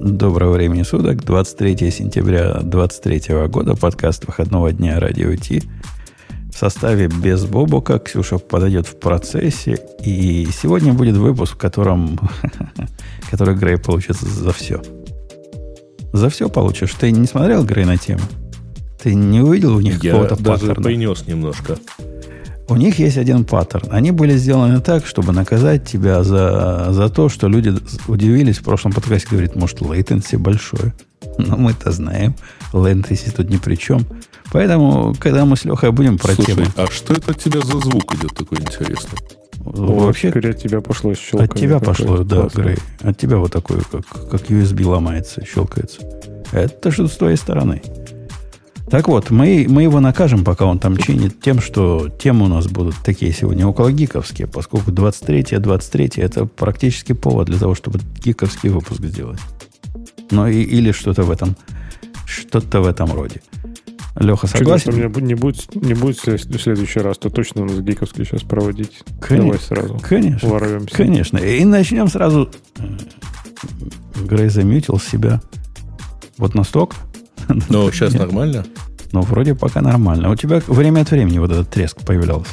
Доброго времени суток, 23 сентября 2023 года, подкаст выходного дня Радио Ти. В составе без Бобука, Ксюша подойдет в процессе, и сегодня будет выпуск, в котором который Грей получит за все. За все получишь. Ты не смотрел, Грей, на тему? Ты не увидел у них какого-то паттерна? Я даже принес немножко. У них есть один паттерн. Они были сделаны так, чтобы наказать тебя за то, что люди удивились в прошлом подкасте. Говорит, может, latency большое. Но мы-то знаем, latency тут ни при чем. Поэтому, когда мы с Лехой будем про тему... Слушай, а что это от тебя за звук идет такой интересный? Вообще, от тебя пошло щелканье. От тебя пошло, да, классное. Грей. От тебя вот такой, как USB ломается, щелкается. Это что с твоей стороны. Так вот, мы его накажем, пока он там чинит, тем, что темы у нас будут такие сегодня около гиковские, поскольку 23 это практически повод для того, чтобы гиковский выпуск сделать. Ну, или что-то в этом роде. Леха, согласен? Что, не будет в следующий раз, то точно у нас гиковский сейчас проводить. Конечно, давай сразу. Конечно. Ворвемся. Конечно. И начнем сразу. Грей замьютил себя. Вот настолько. Но сейчас нормально? Ну, вроде пока нормально. У тебя время от времени вот этот треск появлялся.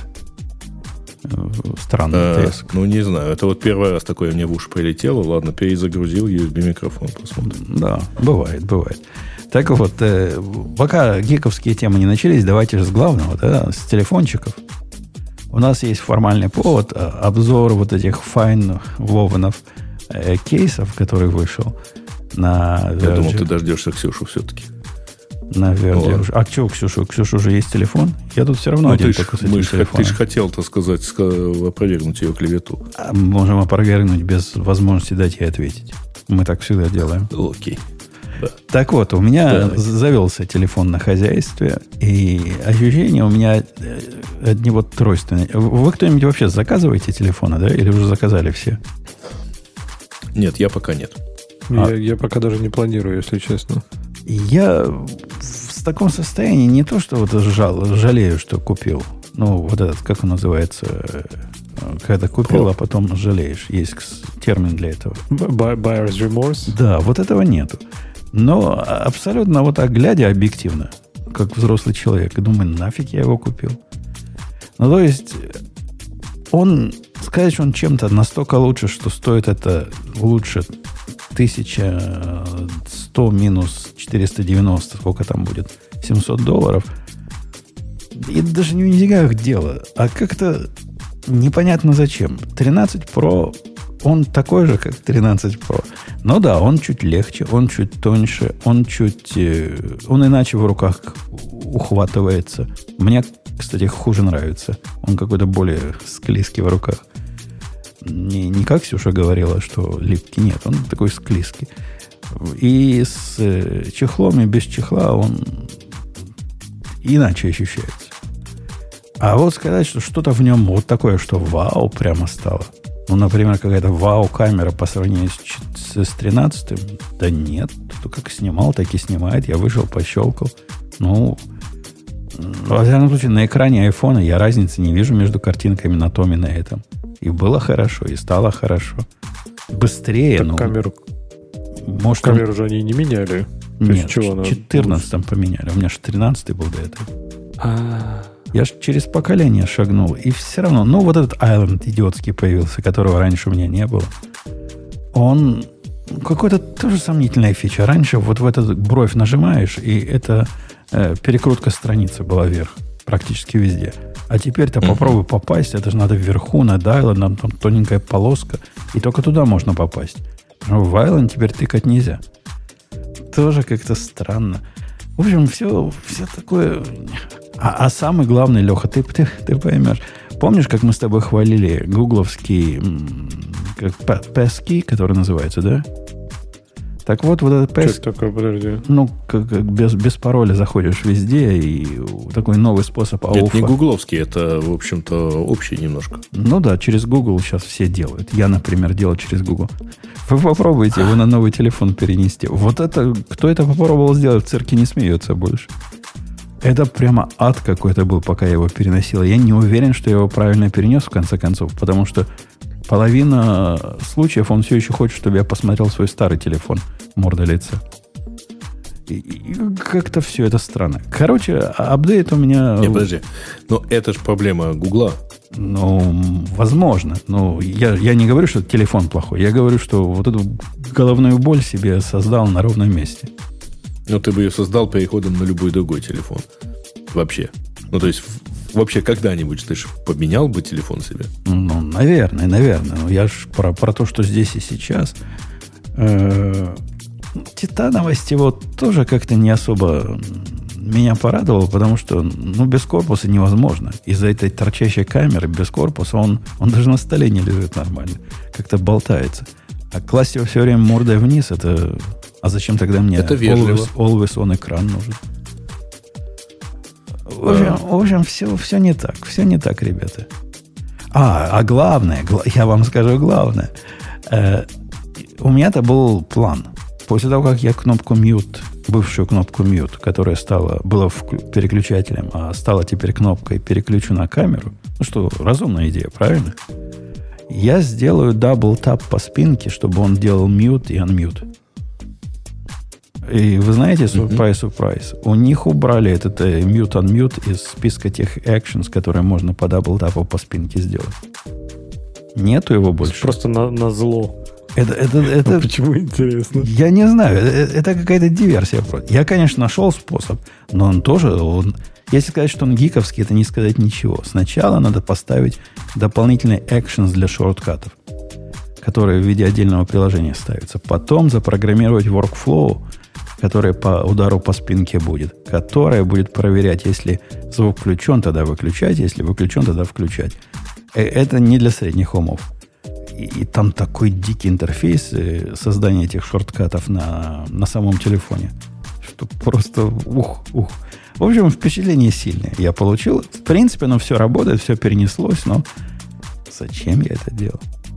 Странный треск. Ну, не знаю. Это вот первый раз такое мне в уши прилетело. Ладно, перезагрузил USB-микрофон. Посмотрим. Да, бывает. Так вот, пока гиковские темы не начались, давайте же с главного, да, с телефончиков. У нас есть формальный повод, обзор вот этих Wovanов кейсов, который вышел на Verge. Я думал, ты дождешься Ксюшу все-таки. На Verge. А что, Ксюша? Ксюша уже есть телефон? Я тут все равно один только с этим телефоном. Ты же хотел, так сказать, опровергнуть ее клевету. Можем опровергнуть без возможности дать ей ответить. Мы так всегда делаем. Окей. Да. Так вот, у меня завелся телефон на хозяйстве, и ощущение у меня от него тройственное. Вы кто-нибудь вообще заказываете телефоны, да? Или уже заказали все? Нет, я пока нет. Я пока даже не планирую, если честно. Я в таком состоянии не то, что вот жалею, что купил. Ну, вот этот, как он называется, когда купил, а потом жалеешь. Есть термин для этого. Buyer's remorse? Да, вот этого нету. Но абсолютно вот так, глядя объективно, как взрослый человек, и думаю, нафиг я его купил. Ну, то есть, сказать, что он чем-то настолько лучше, что стоит это лучше 1100 минус 490, сколько там будет, $700. И даже не в деньгах дело, а как-то непонятно зачем. 13 Pro, он такой же, как 13 Pro. Ну да, он чуть легче, он чуть тоньше, он иначе в руках ухватывается. Мне, кстати, хуже нравится. Он какой-то более склизкий в руках. Не как Ксюша говорила, что липкий. Нет, он такой склизкий. И с чехлом, и без чехла он иначе ощущается. А вот сказать, что что-то в нем вот такое, что вау прямо стало. Ну, например, какая-то вау-камера по сравнению с 13-м. Да нет. Кто как снимал, так и снимает. Я вышел, пощелкал. Ну, во всяком случае, на экране айфона я разницы не вижу между картинками на том и на этом. И было хорошо, и стало хорошо. Быстрее, так ну... камеру же они не меняли. Нет, в 14-м поменяли. У меня же 13-й был до этого. Я же через поколение шагнул. И все равно, ну, вот этот Island идиотский появился, которого раньше у меня не было. Он какой-то тоже сомнительная фича. Раньше вот в этот бровь нажимаешь, и это перекрутка страницы была вверх. Практически везде. А теперь-то попробуй попасть. Это же надо вверху на Island, там тоненькая полоска. И только туда можно попасть. Но в Island теперь тыкать нельзя. Тоже как-то странно. В общем, все такое... А самый главный, Леха, ты поймешь. Помнишь, как мы с тобой хвалили гугловский passkey, который называется, да? Так вот этот passkey... Что такое, подожди? Ну, как без пароля заходишь везде, и такой новый способ ауфа. Это не гугловский, это, в общем-то, общий немножко. Ну да, через Google сейчас все делают. Я, например, делаю через Google. Вы попробуйте его на новый телефон перенести. Вот это, кто это попробовал сделать, в цирке не смеется больше. Это прямо ад какой-то был, пока я его переносил. Я не уверен, что я его правильно перенес, в конце концов, потому что половина случаев он все еще хочет, чтобы я посмотрел свой старый телефон, морда лица. И как-то все это странно. Короче, апдейт у меня... Не, подожди. Но это же проблема Гугла. Ну, возможно. Но я не говорю, что телефон плохой. Я говорю, что вот эту головную боль себе создал на ровном месте. Ну, ты бы ее создал переходом на любой другой телефон. Вообще. Ну, то есть, вообще когда-нибудь ты же поменял бы телефон себе? Ну, наверное. Но я же про то, что здесь и сейчас. Титановость его тоже как-то не особо меня порадовало, потому что без корпуса невозможно. Из-за этой торчащей камеры без корпуса он даже на столе не лежит нормально. Как-то болтается. А класть его все время мордой вниз, это... А зачем тогда мне это вежливо. Always on экран нужен? В общем, все не так. Все не так, ребята. А главное, я вам скажу главное. У меня-то был план. После того, как я кнопку mute, бывшую кнопку mute, которая была переключателем, а стала теперь кнопкой «переключу на камеру», ну что, разумная идея, правильно? Я сделаю дабл-тап по спинке, чтобы он делал mute и unmute. И вы знаете, surprise, у них убрали этот mute-unmute из списка тех actions, которые можно по дабл-тапу по спинке сделать. Нету его больше. Просто на зло. Это почему интересно? Я не знаю. Это какая-то диверсия. Я, конечно, нашел способ, но он тоже... Если сказать, что он гиковский, это не сказать ничего. Сначала надо поставить дополнительные actions для шорткатов, которые в виде отдельного приложения ставятся. Потом запрограммировать workflow, который по удару по спинке будет, которая будет проверять, если звук включен, тогда выключать, если выключен, тогда включать. Это не для средних умов. И там такой дикий интерфейс создания этих шорткатов на самом телефоне, что просто ух. В общем, впечатление сильное я получил. В принципе, оно все работает, все перенеслось, но зачем я это делал?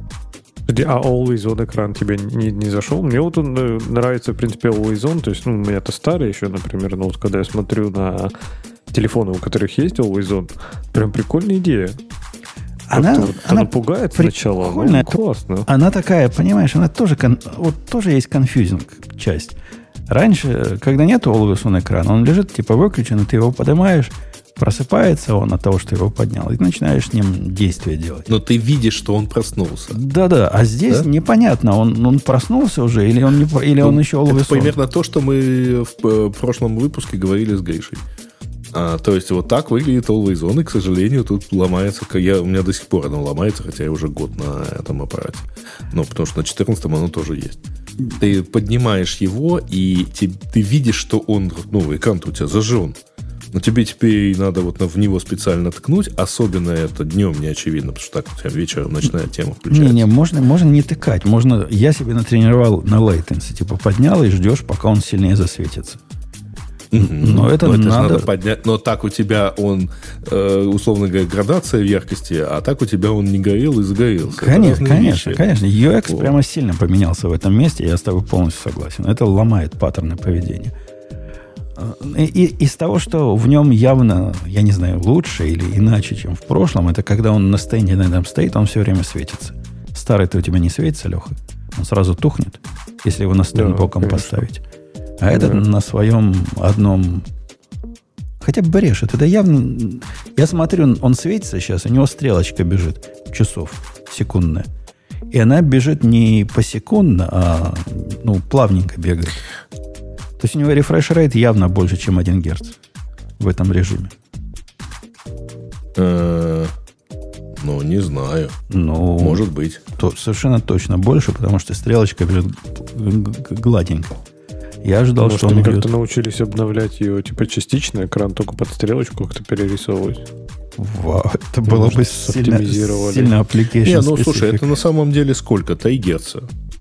А Always On экран тебе не зашел? Мне вот он нравится, в принципе, Always On. То есть, у меня-то старый еще, например, но вот когда я смотрю на телефоны, у которых есть Always On, прям прикольная идея. Она пугает сначала, но классно. Она такая, понимаешь, она тоже, тоже есть конфьюзинг часть. Раньше, когда нет Always On экрана, он лежит типа выключен, и ты его поднимаешь, просыпается он от того, что его поднял, и начинаешь с ним действие делать. Но ты видишь, что он проснулся. Да, а здесь непонятно, он проснулся уже, или он еще Always On. Это примерно то, что мы в прошлом выпуске говорили с Гришей. То есть, вот так выглядит Always On, и, к сожалению, тут ломается. У меня до сих пор оно ломается, хотя я уже год на этом аппарате. Но потому что на 14-м оно тоже есть. Ты поднимаешь его, и ты видишь, что он, экран-то у тебя зажжен. Но тебе теперь надо в него специально ткнуть. Особенно это днем не очевидно, потому что так у тебя вечером ночная тема включается. Не, можно не тыкать. Я себе натренировал на latency. Типа поднял и ждешь, пока он сильнее засветится. Но это надо поднять. Но так у тебя он, условно говоря, градация в яркости, а так у тебя он не горел и загорелся. Конечно. UX прямо сильно поменялся в этом месте, я с тобой полностью согласен. Это ломает паттерны поведения. И из того, что в нем явно, я не знаю, лучше или иначе, чем в прошлом, это когда он на стенде на этом стоит, он все время светится. Старый-то у тебя не светится, Леха. Он сразу тухнет, если его на стенд боком поставить. А этот на своем одном... Хотя бы брешет. Это явно... Я смотрю, он светится сейчас, у него стрелочка бежит часов секундная. И она бежит не посекундно, а плавненько бегает. То есть у него рефреш-рейт явно больше, чем 1 Гц в этом режиме. Не знаю. Может быть. Совершенно точно больше, потому что стрелочка бежит гладенько. Я ожидал, что он они как-то научились обновлять ее типа частично, экран только под стрелочку как-то перерисовывать. Вау, это было бы сильно application. Слушай, это на самом деле сколько? 3 Гц.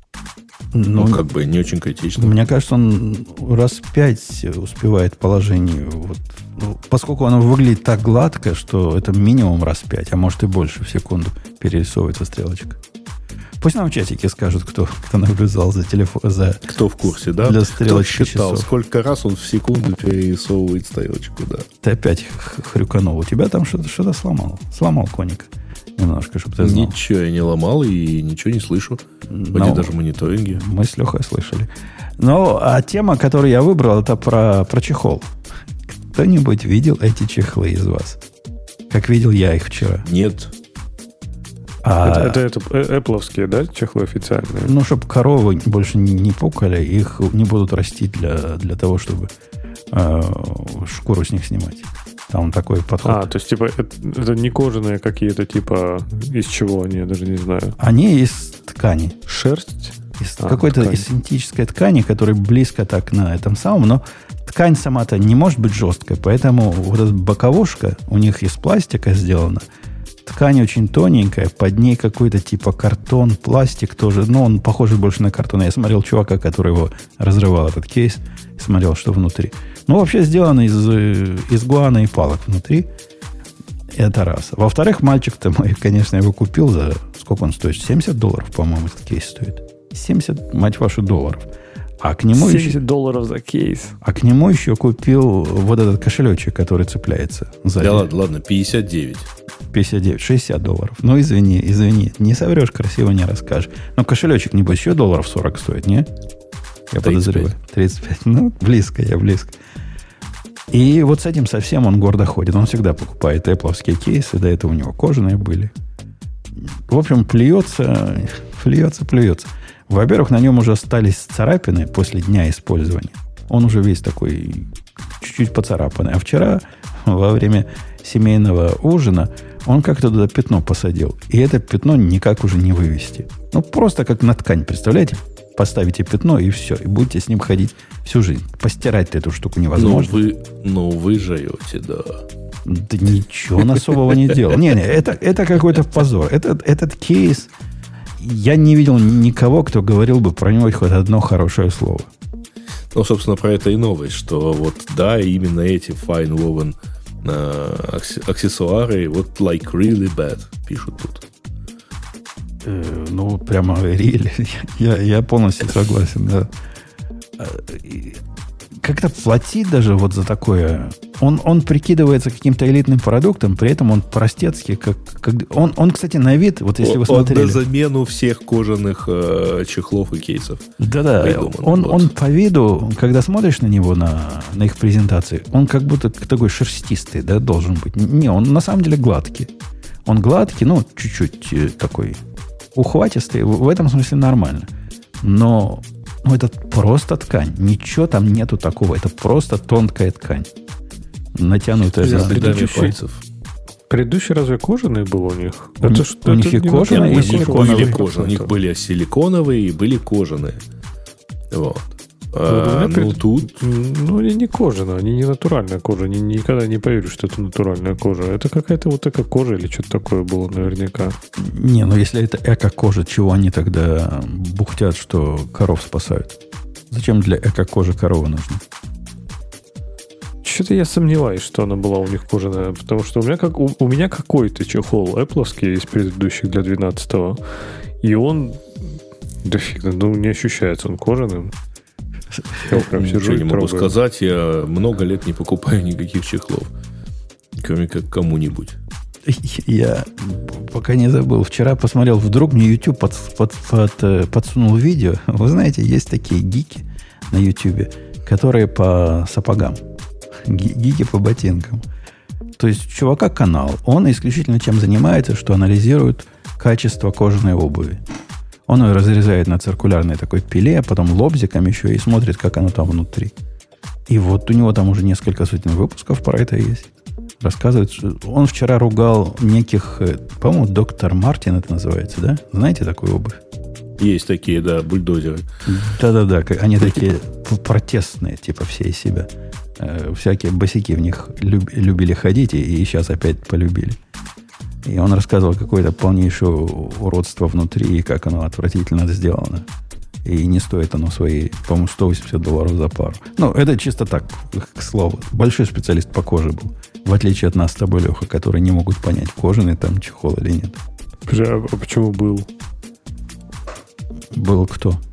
Не очень критично. Мне кажется, он раз 5 успевает положение. Поскольку оно выглядит так гладко, что это минимум раз 5, а может и больше в секунду перерисовывается стрелочка. Пусть нам в чатике скажут, кто наблюдал за телефон. Кто в курсе, да? Для стрелочки кто считал, часов. Сколько раз он в секунду перерисовывает стрелочку, да. Ты опять хрюканул. У тебя там что-то сломал. Сломал коник. немножко, чтобы ты знал. Ничего я не ломал и ничего не слышу. Вроде даже мониторинги. Мы с Лехой слышали. Ну, а тема, которую я выбрал, это про чехол. Кто-нибудь видел эти чехлы из вас? Как видел я их вчера. Нет. Это Apple-овские, да, чехлы официальные? Ну, чтобы коровы больше не пукали, их не будут растить для того, чтобы шкуру с них снимать. Там такой подход. То есть, типа, это не кожаные какие-то, типа, из чего они, я даже не знаю. Они из ткани. Шерсть? Из какой-то из синтетической ткани, которая близко так на этом самом, но ткань сама-то не может быть жесткой, поэтому вот эта боковушка у них из пластика сделана. Ткань очень тоненькая, под ней какой-то типа картон, пластик тоже. Но он похож больше на картон. Я смотрел чувака, который его разрывал, этот кейс, смотрел, что внутри. Ну, вообще сделано из гуана и палок внутри. Это раз. Во-вторых, мальчик-то мой, конечно, его купил за... Сколько он стоит? $70, по-моему, этот кейс стоит. 70, мать вашу, долларов. А к нему $70 за кейс. А к нему еще купил вот этот кошелечек, который цепляется сзади. Да ладно, 59. 59, $60. Ну, извини. Не соврешь, красиво не расскажешь. Но кошелечек, небось, еще $40 стоит, не? Я 35. подозреваю. 35. Ну, близко. И вот с этим совсем он гордо ходит. Он всегда покупает Apple-овские кейсы. До этого у него кожаные были. В общем, плюется. Во-первых, на нем уже остались царапины после дня использования. Он уже весь такой чуть-чуть поцарапанный. А вчера, во время семейного ужина, он как-то туда пятно посадил. И это пятно никак уже не вывести. Ну, просто как на ткань, представляете? Поставите пятно, и все. И будете с ним ходить всю жизнь. Постирать эту штуку невозможно. Вы жуете, да. Да ничего он особого не делал. Не, это какой-то позор. Этот кейс... Я не видел никого, кто говорил бы про него хоть одно хорошее слово. Ну, собственно, про это и новость, что вот, да, именно эти fine woven аксессуары, вот like really bad, пишут тут. Ну, прямо really. Я полностью согласен, да. Как-то платить даже вот за такое. Он прикидывается каким-то элитным продуктом, при этом он простецкий. Он, кстати, на вид, вот если вы смотрели... Он на замену всех кожаных чехлов и кейсов. Да-да, он по виду, когда смотришь на него, на их презентации, он как будто такой шерстистый, да, должен быть. Не, он на самом деле гладкий. Он гладкий, ну, чуть-чуть такой ухватистый. В этом смысле нормально. Но... Ну, это просто ткань. Ничего там нету такого. Это просто тонкая ткань. Натянутая за следами пальцев. Предыдущий разве кожаный был у них? У них и кожаные, и силиконовые. У них были силиконовые и были кожаные. Вот. Тут... Ну, они не кожаные, они не натуральная кожа. Никогда не поверю, что это натуральная кожа. Это какая-то вот эко-кожа или что-то такое было наверняка. Не, ну если это эко-кожа, чего они тогда бухтят, что коров спасают? Зачем для эко-кожи коровы нужны? Что-то я сомневаюсь, что она была у них кожаная, потому что у меня какой-то чехол Apple-овский из предыдущих для 12-го, и он... Да фиг, ну не ощущается он кожаным. Я прям сижу не могу сказать, я много лет не покупаю никаких чехлов, кроме как кому-нибудь. Я пока не забыл. Вчера посмотрел, вдруг мне YouTube подсунул видео. Вы знаете, есть такие гики на YouTube, которые по сапогам. Гики по ботинкам. То есть у чувака канал. Он исключительно чем занимается, что анализирует качество кожаной обуви. Он ее разрезает на циркулярной такой пиле, а потом лобзиком еще и смотрит, как оно там внутри. И вот у него там уже несколько сотен выпусков про это есть. Рассказывает, что он вчера ругал неких, по-моему, доктор Мартин это называется, да? Знаете такую обувь? Есть такие, да, бульдозеры. Да-да-да, они такие протестные, типа все из себя. Всякие босяки в них любили ходить и сейчас опять полюбили. И он рассказывал какое-то полнейшее уродство внутри, и как оно отвратительно сделано. И не стоит оно свои, по-моему, $180 за пару. Ну, это чисто так, к слову. Большой специалист по коже был. В отличие от нас с тобой, Леха, которые не могут понять, кожаный там чехол или нет. А почему был? Был кто?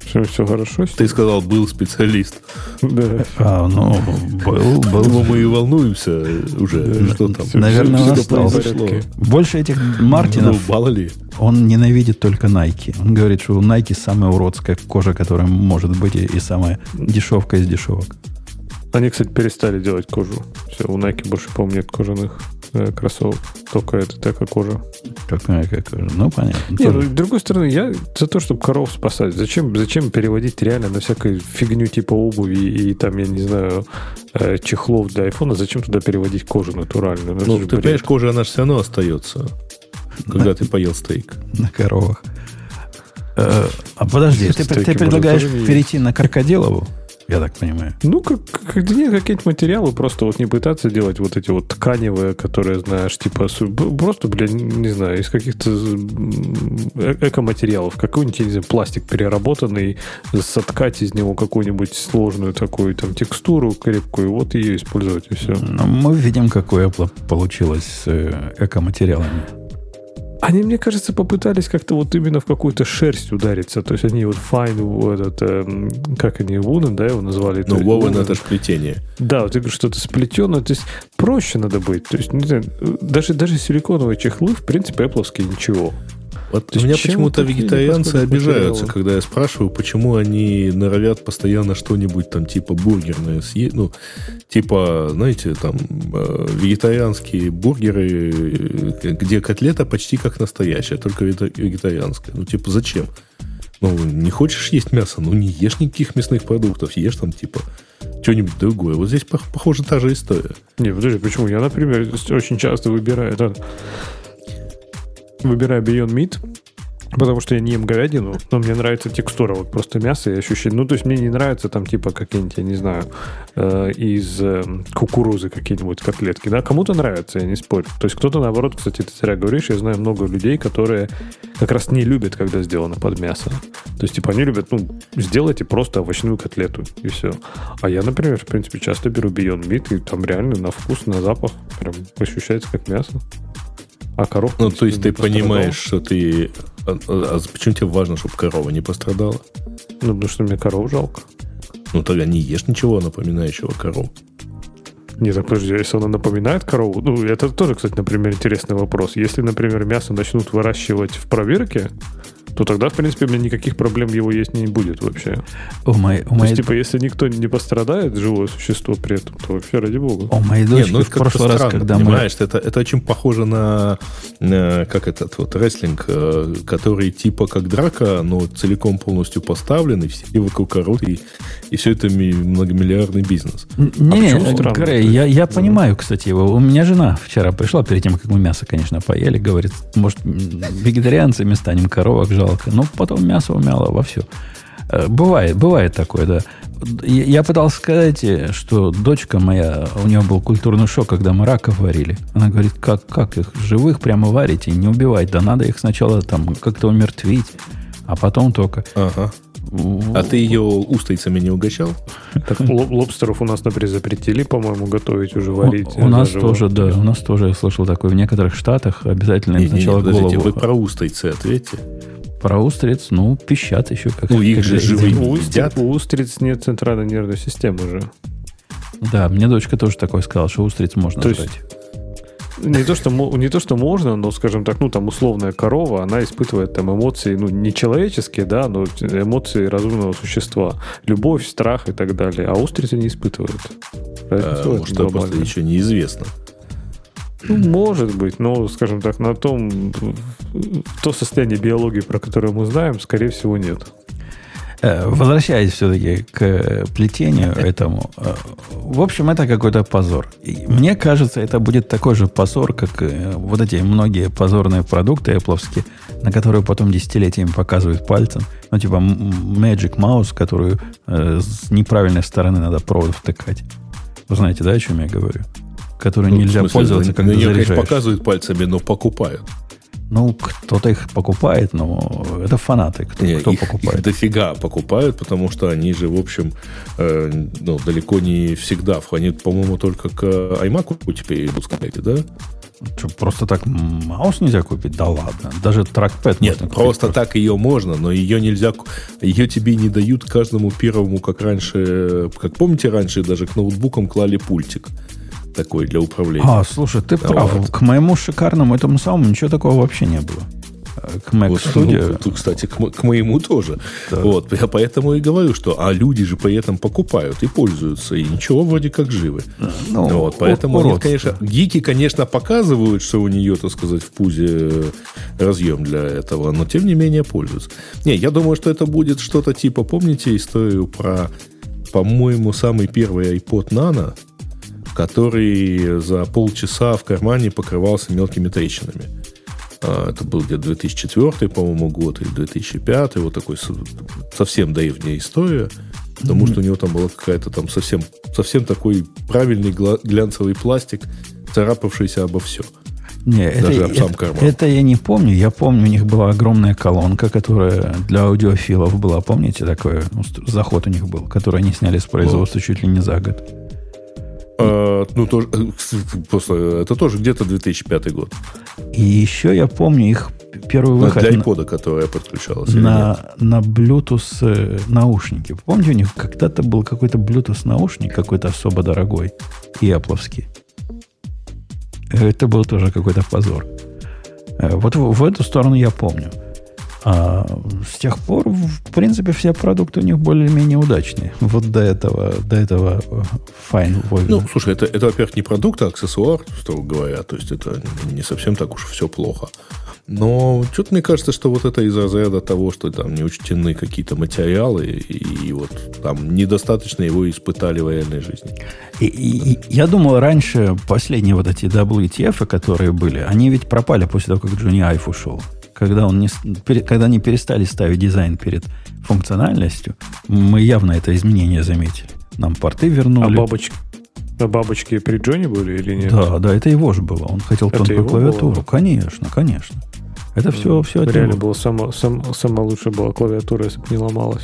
Все хорошо. Ты сказал, был специалист. Да. Был. Мы и волнуемся уже. Что там? Наверное, он остался. Больше этих Мартинов, мало ли. Он ненавидит только Nike. Он говорит, что у Nike самая уродская кожа, которая может быть, и самая дешевка из дешевок. Они, кстати, перестали делать кожу. Все, у Nike больше, по-моему, нет кожаных кроссовок. Только это такая кожа. Какая кожа? Ну, понятно. Нет, с другой стороны, я за то, чтобы коров спасать. Зачем переводить реально на всякую фигню типа обуви и там, я не знаю, чехлов для айфона? Зачем туда переводить кожу натуральную? Ну, ты понимаешь, кожа, она же все равно остается, когда ты поел стейк. На коровах. А подожди, ты предлагаешь перейти на крокодилову? Я так понимаю. Ну, какие-нибудь материалы, просто вот не пытаться делать вот эти вот тканевые, которые, знаешь, типа, просто, не знаю, из каких-то экоматериалов, какой-нибудь, не знаю, пластик переработанный, соткать из него какую-нибудь сложную такую там текстуру крепкую, вот ее использовать, и все. Но мы видим, какое получилось с экоматериалами. Они, мне кажется, попытались как-то вот именно в какую-то шерсть удариться. То есть они вот fine, как они, woolen, да, его назвали? Ну, woven это же плетение. Да, вот что-то сплетенное. То есть проще надо быть. То есть, не знаю, даже силиконовые чехлы, в принципе, Apple'овские ничего. Вот у меня почему-то вегетарианцы обижаются, когда я спрашиваю, почему они норовят постоянно что-нибудь там типа бургерное съесть. Ну, типа, знаете, там вегетарианские бургеры, где котлета почти как настоящая, только вегетарианская. Ну, типа, зачем? Ну, не хочешь есть мясо? Ну, не ешь никаких мясных продуктов. Ешь там, типа, что-нибудь другое. Вот здесь, похоже, та же история. Не, подожди, почему? Я, например, очень часто выбираю Beyond Meat, потому что я не ем говядину, но мне нравится текстура, вот просто мясо и ощущение. Ну, то есть мне не нравится там типа какие-нибудь, я не знаю, из кукурузы какие-нибудь котлетки. Да, кому-то нравится, я не спорю. То есть кто-то, наоборот, кстати, ты зря говоришь, я знаю много людей, которые как раз не любят, когда сделано под мясо. То есть, типа, они любят, сделайте просто овощную котлету, и все. А я, например, в принципе, часто беру Beyond Meat, и там реально на вкус, на запах прям ощущается как мясо. А корова... Ну, то есть ты понимаешь, что ты... А почему тебе важно, чтобы корова не пострадала? Ну, потому что мне коров жалко. Ну, тогда не ешь ничего напоминающего корову. Не, так подожди, если она напоминает корову... Ну, это тоже, кстати, например, интересный вопрос. Если, например, мясо начнут выращивать в пробирке, то тогда, в принципе, у меня никаких проблем его есть не будет вообще. То есть, типа, если никто не пострадает, живое существо при этом, то вообще, ради бога. У моей дочки в прошлый раз, когда понимаешь, это очень похоже на как этот вот рестлинг, который типа как драка, но целиком полностью поставлен, и все вокруг орут, и все это многомиллиардный бизнес. Грей, я понимаю, кстати, его. У меня жена вчера пришла, перед тем, как мы мясо, конечно, поели, говорит, может, вегетарианцами станем, коровок жалко. Но потом мясо умяло вовсю. Бывает такое, да. Я пытался сказать, что дочка моя, у нее был культурный шок, когда мы раков варили. Она говорит, как их живых прямо варите, не убивать? Да надо их сначала там как-то умертвить, а потом только... Ага. А ты ее устрицами не угощал? Так, лобстеров у нас, например, запретили, по-моему, готовить уже, варить. У нас тоже, да. У нас тоже, я слышал такое, в некоторых штатах обязательно им сначала голову... Вы про устрицы ответьте. Про устриц, пищат еще как-то. Ну, их же живые едят. У устриц нет центральной нервной системы уже. Да, мне дочка тоже такое сказала, что устриц можно жрать. Не то, что можно, но, скажем так, там условная корова, она испытывает там эмоции, не человеческие, да, но эмоции разумного существа. Любовь, страх и так далее. А устрицы не испытывают. Может, это просто еще неизвестно. Может быть, но, скажем так, то состояние биологии, про которое мы знаем, скорее всего, нет. Возвращаясь все-таки к плетению этому, в общем, это какой-то позор. И мне кажется, это будет такой же позор, как вот эти многие позорные продукты Apple'овские, на которые потом десятилетиями показывают пальцем. Типа Magic Mouse, которую с неправильной стороны надо провод втыкать. Вы знаете, да, о чем я говорю? Которую нельзя пользоваться, когда заряжаешь. Ее, конечно, показывают пальцами, но покупают. Ну, кто-то их покупает, но это фанаты, кто покупает. Их дофига покупают, потому что они же, в общем, далеко не всегда. Они, по-моему, только к iMac теперь идут, скажите, да? Что, просто так маус нельзя купить? Да ладно. Даже трекпэд можно купить. Нет, просто так ее можно, но ее нельзя... Ее тебе не дают каждому первому, как раньше... Как помните, раньше даже к ноутбукам клали пультик такой для управления. Слушай, ты прав. Вот. К моему шикарному этому самому ничего такого вообще не было. К Mac Studio. Кстати, к моему тоже. Да. Вот, я поэтому и говорю, что люди же при этом покупают и пользуются, и ничего вроде как живы. Вот, поэтому они, конечно, гики, конечно, показывают, что у нее, так сказать, в пузе разъем для этого, но тем не менее пользуются. Не, я думаю, что это будет что-то типа, помните историю про, по-моему, самый первый iPod Nano, который за полчаса в кармане покрывался мелкими трещинами. Это был где-то 2004, по-моему, год, или 2005, вот такой совсем древняя история, потому что у него там была какая-то там совсем такой правильный глянцевый пластик, царапавшийся обо все. Даже об сам карман. Это я не помню. Я помню, у них была огромная колонка, которая для аудиофилов была. Помните, такой заход у них был, который они сняли с производства чуть ли не за год. Это тоже где-то 2005 год. И еще я помню их первый выход... Для iPod, которая подключалась. На Bluetooth наушники. Помните, у них когда-то был какой-то Bluetooth наушник, какой-то особо дорогой, и Apple'овский. Это был тоже какой-то позор. Вот в эту сторону я помню. А с тех пор, в принципе, все продукты у них более-менее удачные. Вот до этого fine. Ну, слушай, это, во-первых, не продукт, а аксессуар, строго говоря. То есть, это не совсем так уж все плохо. Но что-то мне кажется, что вот это из разряда того, что там не учтены какие-то материалы, и вот там недостаточно его испытали в реальной жизни. И я думал, раньше последние вот эти WTF, которые были, они ведь пропали после того, как Джонни Айв ушел. Когда они перестали ставить дизайн перед функциональностью, мы явно это изменение заметили. Нам порты вернули. А бабочки при Джонни были или нет? Да, это его же было. Он хотел тонкую клавиатуру. Было? Конечно. Это все от него. Реально была самая лучшая была клавиатура, если бы не ломалась.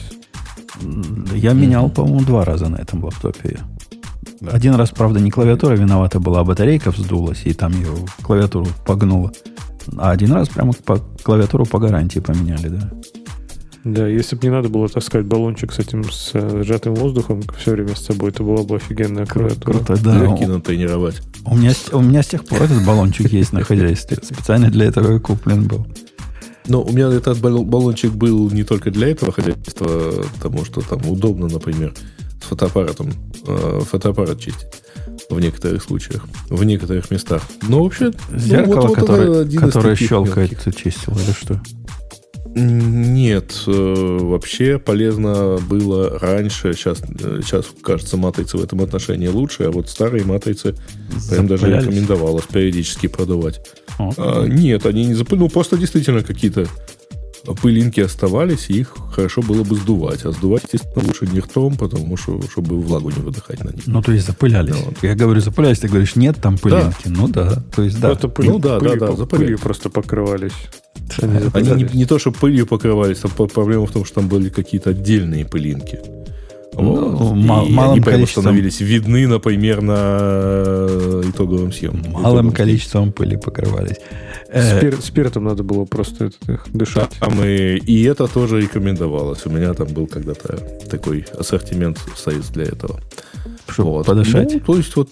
Я менял, по-моему, 2 раза на этом лаптопе. Один раз, правда, не клавиатура виновата была, а батарейка вздулась, и там ее клавиатуру погнуло. А один раз прямо клавиатуру по гарантии поменяли, да. Да, если бы не надо было таскать баллончик с этим с сжатым воздухом все время с собой, это была бы офигенная клавиатура. Круто, да. Кино тренировать. У меня с тех пор этот баллончик есть на хозяйстве. Специально для этого и куплен был. Но у меня этот баллончик был не только для этого хозяйства, потому что там удобно, например, с фотоаппаратом фотоаппарат чистить. В некоторых случаях. В некоторых местах. Но вообще... Зеркало, которое щелкает, ты чистил или что? Нет. Вообще полезно было раньше. Сейчас, кажется, матрицы в этом отношении лучше, а вот старые матрицы прям даже рекомендовалось периодически продавать. Нет, они не запылили. Ну, просто действительно какие-то пылинки оставались, и их хорошо было бы сдувать. А сдувать, естественно, лучше не ртом, потому что, чтобы влагу не выдыхать на них. Ну, то есть запылялись. Да, вот. Я говорю, запылялись, ты говоришь, нет там пылинки. Да. Ну, да. То есть, да. Просто пылью просто покрывались. Они не то, что пылью покрывались, там проблема в том, что там были какие-то отдельные пылинки. Ну, они прямо становились видны, например, на итоговом съемке. Малым количеством пыли покрывались. Спиртом надо было просто дышать. И это тоже рекомендовалось. У меня там был когда-то такой ассортимент средств для этого. Чтобы подышать? Ну, то есть вот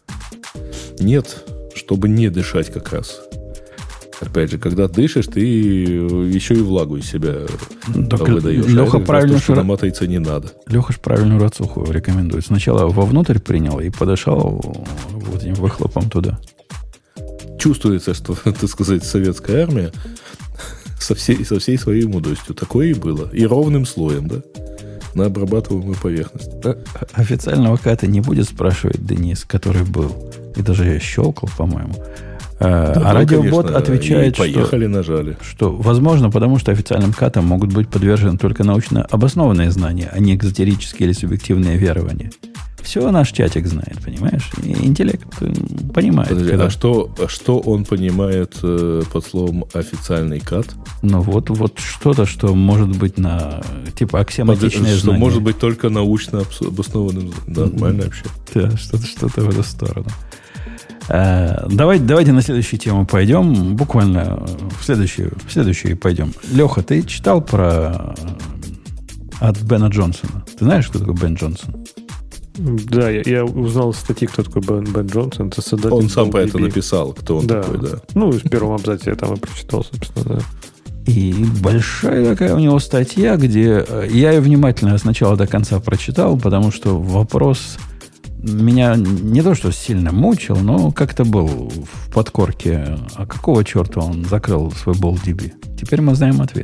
нет, чтобы не дышать как раз. Опять же, когда дышишь, ты еще и влагу из себя выдаешь. Леха правильно, что на матрице не надо. Леха ж правильную рацуху рекомендует. Сначала вовнутрь принял и подышал вот этим выхлопом туда. Чувствуется, что, так сказать, советская армия со всей своей мудростью. Такое и было. И ровным слоем, да? На обрабатываемую поверхность. Официального ката не будет спрашивать Денис, который был. И даже я щелкал, по-моему. А радиобот конечно, отвечает, нажали. Что возможно, потому что официальным катам могут быть подвержены только научно обоснованные знания, а не экзотерические или субъективные верования. Все наш чатик знает, понимаешь? И интеллект понимает. Подожди, а что он понимает под словом официальный кат? Ну вот что-то, что может быть на типа аксиоматичное Что знание. может быть только научно обоснованным. Да, нормально вообще. Да, что-то в эту сторону. Давайте на следующую тему пойдем. Буквально в следующую пойдем. Леха, ты читал про от Бена Джонсона? Ты знаешь, кто такой Бен Джонсон? Да, я узнал статьи, кто такой Бен Джонсон. Это создатель Он сам про это DB. написал, кто он такой, да. Ну, в первом абзаце я там и прочитал, собственно, да. И большая такая у него статья, где я ее внимательно с начала до конца прочитал, потому что вопрос меня не то что сильно мучил, но как-то был в подкорке. А какого черта он закрыл свой BoldDB? Теперь мы знаем ответ.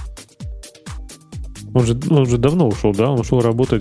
Он же давно ушел, да? Он ушел работать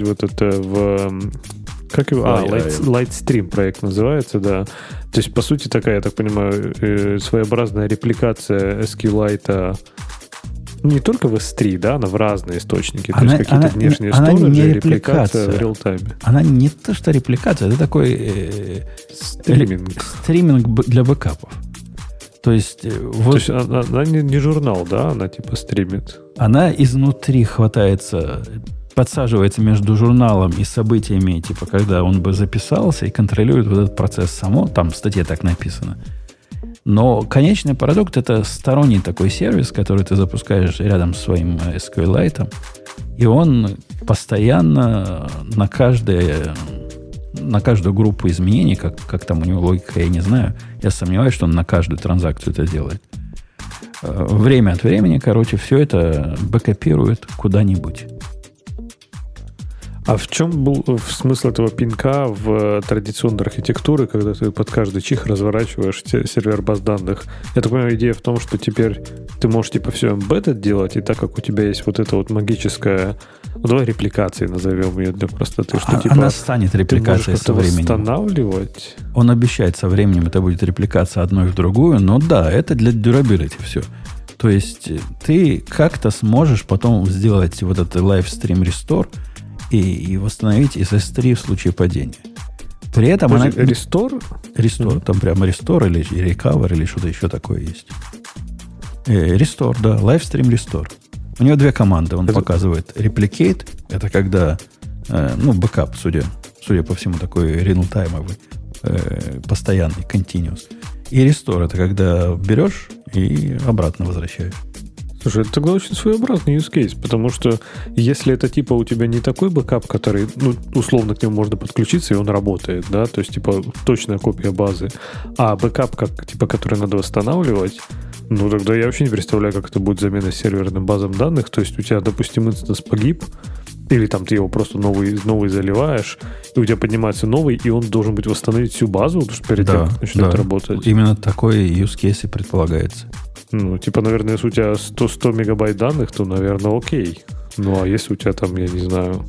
как его? Lightstream проект называется, да. То есть, по сути, такая, я так понимаю, своеобразная репликация SQLite не только в S3, да, она в разные источники. То есть, какие-то внешние сториджи, репликация в реал-тайме. Она не то, что репликация, это такой стриминг для бэкапов. То есть, То есть она не журнал, да? Она типа стримит. Она изнутри хватается, подсаживается между журналом и событиями, типа, когда он бы записался, и контролирует вот этот процесс само. Там в статье так написано. Но конечный продукт – это сторонний такой сервис, который ты запускаешь рядом с своим SQLite, и он постоянно на каждую группу изменений, как там у него логика, я не знаю, я сомневаюсь, что он на каждую транзакцию это делает. Время от времени, короче, все это бэкапирует куда-нибудь. А в чем был смысл этого пинка в традиционной архитектуре, когда ты под каждый чих разворачиваешь сервер баз данных? Я так понимаю, идея в том, что теперь ты можешь типа все embedded делать, и так как у тебя есть вот эта вот магическая, ну, давай репликацией назовем ее для простоты, что типа она станет репликацией со временем. Восстанавливать. Он обещает, со временем это будет репликация одной в другую, но да, это для durability все. То есть ты как-то сможешь потом сделать вот этот livestream restore и восстановить из S3 в случае падения. При этом она... Restore? Restore, там прямо restore или recover, или что-то еще такое есть. Restore, да, livestream restore. У него две команды. Он показывает replicate, это когда, бэкап, судя по всему, такой real-таймовый, постоянный, continuous. И restore, это когда берешь и обратно возвращаешь. Слушай, это тогда очень своеобразный use case, потому что если это типа у тебя не такой бэкап, который, условно к нему можно подключиться, и он работает, да, то есть типа точная копия базы, а бэкап, который надо восстанавливать, тогда я вообще не представляю, как это будет замена серверным базам данных, то есть у тебя, допустим, инстанс погиб, или там ты его просто новый заливаешь, и у тебя поднимается новый, и он должен быть восстановить всю базу, потому что перед тем, как начнет работать. Именно такой use case и предполагается. Наверное, если у тебя 100 мегабайт данных, то, наверное, окей. А если у тебя там, я не знаю,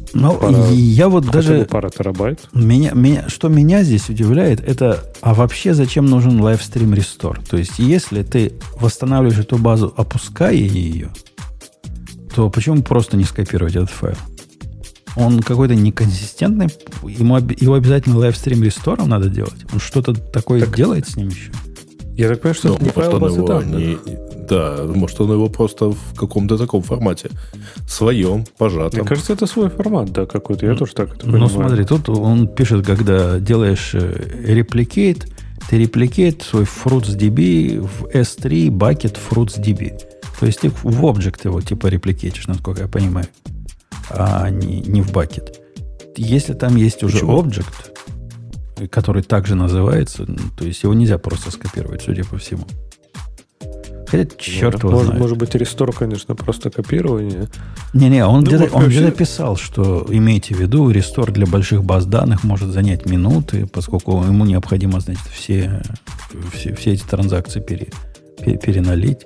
пара терабайт? Что меня здесь удивляет, это, а вообще зачем нужен livestream restore? То есть, если ты восстанавливаешь эту базу, опуская ее, то почему просто не скопировать этот файл? Он какой-то неконсистентный, его обязательно livestream restore надо делать? Он что-то такое делает с ним еще? Я так понимаю, что это не файл базы данных. Да, может, он его просто в каком-то таком формате. Своем, пожатом. Мне кажется, это свой формат, да, какой-то. Я тоже так это понимаю. Смотри, тут он пишет, когда делаешь replicate, ты replicate свой FruitsDB в S3 bucket FruitsDB. То есть ты в object его типа репликейтишь, насколько я понимаю, а не в bucket. Если там есть уже object, который также называется, то есть его нельзя просто скопировать, судя по всему. Хотя черт его знает. Может быть, рестор, конечно, просто копирование. Не-не, он где-то писал, что имейте в виду, рестор для больших баз данных может занять минуты, поскольку ему необходимо, значит, все эти транзакции переналить.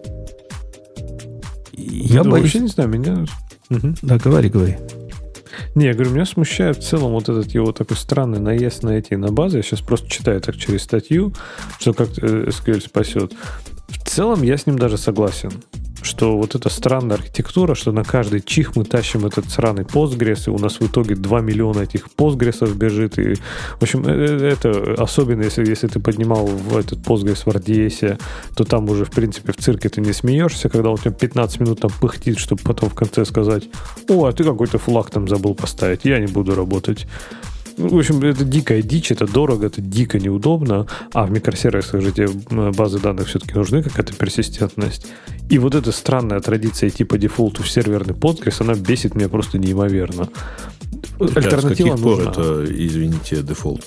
Я боюсь... Вообще не знаю, меня... Да, говори. Не, я говорю, меня смущает в целом вот этот его такой странный наезд на базы. Я сейчас просто читаю так через статью, что как SQL спасет. В целом я с ним даже согласен, что вот эта странная архитектура, что на каждый чих мы тащим этот сраный Postgres, и у нас в итоге 2 миллиона этих Postgres'ов бежит. И, в общем, это особенно, если ты поднимал в этот Postgres в RDS, то там уже, в принципе, в цирке ты не смеешься, когда у тебя 15 минут там пыхтит, чтобы потом в конце сказать: о, а ты какой-то флаг там забыл поставить, я не буду работать. В общем, это дикая дичь, это дорого, это дико неудобно, а в микросервисах же тебе базы данных все-таки нужны, какая-то персистентность. И вот эта странная традиция типа дефолту в серверный Postgres, она бесит меня просто неимоверно. Альтернатива с каких нужна. пор это, извините, дефолт?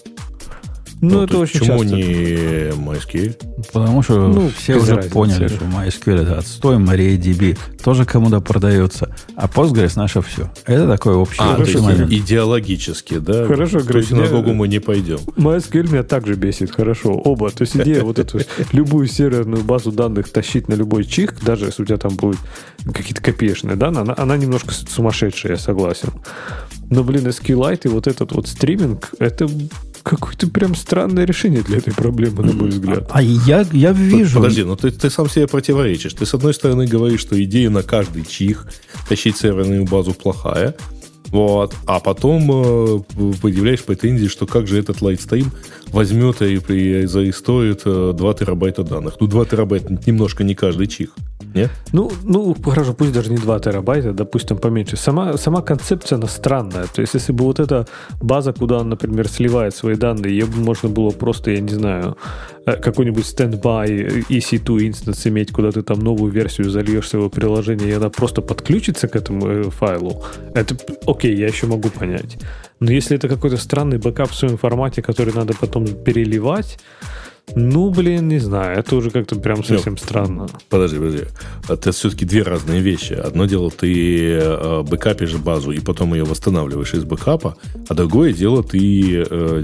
Ну, это очень почему часто. не MySQL? Потому что все без уже разницы. поняли, что MySQL это отстой, MariaDB тоже кому-то продается, а Postgres наше все. Это такой общий, то общий есть момент. идеологически, да? Хорошо, в ту Грей, синагогу мы не пойдем. MySQL меня также бесит, хорошо, оба. То есть идея вот эту любую серверную базу данных тащить на любой чих, даже если у тебя там будут какие-то копеечные данные, она немножко сумасшедшая, я согласен. Но, блин, SQLite и вот этот вот стриминг, это какое-то прям странное решение для этой проблемы, на мой взгляд. А я вижу... Подожди, но ты сам себе противоречишь. Ты, с одной стороны, говоришь, что идея на каждый чих тащить серверную базу плохая, вот, а потом предъявляешь претензии, что как же этот лайтстрим возьмет и зарестоит 2 терабайта данных. Ну, 2 терабайта немножко не каждый чих. Нет? Ну, хорошо, пусть даже не 2 терабайта, допустим, поменьше. Сама концепция, она странная. То есть, если бы вот эта база, куда он, например, сливает свои данные, ее бы можно было просто, я не знаю, какой-нибудь standby EC2 инстанс иметь, куда ты там новую версию зальешь своего приложения, и она просто подключится к этому файлу, это окей, я еще могу понять. Но если это какой-то странный бэкап в своем формате, который надо потом переливать, ну, блин, не знаю, это уже как-то прям совсем странно. Подожди. Это все-таки 2 разные вещи. Одно дело, ты бэкапишь базу и потом ее восстанавливаешь из бэкапа, а другое дело, ты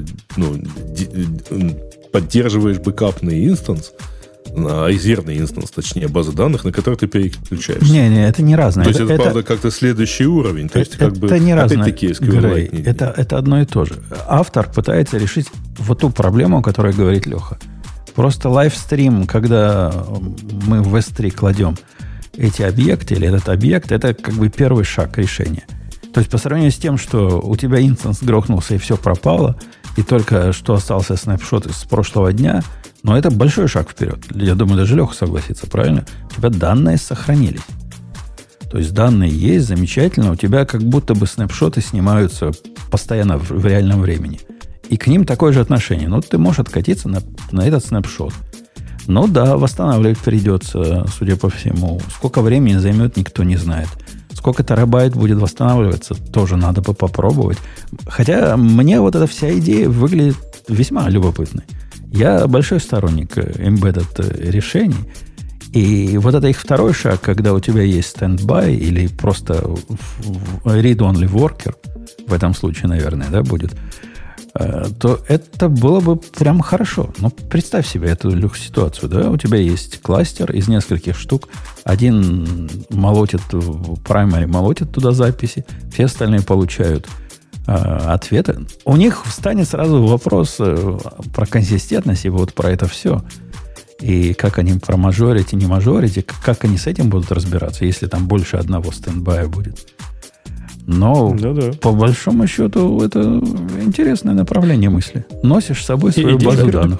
поддерживаешь бэкапный инстанс, резервный инстанс, точнее, базы данных, на который ты переключаешься. Не, это не разное. То есть это правда, как-то следующий уровень. То есть, как бы, не разное, опять-таки, Грей, это одно и то же. Автор пытается решить вот ту проблему, о которой говорит Леха. Просто лайвстрим, когда мы в S3 кладем эти объекты, или этот объект, это как бы первый шаг решения. То есть по сравнению с тем, что у тебя инстанс грохнулся и все пропало, и только что остался снапшот из прошлого дня, но это большой шаг вперед. Я думаю, даже Леха согласится, правильно? У тебя данные сохранились. То есть данные есть, замечательно. У тебя как будто бы снапшоты снимаются постоянно в реальном времени. И к ним такое же отношение. Ну, ты можешь откатиться на этот снапшот. Ну да, восстанавливать придется, судя по всему. Сколько времени займет, никто не знает. Сколько терабайт будет восстанавливаться, тоже надо бы попробовать. Хотя мне вот эта вся идея выглядит весьма любопытной. Я большой сторонник embedded решений. И вот это их второй шаг, когда у тебя есть стендбай или просто read-only worker, в этом случае, наверное, да, будет, то это было бы прям хорошо. Но представь себе эту ситуацию, да? У тебя есть кластер из нескольких штук. Один молотит, primary молотит туда записи, все остальные получают ответы. У них встанет сразу вопрос про консистентность и вот про это все. И как они про мажорити, не мажорити, как они с этим будут разбираться, если там больше одного стендбая будет. Но по большому счету это интересное направление мысли. Носишь с собой свою базу данных.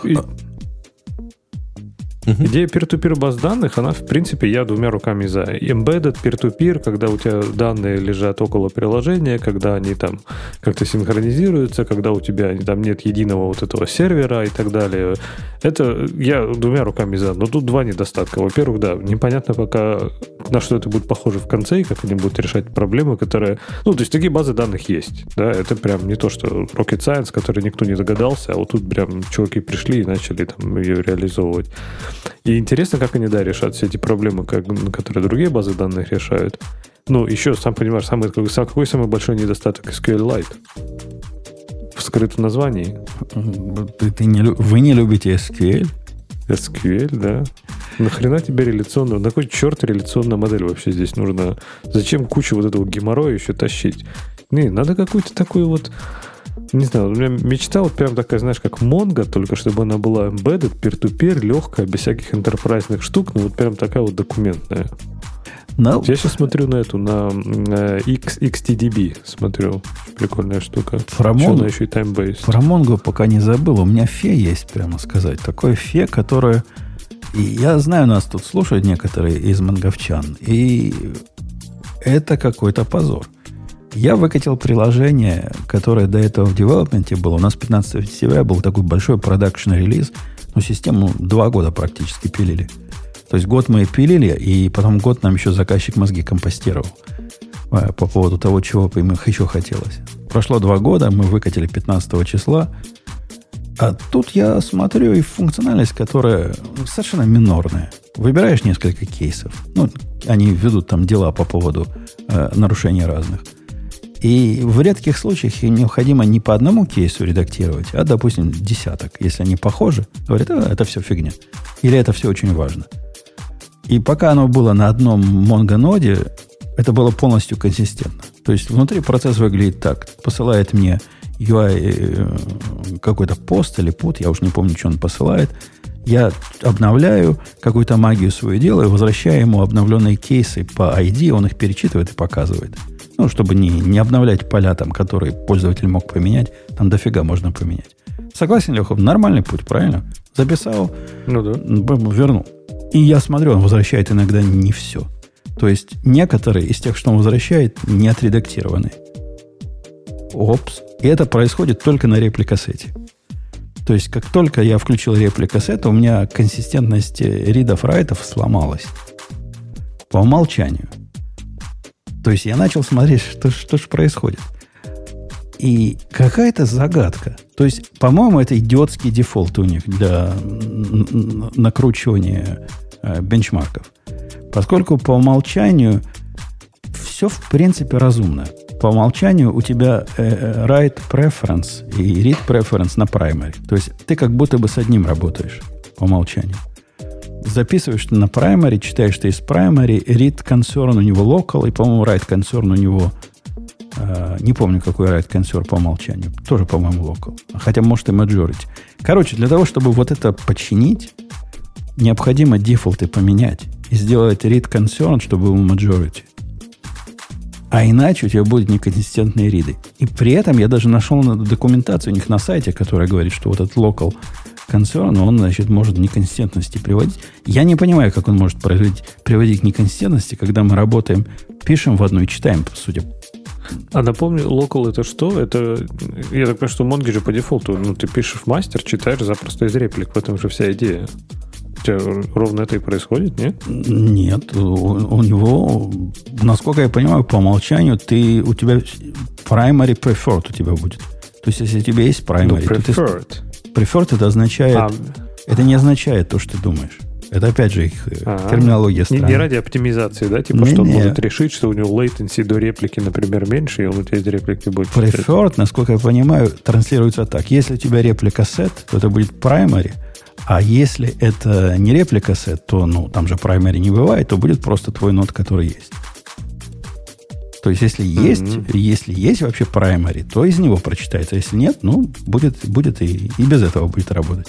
Идея peer-to-peer баз данных, она, в принципе, я 2 руками за. Embedded, peer-to-peer, когда у тебя данные лежат около приложения, когда они там как-то синхронизируются, когда у тебя там нет единого вот этого сервера и так далее. Это я 2 руками за. Но тут 2 недостатка. Во-первых, да, непонятно пока, на что это будет похоже в конце, и как они будут решать проблемы, которые... Ну, то есть такие базы данных есть. Да, это прям не то, что rocket science, который никто не догадался, а вот тут прям чуваки пришли и начали там ее реализовывать. И интересно, как они, да, решат все эти проблемы, которые другие базы данных решают. Ну, еще, сам понимаешь, какой самый большой недостаток SQLite? В скрытом названии. Вы не любите SQL? SQL, да. Нахрена тебе реляционная? На какой черт реляционная модель вообще здесь нужна? Зачем кучу вот этого геморроя еще тащить? Не, надо какую-то такую вот Не знаю, у меня мечта вот прям такая, знаешь, как Mongo, только чтобы она была embedded, peer-to-peer, легкая, без всяких энтерпрайзных штук, ну вот прям такая вот документная. No. Я сейчас смотрю на эту, на XTDB смотрю. Прикольная штука. Про Mongo еще и time-based. Про Mongo пока не забыл. У меня фе есть, прямо сказать. Такое фе, которое... И я знаю, нас тут слушают некоторые из монговчан. И это какой-то позор. Я выкатил приложение, которое до этого в девелопменте было. У нас 15 сентября был такой большой продакшн-релиз. Ну, систему 2 года практически пилили. То есть год мы пилили, и потом год нам еще заказчик мозги компостировал по поводу того, чего бы им еще хотелось. Прошло 2 года, мы выкатили 15 числа. А тут я смотрю и функциональность, которая совершенно минорная. Выбираешь несколько кейсов. Ну, они ведут там дела по поводу нарушений разных. И в редких случаях им необходимо не по одному кейсу редактировать, а, допустим, десяток. Если они похожи, говорят, это все фигня. Или это все очень важно. И пока оно было на одном Mongo-ноде, это было полностью консистентно. То есть внутри процесс выглядит так. Посылает мне UI какой-то пост или пут, я уж не помню, что он посылает. Я обновляю, какую-то магию свою делаю, возвращаю ему обновленные кейсы по ID, он их перечитывает и показывает. Ну, чтобы не обновлять поля, там, которые пользователь мог поменять. Там дофига можно поменять. Согласен, Леха? Нормальный путь, правильно? Записал, ну да. Вернул. И я смотрю, он возвращает иногда не все. То есть некоторые из тех, что он возвращает, не отредактированы. Опс. И это происходит только на репликассете. То есть, как только я включил репликассет, у меня консистентность ридов-райтов сломалась. По умолчанию. То есть, я начал смотреть, что же происходит. И какая-то загадка. То есть, по-моему, это идиотский дефолт у них для накручивания бенчмарков. Поскольку по умолчанию все, в принципе, разумно. По умолчанию у тебя write preference и read preference на primary. То есть ты как будто бы с одним работаешь по умолчанию. Записываешь на primary, читаешь ты из primary, read concern у него local, и, по-моему, write concern у него... не помню, какой write concern по умолчанию. Тоже, по-моему, local. Хотя, может, и majority. Короче, для того, чтобы вот это починить, необходимо дефолты поменять и сделать read concern, чтобы был majority. А иначе у тебя будут неконсистентные риды. И при этом я даже нашел документацию у них на сайте, которая говорит, что вот этот local concern, он, значит, может неконсистентности приводить. Я не понимаю, как он может приводить к неконсистентности, когда мы работаем, пишем в одну и читаем, судя. А напомню, local это что? Это, я так понимаю, что в Mongo же по дефолту, ну, ты пишешь в мастер, читаешь запросто из реплик. В этом же вся идея. У тебя ровно это и происходит, нет? Нет. У него, насколько я понимаю, по умолчанию у тебя primary preferred у тебя будет. То есть, если у тебя есть primary... Preferred. Preferred это означает... Это не означает то, что ты думаешь. Это, опять же, их терминология странная. Не ради оптимизации, да? Типа, что он может решить, что у него latency до реплики, например, меньше, и он у тебя из реплики будет... Preferred, насколько я понимаю, транслируется так. Если у тебя реплика set, то это будет primary. А если это не реплика set, то, ну, там же primary не бывает, то будет просто твой нод, который есть. То есть, если есть вообще primary, то из него прочитается. Если нет, ну, будет и без этого будет работать.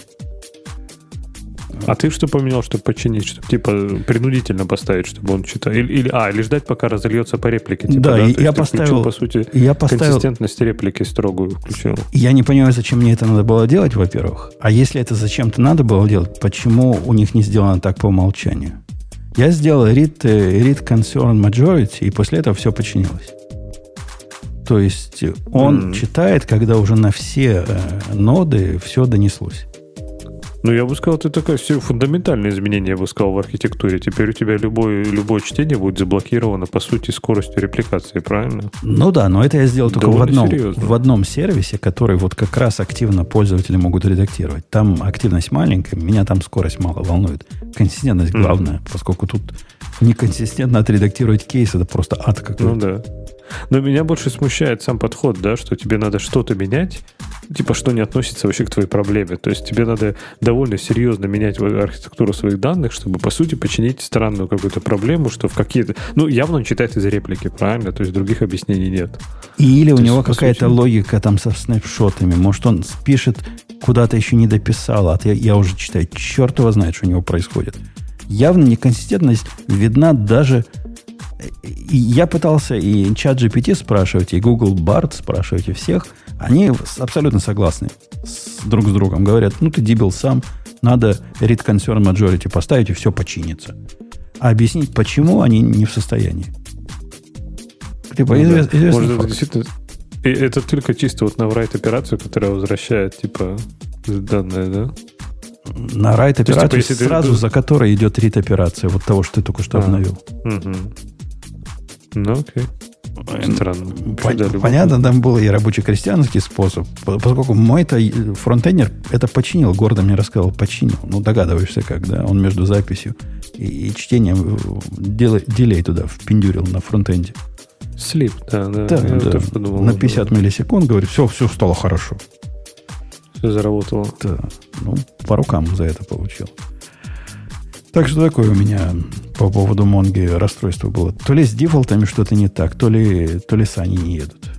А ты что поменял, чтобы починить? Чтобы, типа, принудительно поставить, чтобы он читал? Или ждать, пока разольется по реплике? Типа, да, я поставил... Включил, по сути, консистентность реплики строгую включил. Я не понимаю, зачем мне это надо было делать, во-первых. А если это зачем-то надо было делать, почему у них не сделано так по умолчанию? Я сделал read concern majority, и после этого все починилось. То есть он читает, когда уже на все ноды все донеслось. Ну, я бы сказал, это такое все фундаментальное изменение, я бы сказал, в архитектуре. Теперь у тебя любое чтение будет заблокировано, по сути, скоростью репликации, правильно? Ну да, но это я сделал только в одном сервисе, который вот как раз активно пользователи могут редактировать. Там активность маленькая, меня там скорость мало волнует. Консистентность главная, поскольку тут неконсистентно отредактировать кейс, это просто ад какой-то. Ну да. Но меня больше смущает сам подход, да, что тебе надо что-то менять, типа, что не относится вообще к твоей проблеме. То есть тебе надо довольно серьезно менять архитектуру своих данных, чтобы, по сути, починить странную какую-то проблему, что в какие-то... Ну, явно он читает из реплики, правильно? То есть других объяснений нет. Или у него какая-то логика там со снапшотами. Может, он спишет, куда-то еще не дописал, а я уже читаю. Черт его знает, что у него происходит. Явно неконсистентность видна даже... И я пытался и ChatGPT спрашивать, и Google Bard спрашивать, и всех. Они абсолютно согласны друг с другом. Говорят, ну ты дебил сам, надо read concern majority поставить, и все починится. А объяснить, почему они не в состоянии. Типа, известный факт. Это только чисто вот на write операцию, которая возвращает, типа, данные, да? На write операцию, типа, сразу за которой идет read операция, вот того, что ты только что обновил. Угу. Ну, окей. Странно. Понятно, там был и рабоче-крестьянский способ, поскольку мой-то фронтендер это починил, гордо мне рассказал, починил. Ну, догадываешься как, да? Он между записью и чтением дилей туда впендюрил на фронтенде. Слип, да. Я тоже подумал, на 50 миллисекунд, говорит, все стало хорошо. Все заработало. Да. Ну, по рукам за это получил. Так что такое у меня по поводу Монги расстройство было. То ли с дефолтами что-то не так, то ли сани не едут.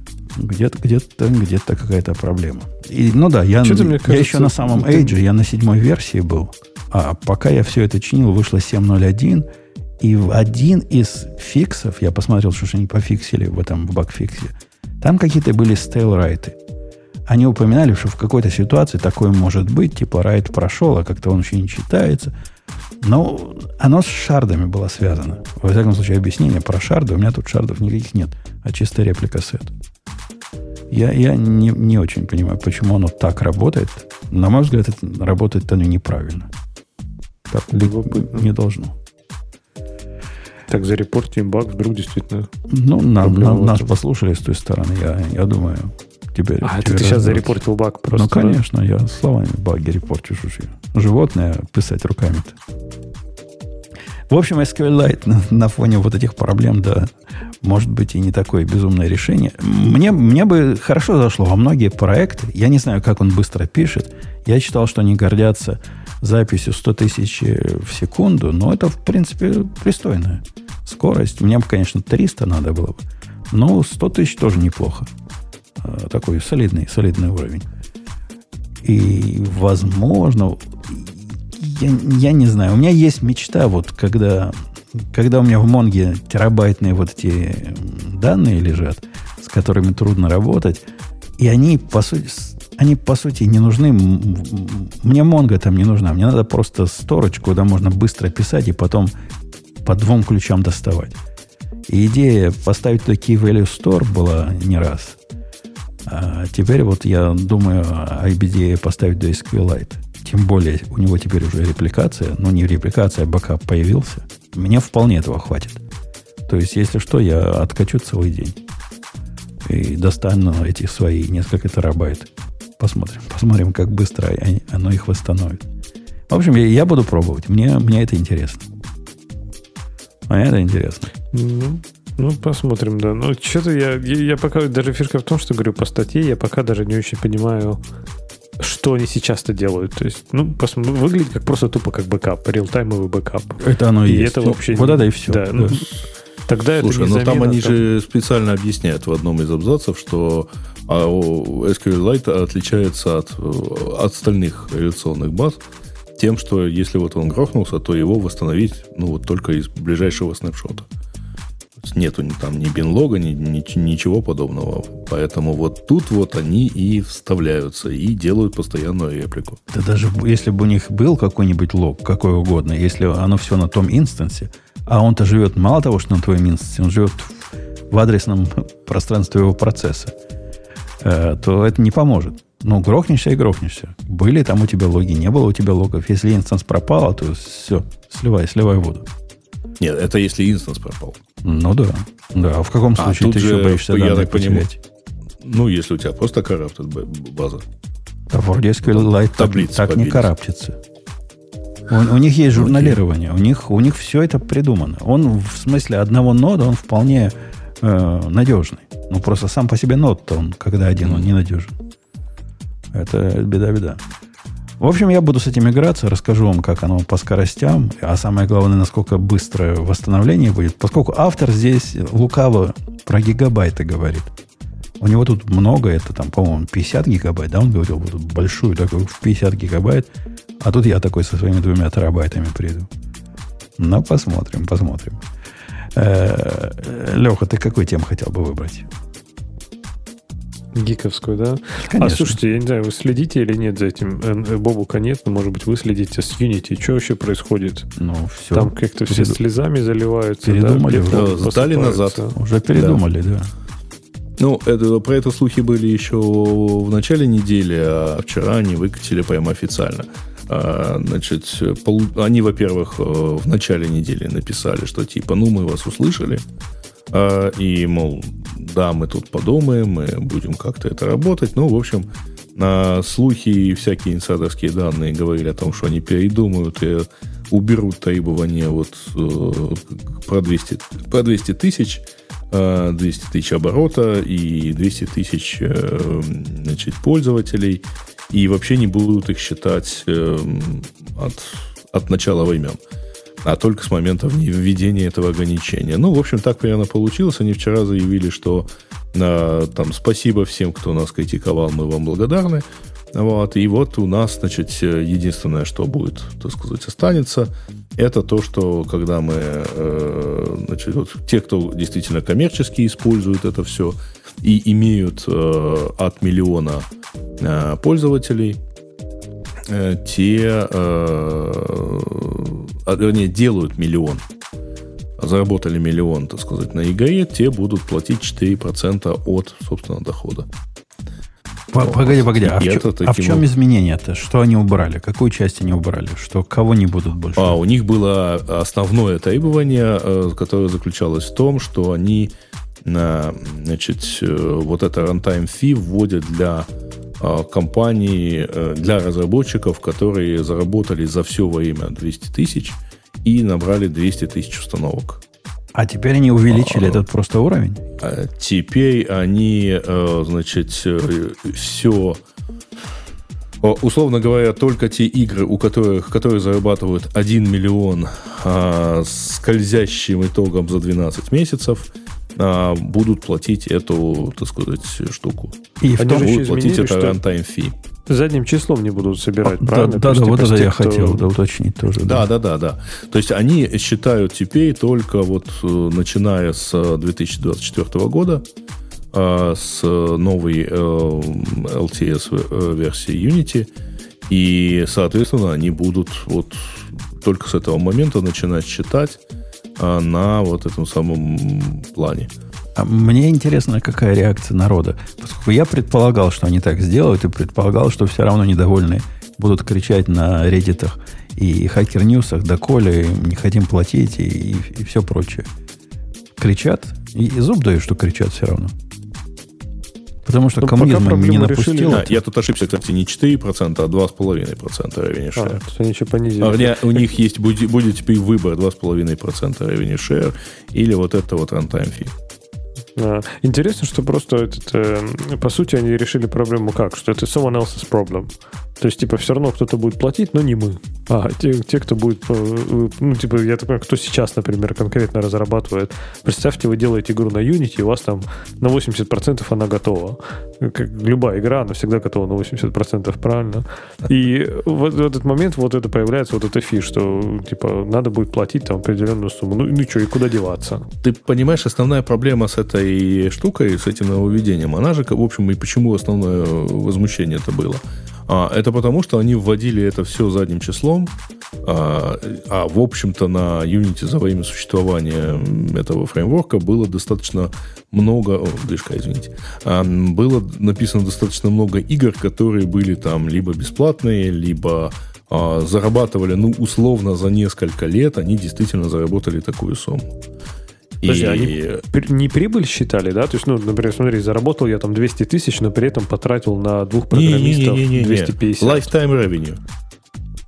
Где-то какая-то проблема. И, ну да, я еще на самом Edge, я на 7-й версии был. А пока я все это чинил, вышло 7.0.1. И в один из фиксов, я посмотрел, что они пофиксили в этом багфиксе, там какие-то были стейл-райты. Они упоминали, что в какой-то ситуации такое может быть, типа райт прошел, а как-то он еще не читается. Но оно с шардами было связано. Во всяком случае, объяснение про шарды. У меня тут шардов никаких нет, а чисто реплика сет. Я не очень понимаю, почему оно так работает. На мой взгляд, это работает оно неправильно. Так не должно. Так, зарепортим баг, вдруг действительно... Ну, нас послушали с той стороны, я думаю... Тебе ты сейчас зарепортил баг просто. Ну, конечно, я словами баги репорчу. Животное писать руками-то. В общем, SQLite на фоне вот этих проблем, да, может быть и не такое безумное решение. Мне бы хорошо зашло во многие проекты. Я не знаю, как он быстро пишет. Я читал, что они гордятся записью 100 тысяч в секунду, но это, в принципе, пристойная скорость. Мне бы, конечно, 300 надо было бы. Но 100 тысяч тоже неплохо. Такой солидный уровень. И, возможно, я не знаю, у меня есть мечта, вот когда у меня в Монге терабайтные вот эти данные лежат, с которыми трудно работать, и они, по сути, не нужны. Мне Монго там не нужна. Мне надо просто сторож, куда можно быстро писать и потом по 2 ключам доставать. И идея поставить такие value store была не раз. А теперь вот я думаю о IBDA поставить до SQLite. Тем более у него теперь уже репликация. Ну, не репликация, а бэкап появился. Мне вполне этого хватит. То есть, если что, я откачу целый день. И достану эти свои несколько терабайт. Посмотрим, как быстро оно их восстановит. В общем, я буду пробовать. Мне это интересно. Ну, посмотрим, да. Ну, что-то я пока... Даже фишка в том, что, говорю, по статье я пока даже не очень понимаю, что они сейчас-то делают. То есть, выглядит как просто тупо как бэкап, реалтаймовый бэкап. Это оно и есть. Это вообще... Вот это и все. Да. Ну, тогда слушай, это не там они же специально объясняют в одном из абзацев, что SQLite отличается от остальных реляционных баз тем, что если вот он грохнулся, то его восстановить только из ближайшего снапшота. Нету там ни бинлога, ничего подобного. Поэтому вот тут вот они и вставляются, и делают постоянную реплику. Да даже если бы у них был какой-нибудь лог, какой угодно, если оно все на том инстансе, а он-то живет мало того, что на твоем инстансе, он живет в адресном пространстве его процесса, то это не поможет. Ну, грохнешься и грохнешься. Были там у тебя логи, не было у тебя логов. Если инстанс пропал, то все, сливай воду. Нет, это если инстанс пропал. Ну да. Да, а в каком случае ты еще боишься данные потерять? Ну, если у тебя просто караптит база. А вроде SQLite так не караптится. У них есть журналирование. У них все это придумано. Он в смысле одного нода, он вполне надежный. Ну, просто сам по себе нод-то он, когда один, он ненадежен. Это беда-беда. В общем, я буду с этим играться, расскажу вам, как оно по скоростям, а самое главное, насколько быстрое восстановление будет, поскольку автор здесь лукаво про гигабайты говорит. У него тут много, это там, по-моему, 50 гигабайт, да, он говорил, вот большую такую в 50 гигабайт, а тут я такой со своими 2 терабайтами приду. Ну, посмотрим. Леха, ты какую тему хотел бы выбрать? Гиковскую, да? Конечно. А слушайте, я не знаю, вы следите или нет за этим? Бобука нет, но, может быть, вы следите с Unity. Что вообще происходит? Ну, все. Там как-то все слезами заливаются. Передумали, да? Сдали назад. Уже передумали, да. Ну, про это слухи были еще в начале недели, а вчера они выкатили прямо официально. Значит, они, во-первых, в начале недели написали, что типа, мы вас услышали, и, мол, да, мы тут подумаем, мы будем как-то это работать. Ну, в общем, слухи и всякие инсайдерские данные говорили о том, что они передумают и уберут требования вот про 200 тысяч, 200 тысяч оборота и 200 тысяч, значит, пользователей, и вообще не будут их считать от начала времен, а только с момента введения этого ограничения. Ну, в общем, так примерно получилось. Они вчера заявили, что там спасибо всем, кто нас критиковал, мы вам благодарны. Вот. И вот у нас, значит, единственное, что будет, так сказать, останется, это то, что когда мы, значит, вот те, кто действительно коммерчески использует это все и имеют от миллиона пользователей, те, вернее, делают миллион, заработали миллион, так сказать, на игре, те будут платить 4% от собственного дохода. Погоди. А в чем изменение-то? Что они убрали? Какую часть они убрали? Что кого не будут больше? У них было основное требование, которое заключалось в том, что они, значит, вот это runtime fee вводят для компаний, для разработчиков, которые заработали за все время 200 тысяч и набрали 200 тысяч установок. А теперь они увеличили этот просто уровень? Теперь они, значит, все... Условно говоря, только те игры, которые зарабатывают 1 миллион скользящим итогом за 12 месяцев, будут платить эту, так сказать, штуку. И в том будут платить это runtime fee. Задним числом не будут собирать, правильно? Да, вот это я хотел уточнить тоже. Да. То есть они считают теперь только вот начиная с 2024 года с новой LTS версии Unity, и, соответственно, они будут вот только с этого момента начинать считать на вот этом самом плане. Мне интересно, какая реакция народа. Поскольку я предполагал, что они так сделают, и предполагал, что все равно недовольные будут кричать на реддитах и хакер-ньюсах, доколе не хотим платить и все прочее. Кричат, и зуб даю, что кричат все равно. Потому что коммунизм не напустил. Я тут ошибся, кстати, не 4%, а 2,5% revenue share. Они еще понизили. У них есть, будет теперь выбор 2,5% revenue share или вот это вот runtime fee. Интересно, что просто по сути они решили проблему как? Что это someone else's problem. То есть, типа, все равно кто-то будет платить, но не мы. Те, кто будет... Ну, типа, я так понимаю, кто сейчас, например, конкретно разрабатывает. Представьте, вы делаете игру на Unity, и у вас там на 80% она готова. Как любая игра, она всегда готова на 80%, правильно? И в этот момент вот это появляется, вот эта фиш, что, типа, надо будет платить там определенную сумму. Ну что, и куда деваться? Ты понимаешь, основная проблема с этой штукой, с этим нововведением, она же, в общем, и почему основное возмущение это было? Это потому, что они вводили это все задним числом, в общем-то, на Unity за время существования этого фреймворка было достаточно много... Было написано достаточно много игр, которые были там либо бесплатные, либо зарабатывали, условно, за несколько лет они действительно заработали такую сумму. Подожди, они не прибыль считали, да? То есть, например, смотри, заработал я там 200 тысяч, но при этом потратил на 2 программистов 250. Lifetime revenue.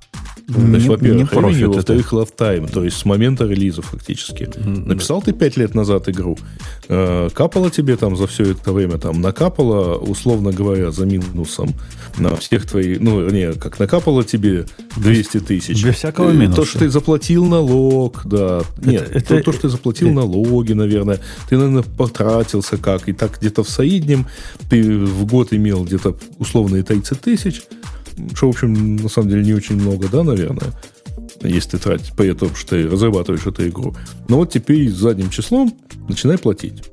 То есть, во-первых, revenue, это. во-вторых, lifetime, то есть с момента релиза фактически. Написал ты 5 лет назад игру, капало тебе там за все это время, там накапало, условно говоря, за минусом на всех твоих, как накапало тебе 200 тысяч. Без всякого минуса. То, что ты заплатил налог, да. То, что ты заплатил налоги, наверное, ты, наверное, потратился как, и так где-то в среднем ты в год имел где-то условные 30 тысяч, что, в общем, на самом деле не очень много, да, наверное, если ты тратишь, при том, что ты разрабатываешь эту игру. Но вот теперь задним числом начинай платить.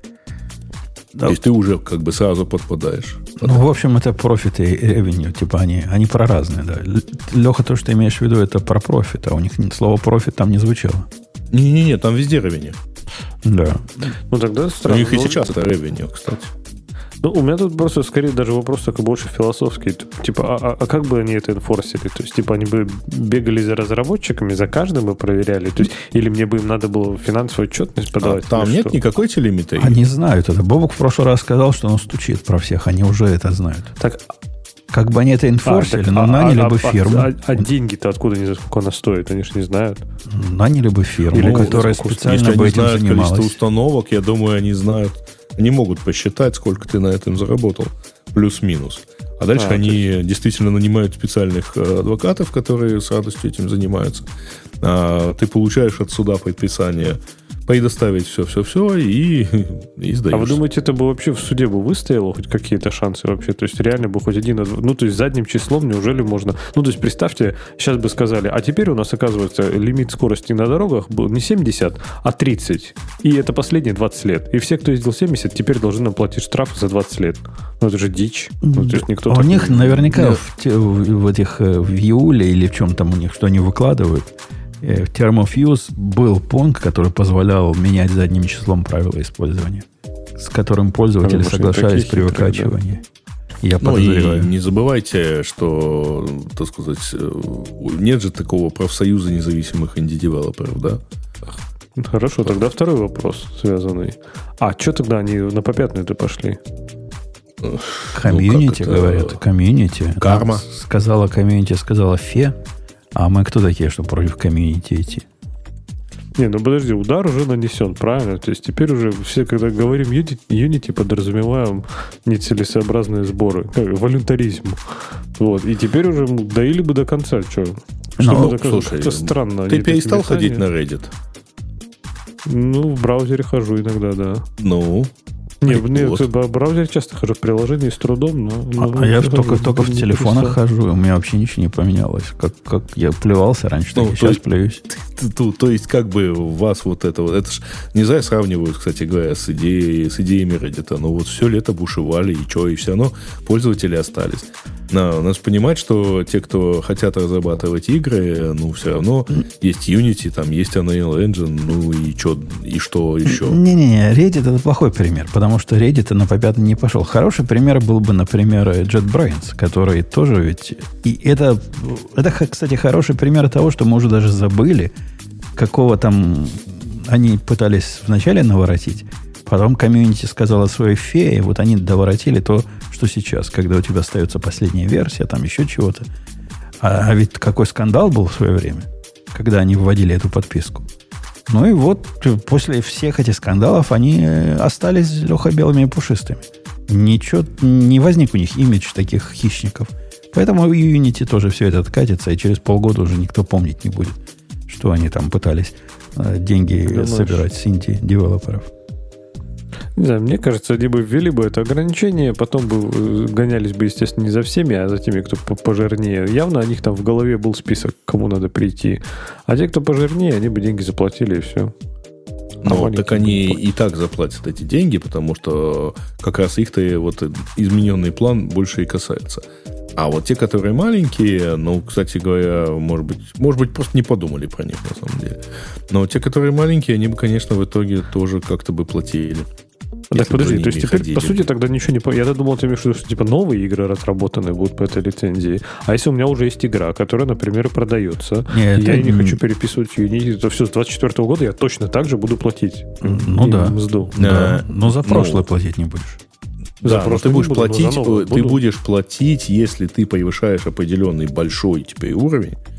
Да. То есть ты уже как бы сразу подпадаешь. В общем, это профит и ревеню, типа они про разные, да. Леха, то, что ты имеешь в виду, это про профит, а у них слово профит там не звучало. Не-не-не, там везде ревеню. Да. Тогда странно. У них и сейчас это ревеню, кстати. У меня тут просто скорее даже вопрос такой больше философский. Типа, а как бы они это энфорсили? То есть, типа, они бы бегали за разработчиками, за каждым бы проверяли? То есть, или мне бы им надо было финансовую отчетность подавать? Там нет никакой телеметрии. Они знают это. Бобок в прошлый раз сказал, что он стучит про всех. Они уже это знают. Так, как бы они это энфорсили, но наняли бы фирму. А деньги-то откуда, не знаю, сколько она стоит? Они же не знают. Наняли бы фирму, которая специально бы этим занималась. Если они знают количество установок, я думаю, они знают... Они могут посчитать, сколько ты на этом заработал. Плюс-минус. А дальше они действительно нанимают специальных адвокатов, которые с радостью этим занимаются. Ты получаешь от суда предписание предоставить все и сдаешься. А вы думаете, это бы вообще в суде бы выстояло хоть какие-то шансы вообще? То есть реально бы хоть один... то есть задним числом неужели можно... то есть представьте, сейчас бы сказали, а теперь у нас, оказывается, лимит скорости на дорогах был не 70, а 30. И это последние 20 лет. И все, кто ездил 70, теперь должны платить штраф за 20 лет. Это же дичь. То есть никто у них наверняка в этих в июле или в чем там у них, что они выкладывают, в Term of Use был пункт, который позволял менять задним числом правила использования, с которым пользователи соглашались при выкачивании. Да. Я подозреваю. И не забывайте, что, так сказать, нет же такого профсоюза независимых инди-девелоперов, да? Хорошо, тогда второй вопрос связанный. А что тогда они на попятную-то пошли? Комьюнити, говорят. Комьюнити. Карма. Сказала комьюнити, сказала фе. А мы кто такие, чтобы против комьюнити идти? Не, подожди, удар уже нанесен, правильно? То есть теперь уже все, когда говорим Unity, подразумеваем нецелесообразные сборы, волюнтаризм. Вот. И теперь уже доили бы до конца, что? Слушай, это странно. Ты перестал ходить на Reddit? В браузере хожу иногда, да. Нет, в браузере часто хожу, в приложении с трудом. Я только в телефонах хожу, у меня вообще ничего не поменялось. Как я плевался раньше, так и сейчас плююсь. То есть, как бы у вас вот это ж нельзя сравнивают, кстати говоря, с идеями Reddit. Но вот все лето бушевали, и все равно пользователи остались. Надо понимать, что те, кто хотят разрабатывать игры, все равно есть Unity, там есть Unreal Engine, и что еще? Не-не-не, Reddit это плохой пример, потому что Reddit на попятный не пошел. Хороший пример был бы, например, JetBrains, который тоже ведь... И это, кстати, хороший пример того, что мы уже даже забыли, какого там они пытались вначале наворотить. Потом комьюнити сказала своей фее, вот они доворотили то, что сейчас, когда у тебя остается последняя версия, там еще чего-то. А ведь какой скандал был в свое время, когда они вводили эту подписку. И вот после всех этих скандалов они остались, Леха, белыми и пушистыми. Ничего, не возник у них имидж таких хищников. Поэтому в Unity тоже все это откатится, и через полгода уже никто помнить не будет, что они там пытались деньги собирать с инди-девелоперов. Не знаю, мне кажется, они бы ввели бы это ограничение, потом бы гонялись бы, естественно, не за всеми, а за теми, кто пожирнее. Явно у них там в голове был список, к кому надо прийти. А те, кто пожирнее, они бы деньги заплатили, и все. Так они и так заплатят эти деньги, потому что как раз их-то вот измененный план больше и касается. А вот те, которые маленькие, кстати говоря, может быть, просто не подумали про них, на самом деле. Но те, которые маленькие, они бы, конечно, в итоге тоже как-то бы платили. Так, подожди, то есть теперь, по сути, тогда ничего не... Я думал, ты имеешь в виду, что новые игры разработаны будут по этой лицензии. А если у меня уже есть игра, которая, например, продается, я не хочу переписывать Unity, то все, с 2024 года я точно так же буду платить. Мзду. Да. Но за прошлое платить не будешь. Да, но ты будешь платить, если ты превышаешь определенный большой теперь уровень,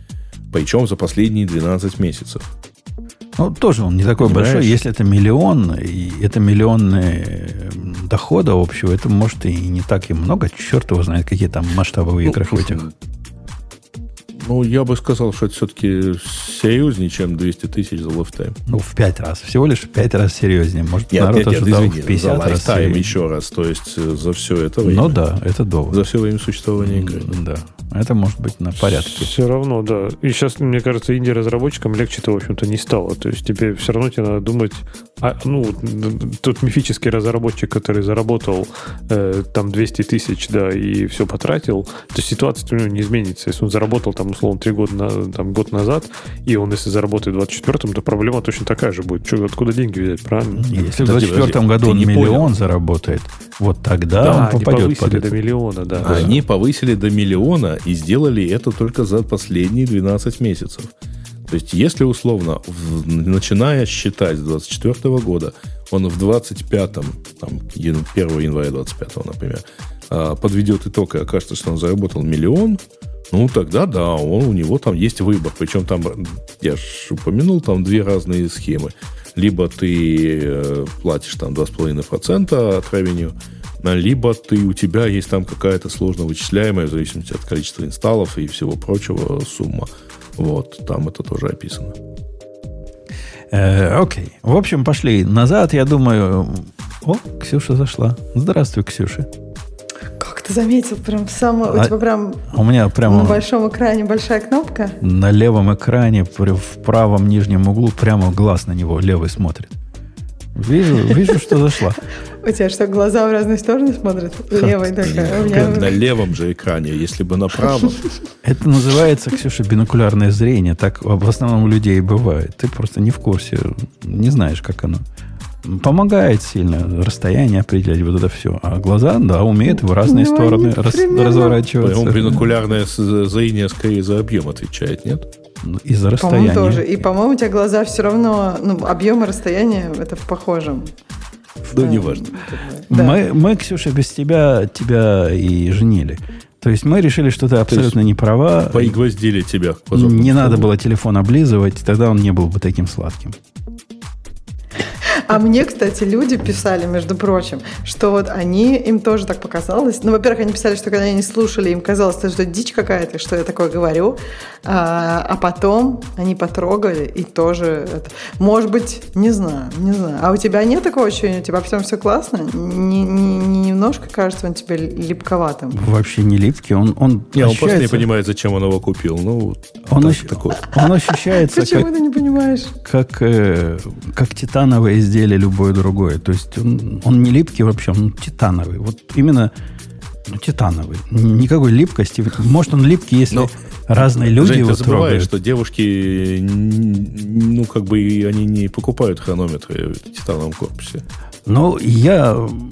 Причем за последние 12 месяцев. Ну, тоже он не такой Понимаешь? большой. Если это миллион, и это миллионные дохода общего, это может и не так и много. Черт его знает, какие там масштабы в играх в этих. Ну, я бы сказал, что это все-таки серьезнее, чем 200 тысяч за лайфтайм. Ну, в 5 раз. Всего лишь в 5 раз серьезнее. Может, Нет, народ ожидал извини, в 50 за раз лайфтайм серьезнее. еще раз. То есть за все это время. Ну да, это довод. За все время существования игры. Да. Это может быть на порядке. Все равно, да. И сейчас, мне кажется, инди-разработчикам легче-то, в общем-то, не стало. То есть тебе все равно тебе надо думать... тот мифический разработчик, который заработал там 200 тысяч, да, и все потратил, то ситуация у него не изменится. Если он заработал там, условно, 3 года, год назад, и он, если заработает в 24-м, то проблема точно такая же будет. Что, откуда деньги взять, правильно? Если в 24-м году он миллион заработает, вот тогда он попадет под это. До миллиона, да. Они повысили до миллиона и сделали это только за последние 12 месяцев. То есть, если условно, начиная считать с 24 года, он в 25-м, там, 1 января 25-го, например, подведет итог и окажется, что он заработал миллион, ну, тогда да, у него там есть выбор. Причем там, я же упомянул, там 2 разные схемы. Либо ты платишь там 2,5% от ревеню, либо у тебя есть там какая-то сложно вычисляемая, в зависимости от количества инсталлов и всего прочего, сумма. Вот, там это тоже описано. Окей. В общем, пошли назад, я думаю... О, Ксюша зашла. Здравствуй, Ксюша. Как ты заметил, прям у тебя прям у меня прямо на большом экране большая кнопка? На левом экране, в правом нижнем углу, прямо глаз на него левый смотрит. Вижу, что зашла. У тебя что, глаза в разные стороны смотрят? Левой такая. На левом же экране, если бы на правом. Это называется, Ксюша, бинокулярное зрение. Так в основном у людей бывает. Ты просто не в курсе, не знаешь, как оно. Помогает сильно расстояние определять, вот это все. А глаза, да, умеют в разные стороны разворачиваться. По-моему, бинокулярное зрение скорее за объем отвечает, нет? Из-за расстояния. По-моему, тоже. И, по-моему, у тебя глаза все равно, объем и расстояние, это в похожем. Да, неважно. Да. Мы, Ксюша, без тебя и женили. То есть мы решили, что ты абсолютно не права. Пригвоздили тебя. Не надо было телефон облизывать, тогда он не был бы таким сладким. А мне, кстати, люди писали, между прочим, что вот им тоже так показалось. Ну, во-первых, они писали, что когда они слушали, им казалось, что это дичь какая-то, что я такое говорю. А потом они потрогали и тоже... Может быть, не знаю. А у тебя нет такого ощущения? У тебя всем все классно? Не немножко кажется он тебе липковатым? Вообще не липкий. Он просто не понимает, зачем он его купил. Он ощущается... Почему ты не понимаешь? Как титановое изделие любое другое. То есть он не липкий вообще, он титановый. Вот именно титановый. Никакой липкости. Может, он липкий, если разные люди Жень, его ты забываешь, трогают. что девушки, они не покупают хронометры в титановом корпусе. Ну, я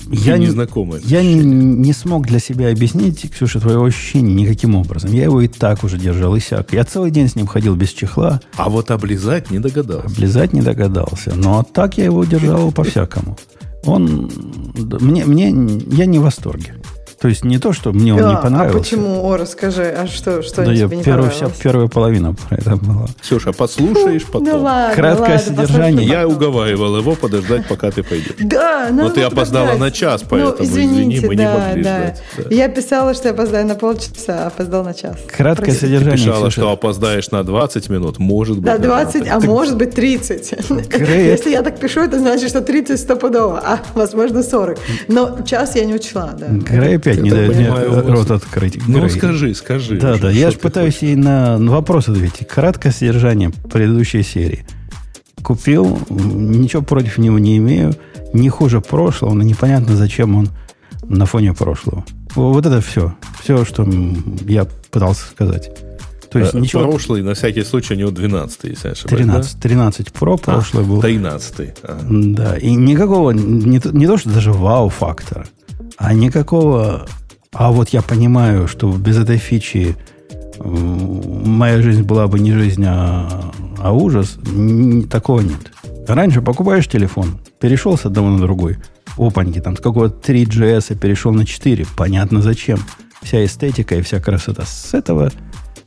не смог для себя объяснить, Ксюша, твоего ощущения никаким образом. Я его и так уже держал, и сяк. Я целый день с ним ходил без чехла. А вот облизать не догадался. Но так я его держал по-всякому. Я не в восторге. То есть не то, что мне он не понравился. А почему? Расскажи, что да тебе не понравилось? Первая половина про это была. Ксюша, послушаешь потом. Ну ладно, Краткое содержание. Я уговаривал его подождать, пока ты пойдешь. Да, но ты опоздала на час, поэтому, извини, мы не могли ждать. Да. Я писала, что я опоздаю на полчаса, а опоздал на час. Краткое содержание. Ты писала, что опоздаешь на 20 минут, может быть. Да, 20, а может быть 30. Если я так пишу, это значит, что 30 стопудово, а возможно 40. Но час я не учла, да. Грей опять не дает мне рот открыть. Ну, скажи. Да, я же пытаюсь ей на вопрос ответить. Краткое содержание предыдущей серии. Купил, ничего против него не имею. Не хуже прошлого, но непонятно, зачем он на фоне прошлого. Вот это все. Все, что я пытался сказать. То есть ничего... Прошлый, на всякий случай, у него 12-й, если я ошибаюсь. 13 Pro прошлый был. 13-й. Да, и никакого, не то, что даже вау-фактора, а никакого... А вот я понимаю, что без этой фичи моя жизнь была бы не жизнь, а ужас. Такого нет. Раньше покупаешь телефон, перешел с одного на другой. Опаньки, там с какого-то 3GS перешел на 4. Понятно зачем. Вся эстетика и вся красота. С этого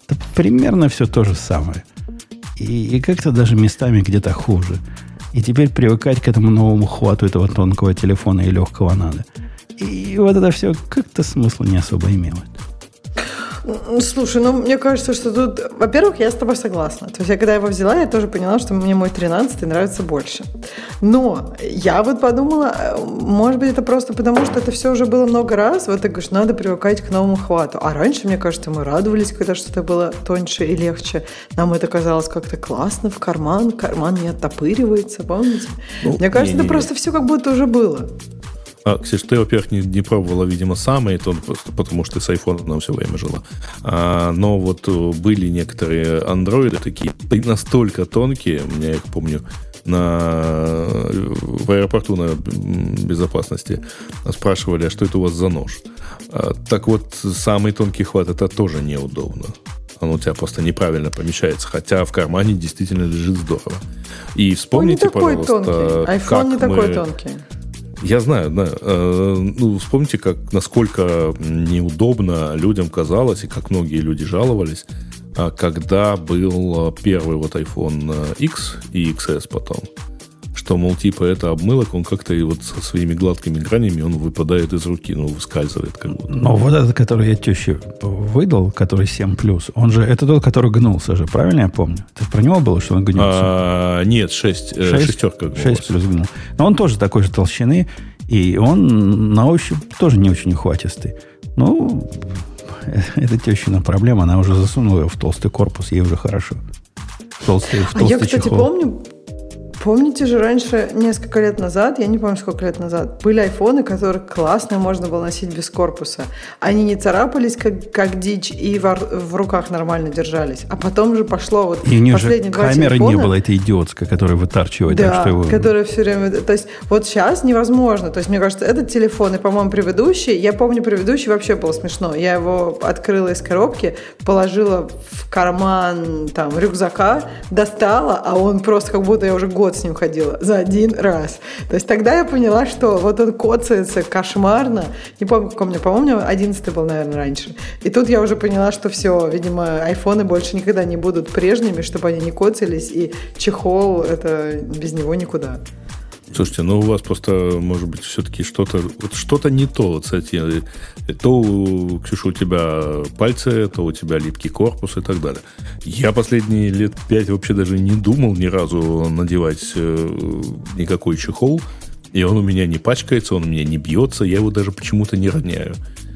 Это примерно все то же самое. И как-то даже местами где-то хуже. И теперь привыкать к этому новому хвату этого тонкого телефона и легкого надо. И вот это все как-то смысла не особо имело. Слушай, мне кажется, что тут... Во-первых, я с тобой согласна. То есть, когда его взяла, я тоже поняла, что мне мой 13-й нравится больше. Но я вот подумала, может быть, это просто потому, что это все уже было много раз. Вот ты говоришь, надо привыкать к новому хвату. А раньше, мне кажется, мы радовались, когда что-то было тоньше и легче. Нам это казалось как-то классно в карман не оттопыривается, помните? Мне кажется, это просто все как будто уже было. Ксюш, ты, во-первых, не пробовала, видимо, самый, просто потому что ты с айфоном все время жила. Но вот были некоторые андроиды такие, настолько тонкие, я их помню, в аэропорту на безопасности спрашивали, а что это у вас за нож? Так вот, самый тонкий хват, это тоже неудобно. Он у тебя просто неправильно помещается, хотя в кармане действительно лежит здорово. И вспомните, пожалуйста, iPhone не такой тонкий. Я знаю, да. Вспомните, насколько неудобно людям казалось, и как многие люди жаловались, когда был первый вот iPhone X и XS потом. Что, мол, типа, это обмылок, он как-то и вот со своими гладкими гранями, он выпадает из руки, выскальзывает как будто. Но вот этот, который я теще выдал, который 7+, он же, это тот, который гнулся же, правильно я помню? Это про него было, что он гнулся? Нет, шестерка гнулась. 6 плюс гнул. Но он тоже такой же толщины, и он на ощупь тоже не очень ухватистый. Это тещина проблема, она уже засунула его в толстый корпус, ей уже хорошо. Толстый я, кстати, чехол. Помните же, раньше, несколько лет назад, я не помню, сколько лет назад, были айфоны, которые классно можно было носить без корпуса. Они не царапались, как дичь, и в руках нормально держались. А потом же пошло вот и у них последние же два камеры телефона. не было, этой идиотской, которая вытарчивает. Да, так, что его... которая все время... То есть вот сейчас невозможно. То есть мне кажется, этот телефон и, по-моему, предыдущий, я помню, предыдущий вообще было смешно. Я его открыла из коробки, положила в карман рюкзака, достала, а он просто как будто я уже год с ним ходила за один раз. То есть тогда я поняла, что вот он коцается кошмарно. Не помню, какой у меня, по-моему, 11-й был, наверное, раньше. И тут я уже поняла, что все, видимо, айфоны больше никогда не будут прежними, чтобы они не коцались, и чехол, это без него никуда. Слушайте, у вас просто, может быть, все-таки что-то не то. Вот, кстати, то, Ксюша, у тебя пальцы, то у тебя липкий корпус и так далее. Я последние лет 5 вообще даже не думал ни разу надевать никакой чехол, и он у меня не пачкается, он у меня не бьется, я его даже почему-то не роняю.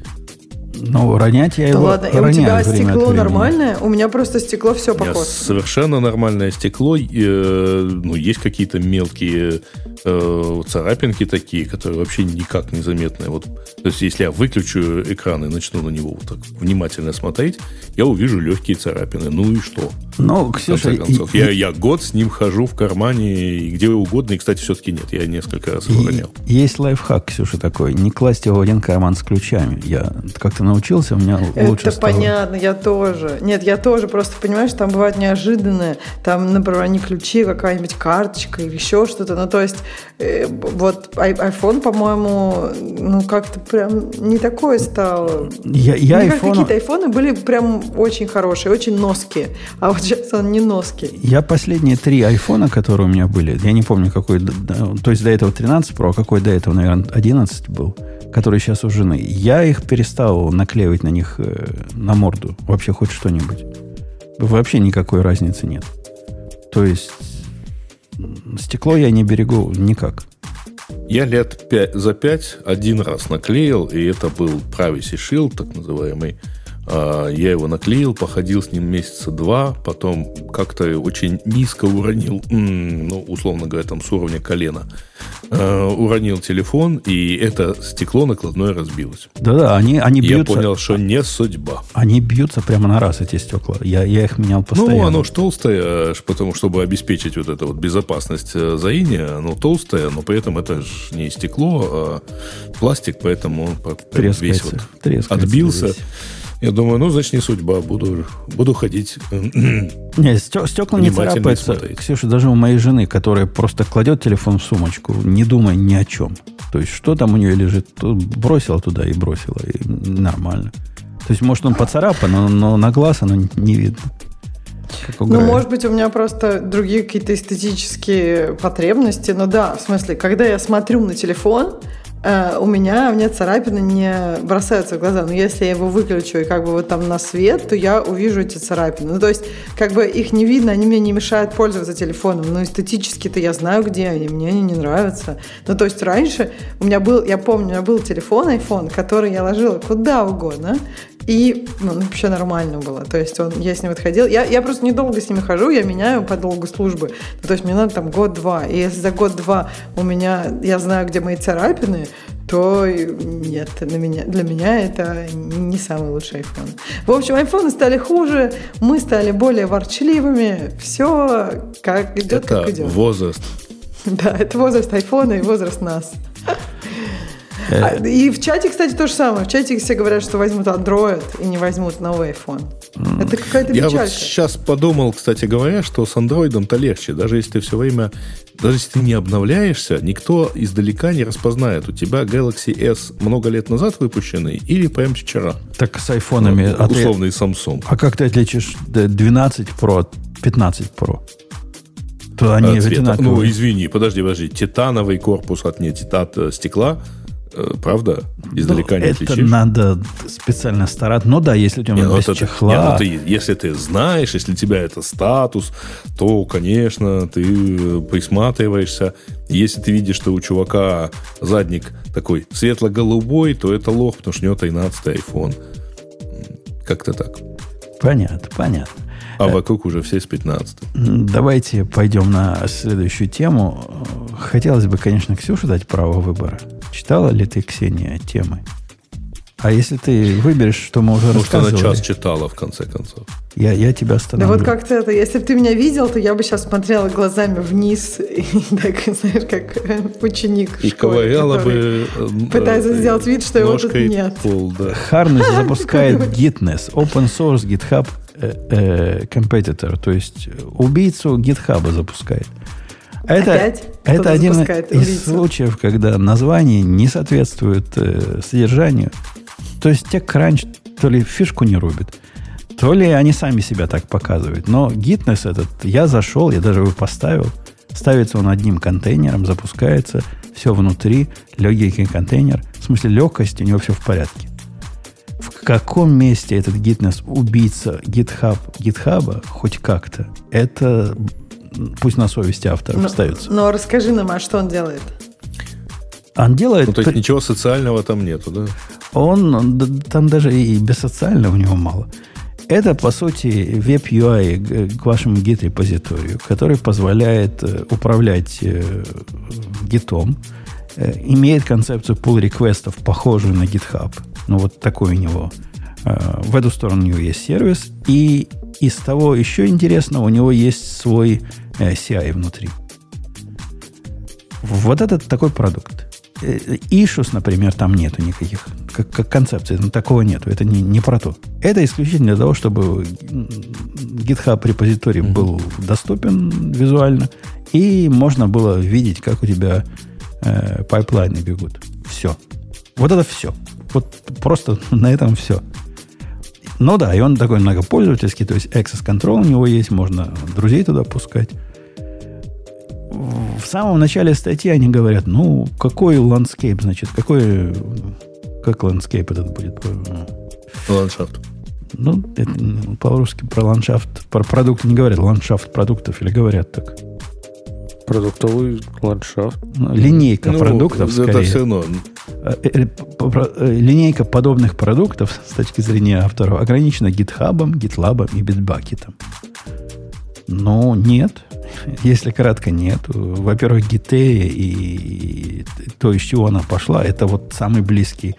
Ронять я его ладно, и у тебя стекло нормальное? У меня просто стекло все покоцано. Совершенно нормальное стекло. Есть какие-то мелкие царапинки такие, которые вообще никак не заметны. То есть, если я выключу экран и начну на него вот так внимательно смотреть, я увижу легкие царапины. Ну и что? Ксюша, в конце концов, я год с ним хожу в кармане, и где угодно. И, кстати, все-таки нет. Я несколько раз его ронял. Есть лайфхак, Ксюша, такой. Не класть его в один карман с ключами. Я как-то научился, у меня лучше это стало. Понятно, я тоже. Нет, я тоже просто, понимаешь, там бывает неожиданное. Там, например, не ключи, какая-нибудь карточка или еще что-то. То есть, вот iPhone, по-моему, как-то прям не такое стал. Какие-то айфоны были прям очень хорошие, очень ноские. А вот сейчас он не ноский. Я последние 3 айфона, которые у меня были, я не помню, какой, то есть до этого 13 Pro, а какой до этого, наверное, 11 был, который сейчас у жены. Я их перестал наклеивать на них на морду. Вообще хоть что-нибудь. Вообще никакой разницы нет. То есть стекло я не берегу никак. Я лет за 5 один раз наклеил, и это был Privacy Shield, так называемый. Я его наклеил, походил с ним месяца 2, потом как-то очень низко уронил, условно говоря, там с уровня колена, уронил телефон, и это стекло накладное разбилось. Да-да, они бьются. Я понял, что не судьба. Они бьются прямо на раз, эти стекла. Я их менял постоянно. Оно ж толстое, потому чтобы обеспечить вот эту вот безопасность заиния, оно толстое, но при этом это ж не стекло, а пластик, поэтому он весь отбился. Весь. Я думаю, значит, не судьба. Буду ходить. Нет, стекла не царапаются. Ксюша, даже у моей жены, которая просто кладет телефон в сумочку, не думая ни о чем. То есть, что там у нее лежит, бросила туда и бросила. И нормально. То есть, может, он поцарапан, но на глаз оно не видно. Ну, может быть, у меня просто другие какие-то эстетические потребности. Но да, в смысле, когда я смотрю на телефон, у меня царапины не бросаются в глаза. Но если я его выключу и как бы вот там на свет, то я увижу эти царапины. Ну, то есть, как бы их не видно, они мне не мешают пользоваться телефоном. Но эстетически-то я знаю, где они, мне они не нравятся. Ну, то есть, раньше я помню, у меня был телефон, iPhone, который я ложила куда угодно. И вообще нормально было. То есть я с ним отходила. Я просто недолго с ними хожу, я меняю по долгу службы. Ну, то есть мне надо там год-два. И если за год-два я знаю, где мои царапины, то нет, для меня это не самый лучший iPhone. В общем, айфоны стали хуже, мы стали более ворчливыми. Все как идет, это как идет. Возраст. Да, это возраст айфона и возраст нас. И в чате, кстати, то же самое. В чате все говорят, что возьмут Android и не возьмут новый iPhone. Это какая-то печалька. Я вот сейчас подумал, кстати говоря, что с Android-то легче. Даже если ты все время... Даже если ты не обновляешься, никто издалека не распознает. У тебя Galaxy S много лет назад выпущенный или прям вчера. Так с айфонами... Условный Samsung. А как ты отличишь 12 Pro от 15 Pro? То они одинаковые. Ну, извини, подожди. Титановый корпус от стекла... Правда? Издалека не отличишь. Это надо специально стараться. Ну да, если у тебя без чехла... Если ты знаешь, если у тебя это статус, то, конечно, ты присматриваешься. Если ты видишь, что у чувака задник такой светло-голубой, то это лох, потому что у него 13-й iPhone. Как-то так. Понятно. А вокруг уже все с 15-м. Давайте пойдем на следующую тему. Хотелось бы, конечно, Ксюше дать право выбора. Читала ли ты, Ксения, темы? А если ты выберешь, что мы уже рассказывали... Может, она час читала, в конце концов. Я тебя остановлю. Да вот как-то это... Если бы ты меня видел, то я бы сейчас смотрела глазами вниз, и так, знаешь, как ученик в школе. И ковыряла бы... Пытается сделать вид, что его тут нет. Harness запускает Gitness, open source GitHub competitor, то есть убийцу GitHub запускает. Это один из случаев, когда название не соответствует содержанию. То есть TechCrunch то ли фишку не рубит, то ли они сами себя так показывают. Но Gitness этот, я зашел, я даже его поставил. Ставится он одним контейнером, запускается, все внутри, легкий контейнер. В смысле легкости, у него все в порядке. В каком месте этот Gitness убийца GitHub хоть как-то? Это пусть на совести авторов остается. Но расскажи нам, а что он делает? Он делает... Ну, то есть ничего социального там нету, да? Там даже и без социального у него мало. Это, по сути, веб-UI к вашему Git-репозиторию, который позволяет управлять гитом, имеет концепцию pull-реквестов, похожую на GitHub. Ну, вот такой у него. В эту сторону у него есть сервис. И из того еще интересного, у него есть свой CI внутри. Вот этот такой продукт. Issues, например, там нету никаких. Как концепции, там такого нету. Это не про то. Это исключительно для того, чтобы GitHub репозиторий был доступен визуально, и можно было видеть, как у тебя пайплайны бегут. Все. Вот это все. Вот просто на этом все. Ну да, и он такой многопользовательский, то есть access control у него есть, можно друзей туда пускать. В самом начале статьи они говорят, ну, какой landscape, значит, как landscape этот будет? Ландшафт. Ну, это, по-русски про ландшафт, про продукты не говорят, ландшафт продуктов, или говорят так? Продуктовый ландшафт. Линейка продуктов, это скорее. все равно. Линейка подобных продуктов с точки зрения авторов ограничена GitHub, GitLab и Bitbucket. Но нет. Если кратко, нет. Во-первых, Git и то, из чего она пошла, это вот самый близкий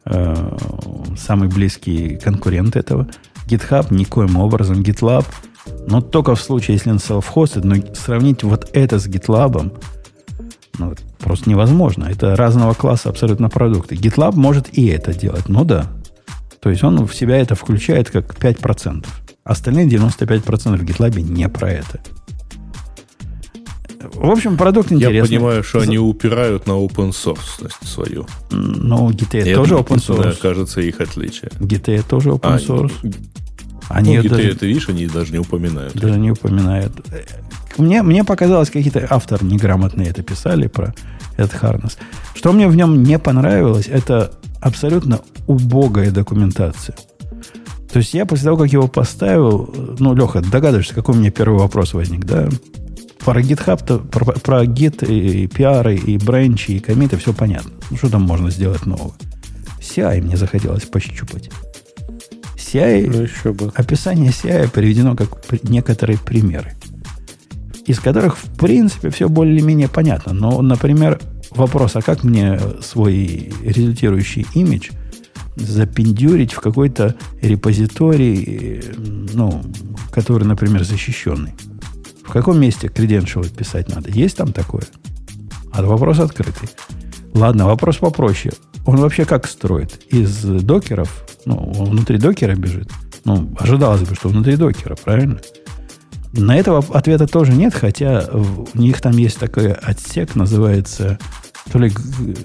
конкурент этого. GitHub никоим образом. GitLab, но только в случае, если он self-hosted, но сравнить вот это с GitLab просто невозможно. Это разного класса абсолютно продукты. GitLab может и это делать, ну да. То есть он в себя это включает как 5%. Остальные 95% в GitLab не про это. В общем, продукт интересный. Я понимаю, что они упирают на open source свою. Ну, GTA тоже open source. Кажется, их отличие. GTA тоже open source. Они GTA, даже, ты видишь, они даже не упоминают. Даже не упоминают. Мне показалось, какие-то авторы неграмотные это писали про этот Harness. Что мне в нем не понравилось, это абсолютно убогая документация. То есть я после того, как его поставил, ну, Леха, догадываешься, какой у меня первый вопрос возник, да? Про GitHub, про Git и PR, и бренчи, и коммиты, все понятно. Ну, что там можно сделать нового? CI мне захотелось пощупать. CI, ну, еще бы. Описание CI приведено как некоторые примеры, из которых, в принципе, все более-менее понятно. Но, например, вопрос, а как мне свой результирующий имидж запендюрить в какой-то репозиторий, ну, который, например, защищенный? В каком месте credential писать надо? Есть там такое? А вопрос открытый. Ладно, вопрос попроще. Он вообще как строит? Из докеров? Ну, он внутри докера бежит? Ну, ожидалось бы, что внутри докера, правильно? На этого ответа тоже нет, хотя у них там есть такой отсек, называется то ли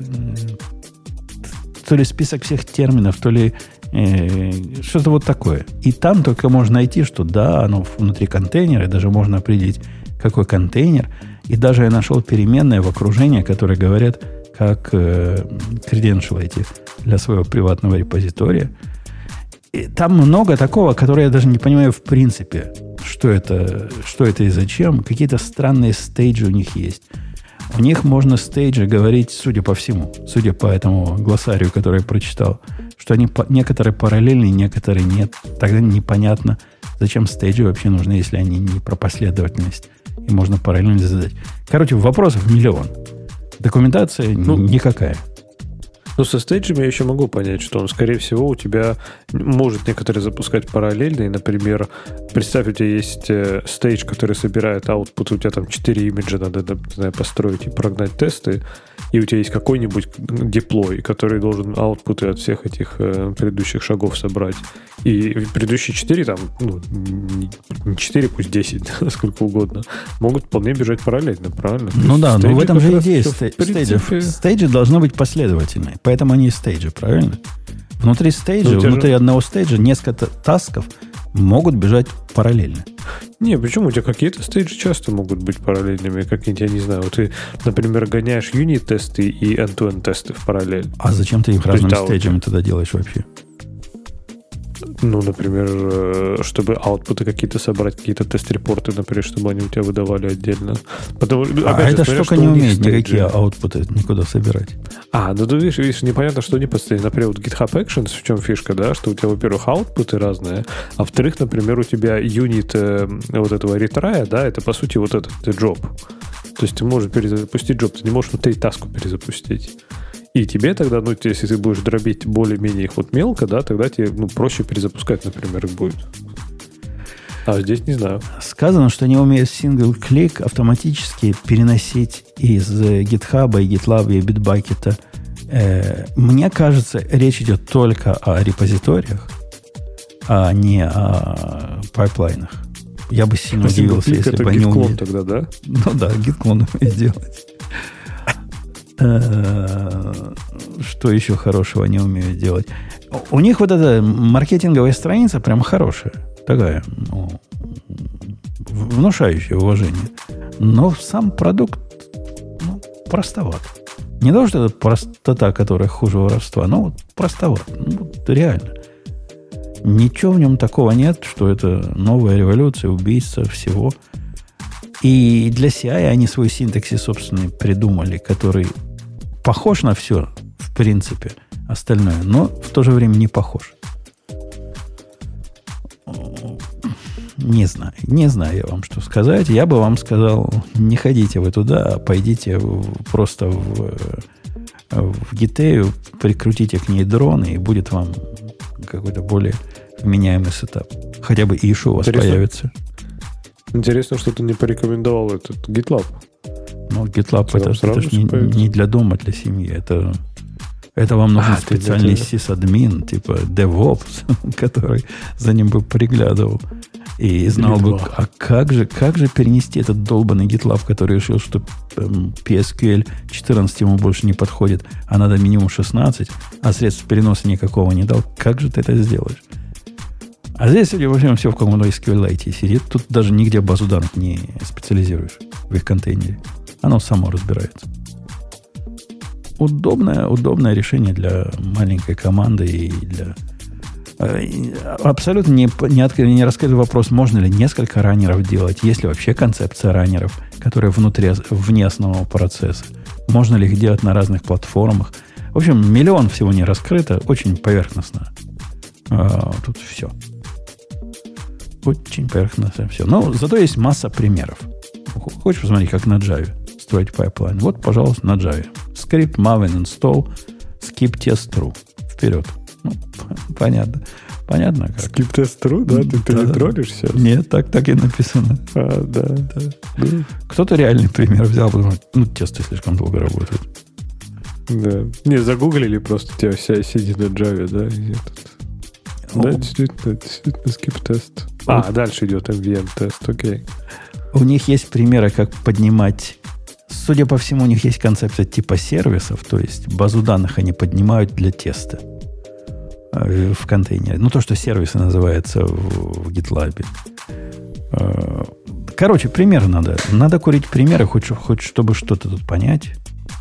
список всех терминов, то ли что-то вот такое. И там только можно найти, что да, оно внутри контейнера, даже можно определить, какой контейнер. И даже я нашел переменные в окружении, которые говорят, как credential эти для своего приватного репозитория. И там много такого, которое я даже не понимаю в принципе, что это и зачем. Какие-то странные стейджи у них есть. У них можно стейджи говорить, судя по всему, судя по этому глоссарию, который я прочитал, что они некоторые параллельные, некоторые нет. Тогда непонятно, зачем стейджи вообще нужны, если они не про последовательность. И можно параллельно задать. Короче, вопросов миллион. Документация никакая. Ну, со стейджами я еще могу понять, что он, скорее всего, у тебя может некоторые запускать параллельно. И, например, представь, у тебя есть стейдж, который собирает output, у тебя там 4 имиджа надо, не знаю, построить и прогнать тесты, и у тебя есть какой-нибудь деплой, который должен аутпуты от всех этих предыдущих шагов собрать. И предыдущие 4, там, ну, не 4, пусть 10, сколько угодно, могут вполне бежать параллельно, правильно? Ну да, но в этом же идея стейджев. Стейджи должны быть последовательные, поэтому они стейджи, правильно? Внутри стейджа, внутри одного стейджа несколько тасков могут бежать параллельно. Не, почему? У тебя какие-то стейджи часто могут быть параллельными. Какие-нибудь, я не знаю, вот ты, например, гоняешь юнит-тесты и end-to-end тесты в параллель. А зачем ты их разными стейджами тогда делаешь вообще? Ну, например, чтобы аутпуты какие-то собрать, какие-то тест-репорты, например, чтобы они у тебя выдавали отдельно. Потому, эта штука не умеет никакие аутпуты никуда собирать. Ну ты видишь, непонятно, что они подставили. Например, вот GitHub Actions, в чем фишка, да, что у тебя, во-первых, аутпуты разные, а во-вторых, например, у тебя юнит вот этого ретрая, да, это, по сути, вот этот job. То есть ты можешь перезапустить job, ты не можешь внутри таску перезапустить. И тебе тогда, ну, если ты будешь дробить более-менее их вот мелко, да, тогда тебе проще перезапускать, например, их будет. А здесь не знаю. Сказано, что они умеют сингл-клик автоматически переносить из GitHub, и GitLab, и Bitbucket. Мне кажется, речь идет только о репозиториях, а не о пайплайнах. Я бы сильно удивился, если бы они умели. Тогда, да? Ну да, гит-клон умеет делать. Что еще хорошего они умеют делать? У них вот эта маркетинговая страница прям хорошая. Такая, внушающая уважение. Но сам продукт простоват. Не то, что это простота, которая хуже воровства, но вот простоват. Реально. Ничего в нем такого нет, что это новая революция, убийца всего. И для CI они свой синтаксис собственный придумали, который похож на все, в принципе, остальное, но в то же время не похож. Не знаю я вам, что сказать. Я бы вам сказал, не ходите вы туда, а пойдите просто в Гитею, прикрутите к ней дроны, и будет вам какой-то более вменяемый сетап. Хотя бы issue у вас появится. Интересно, что ты не порекомендовал этот GitLab. Ну, GitLab это же не для дома, для семьи. Это вам нужен специальный сисадмин, типа DevOps, который за ним бы приглядывал. И знал бы, а как же перенести этот долбанный GitLab, который решил, что PSQL 14 ему больше не подходит, а надо минимум 16, а средств переноса никакого не дал. Как же ты это сделаешь? А здесь, судя по всему, все в каком-то SQLite сидит. Тут даже нигде базу данных не специализируешь в их контейнере. Оно само разбирается. Удобное решение для маленькой команды и для... Абсолютно не раскрыт вопрос, можно ли несколько раннеров делать, есть ли вообще концепция раннеров, которая вне основного процесса. Можно ли их делать на разных платформах. В общем, миллион всего не раскрыто, очень поверхностно. Тут все. Очень поверхностно все. Но зато есть масса примеров. Хочешь посмотреть, как на Java строить пайплайн? Вот, пожалуйста, на Java. Скрипт maven install skip test true. Вперед. Ну, понятно. Понятно как. Skip test true, да? Ты не троллишь сейчас? Нет, так и написано. Да. Кто-то реальный пример взял, потому что тесты слишком долго работают. Да. Не, загуглили просто тебя вся сидит на Java, да? Да, действительно skip тест. Дальше идет MVM тест, окей. У них есть примеры, как поднимать... Судя по всему, у них есть концепция типа сервисов, то есть базу данных они поднимают для теста в контейнере. Ну, то, что сервисы называются в GitLab. Короче, примеры надо. Надо курить примеры, хоть чтобы что-то тут понять.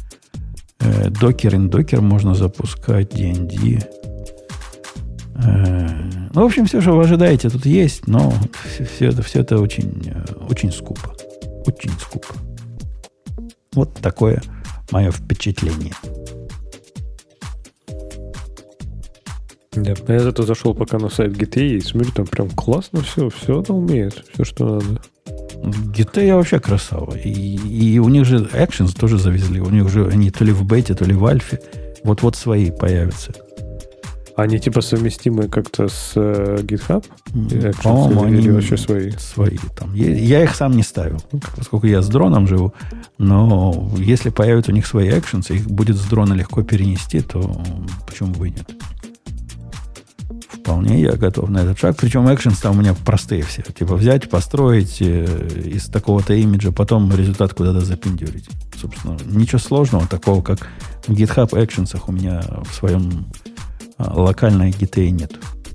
Docker можно запускать, DND. Ну, в общем, все, что вы ожидаете, тут есть, но все это очень скупо. Очень скупо. Вот такое мое впечатление. Да, я зато зашел пока на сайт GTA и смотрю, там прям классно все она умеет, все, что надо. GTA вообще красава. И у них же Actions тоже завезли. У них же они то ли в бете, то ли в альфе. Вот свои появятся. Они типа совместимы как-то с GitHub? По-моему, они вообще свои. Свои там. Я их сам не ставил, поскольку я с дроном живу. Но если появятся у них свои actions, их будет с дрона легко перенести, то почему бы и нет? Вполне я готов на этот шаг. Причем actions там у меня простые все. Типа взять, построить из такого-то имиджа, потом результат куда-то запендюрить. Собственно, ничего сложного такого, как в GitHub actions у меня в своем локальной GTA нет.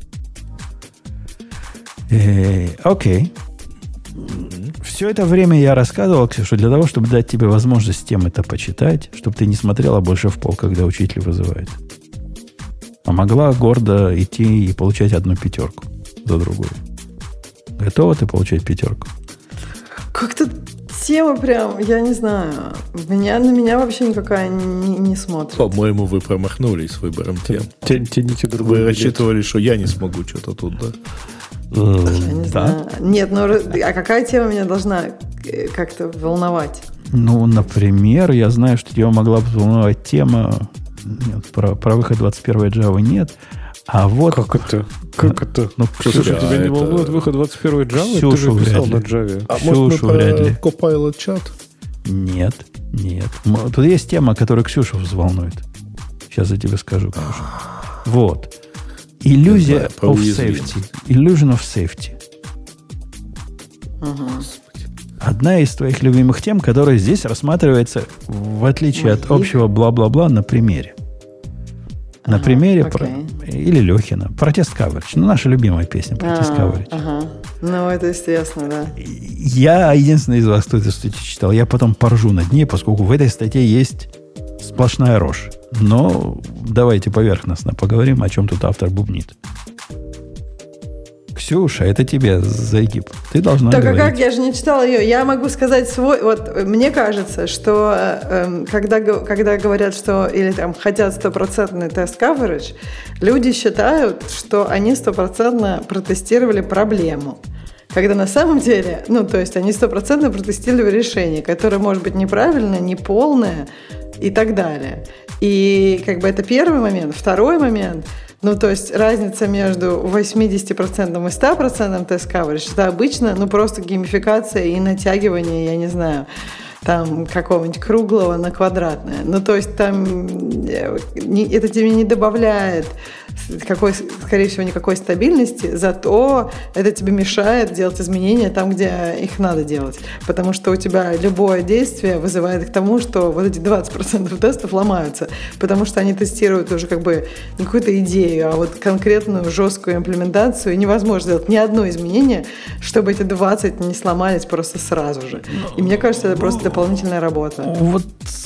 Окей. Все это время я рассказывал, что для того, чтобы дать тебе возможность тем это почитать, чтобы ты не смотрела больше в пол, когда учитель вызывает. А могла гордо идти и получать 1 пятерку за другую. Готова ты получать 5? Как-то тема прям, я не знаю, на меня вообще никакая не смотрит. По-моему, вы промахнулись с выбором тем. Тяните другой. Вы рассчитывали, что я не смогу что-то тут, да? Я не знаю. Нет, а какая тема меня должна как-то волновать? Ну, например, я знаю, что тебя могла бы волновать тема... Нет, про выход 21 Java нет. А вот... Как это? Ну, Слушай, тебя не волнует выход 21 Java? Ты же писал на Java. А может, мы вряд ли. Copilot чат? Нет. Тут есть тема, которая Ксюшу взволнует. Сейчас я тебе скажу, Ксюша. Вот. Illusion of safety. Одна из твоих любимых тем, которая здесь рассматривается, в отличие от общего бла-бла-бла, на примере. На примере или Лехина. Протест coverage. Ну, наша любимая песня Протест coverage. Ну, это естественно, да. Я единственный из вас, кто эту статью читал, я потом поржу над ней, поскольку в этой статье есть сплошная рожь. Но давайте поверхностно поговорим, о чем тут автор бубнит. Ксюша, это тебе за Египет. Ты должна говорить. Так, а как? Я же не читала ее. Я могу сказать свой... Вот мне кажется, что когда говорят, что или там хотят 100% тест-каверидж, люди считают, что они 100% протестировали проблему. Когда на самом деле, то есть они 100% протестировали решение, которое может быть неправильное, неполное и так далее. И это первый момент. Второй момент... то есть разница между 80% и 100% тест-каверидж, это обычно, просто геймификация и натягивание, я не знаю, там какого-нибудь круглого на квадратное. То есть там это тебе не добавляет скорее всего, никакой стабильности, зато это тебе мешает делать изменения там, где их надо делать. Потому что у тебя любое действие вызывает к тому, что вот эти 20% тестов ломаются, потому что они тестируют уже как бы не какую-то идею, а вот конкретную жесткую имплементацию, и невозможно сделать ни одно изменение, чтобы эти 20 не сломались просто сразу же. И мне кажется, это просто дополнительная работа. Вот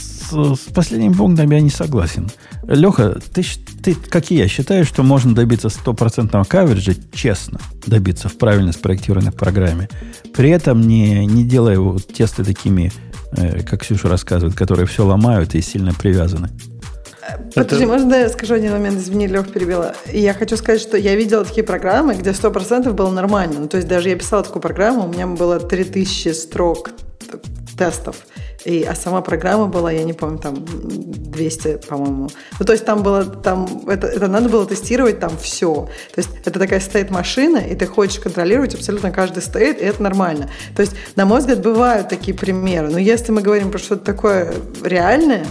с последним пунктом я не согласен. Леха, ты, как и я, считаешь, что можно добиться 100% кавериджа, честно добиться в правильно спроектированной программе, при этом не делая вот тесты такими, как Ксюша рассказывает, которые все ломают и сильно привязаны. Подожди, можно я скажу один момент? Извини, Лех, перебила. Я хочу сказать, что я видела такие программы, где 100% было нормально. Ну, то есть даже я писала такую программу, у меня было 3000 строк тестов. А сама программа была, я не помню, там 200, по-моему. Ну, то есть там было, это надо было тестировать там все. То есть это такая стейт-машина, и ты хочешь контролировать абсолютно каждый стейт, и это нормально. То есть, на мой взгляд, бывают такие примеры. Но если мы говорим про что-то такое реальное,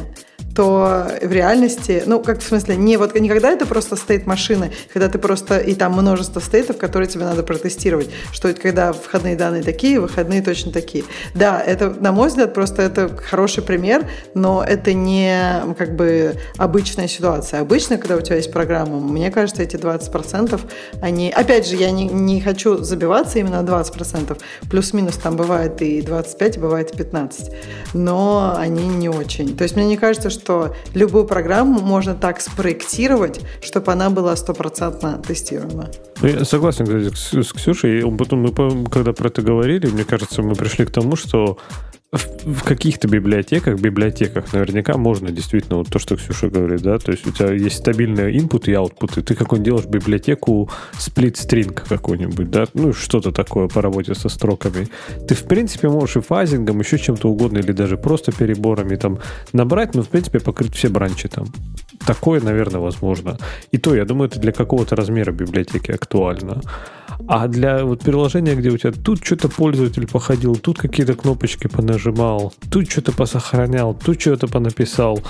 то в реальности, ну, как в смысле, не когда это просто стейт машины, когда ты просто, и там множество стейтов, которые тебе надо протестировать, что это когда входные данные такие, выходные точно такие. Да, это, на мой взгляд, просто это хороший пример, но это не как бы обычная ситуация. Обычно, когда у тебя есть программа, мне кажется, эти 20%, они, опять же, я не хочу забиваться именно на 20%, плюс-минус там бывает и 25, бывает и 15, но они не очень. То есть мне не кажется, что любую программу можно так спроектировать, чтобы она была 100% тестируема. Я согласен, кстати, с Ксюшей. Потом мы, когда про это говорили, мне кажется, мы пришли к тому, что в каких-то библиотеках наверняка можно действительно вот то, что Ксюша говорит, да, то есть у тебя есть стабильный input и output, и ты какой-нибудь делаешь библиотеку split string какой-нибудь, да, ну что-то такое по работе со строками. Ты, в принципе, можешь и фазингом, еще чем-то угодно, или даже просто переборами там набрать, но, в принципе, покрыть все бранчи там. Такое, наверное, возможно. И то, я думаю, это для какого-то размера библиотеки актуально. А для вот приложения, где у тебя тут что-то пользователь походил, тут какие-то кнопочки понажимал, тут что-то посохранял, тут что-то понаписал,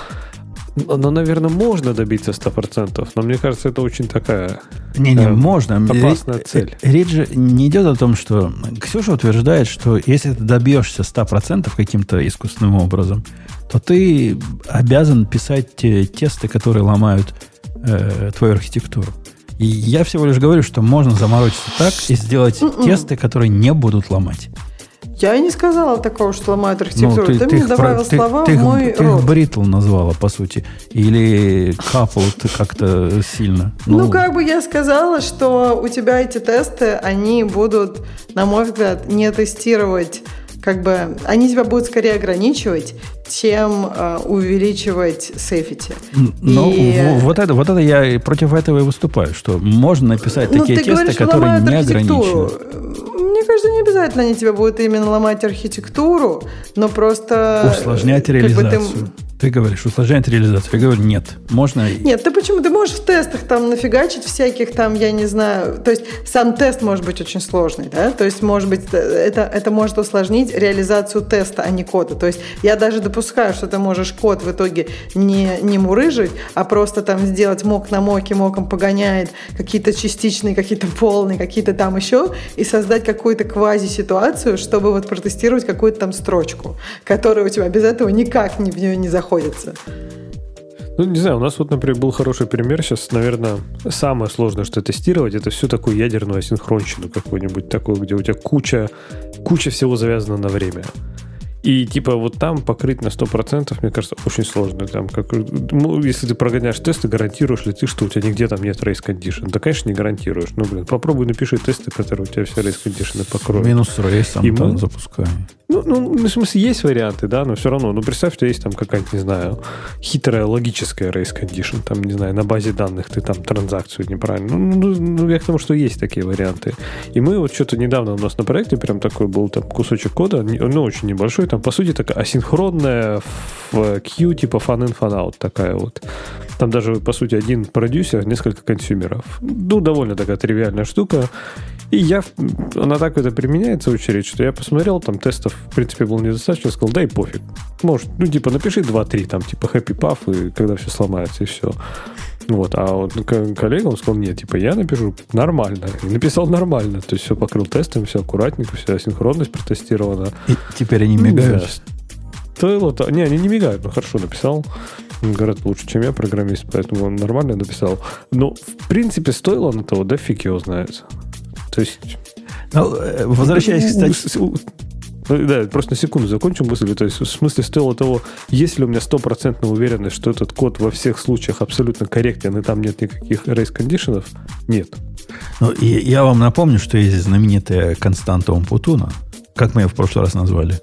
но, наверное, можно добиться 100%, но мне кажется, это очень такая можно. Опасная цель. Речь же не идет о том, что Ксюша утверждает, что если ты добьешься 100% каким-то искусственным образом, то ты обязан писать тесты, которые ломают твою архитектуру. И я всего лишь говорю, что можно заморочиться так и сделать тесты, которые не будут ломать. Я и не сказала такого, что ломают архитектуру. Ты мне добавил слова в мой рот. Ты их бритл назвала, по сути. Или coupled как-то сильно. Ну, как бы я сказала, что у тебя эти тесты, они будут, на мой взгляд, не тестировать, как бы, они тебя будут скорее ограничивать, чем увеличивать сейфити. Вот это я против этого и выступаю, что можно написать такие тесты, говоришь, которые не ограничены. Мне кажется, не обязательно они тебя будут именно ломать архитектуру, но просто... Усложнять реализацию. Ты говоришь, усложнять реализацию. Я говорю, нет. Можно... Нет, ты почему? Ты можешь в тестах там нафигачить всяких там, я не знаю... То есть сам тест может быть очень сложный, да? То есть, может быть, это может усложнить реализацию теста, а не кода. То есть я даже допускаю, что ты можешь код в итоге не мурыжить, а просто там сделать мок на моке, моком погоняет, какие-то частичные, какие-то полные, какие-то там еще, и создать какую-то квази-ситуацию, чтобы вот протестировать какую-то там строчку, которая у тебя без этого никак в нее не заходится. Ну, не знаю, у нас вот, например, был хороший пример. Сейчас, наверное, самое сложное, что тестировать, это всю такую ядерную асинхронщину какую-нибудь такую, где у тебя куча всего завязано на время. И типа вот там покрыть на 100%, мне кажется, очень сложно. Там, если ты прогоняешь тесты, гарантируешь ли ты, что у тебя нигде там нет race condition? Да, конечно, не гарантируешь. Ну, блин, попробуй напиши тесты, которые у тебя все race condition покроют. Минус рейсом там запускаем. Ну, в смысле, есть варианты, да, но все равно. Ну, представь, что есть там какая-нибудь, не знаю, хитрая логическая race condition, там, не знаю, на базе данных ты там транзакцию неправильно. Ну, я к тому, что есть такие варианты. И мы вот что-то недавно у нас на проекте прям такой был там кусочек кода, ну, очень небольшой, там, по сути, такая асинхронная в queue, типа fan-in, fan-out такая вот. Там даже, по сути, один продюсер, несколько консюмеров. Ну, довольно такая тривиальная штука. И она так это применяется очередь, что я посмотрел, там тестов, в принципе, было недостаточно, сказал, да и пофиг. Может, ну, типа, напиши 2-3, там, типа, happy puff, и когда все сломается, и все. Вот, а вот коллегам сказал, нет, типа, я напишу нормально. И написал нормально. То есть все покрыл тестом, все аккуратненько, вся синхронность протестирована. И теперь они мигают? Стоило то. Не, они не мигают, но хорошо написал. Говорят, лучше, чем я, программист, поэтому он нормально написал. Но, в принципе, стоило на того, да фиг его знает. То есть... Ну, возвращаясь, кстати... Да, просто на секунду закончу мысль. То есть, в смысле, стоило того, если у меня 100% уверенность, что этот код во всех случаях абсолютно корректен, и там нет никаких race-кондишенов, нет. Ну, и я вам напомню, что есть знаменитая константа Умпутуна. Как мы ее в прошлый раз назвали?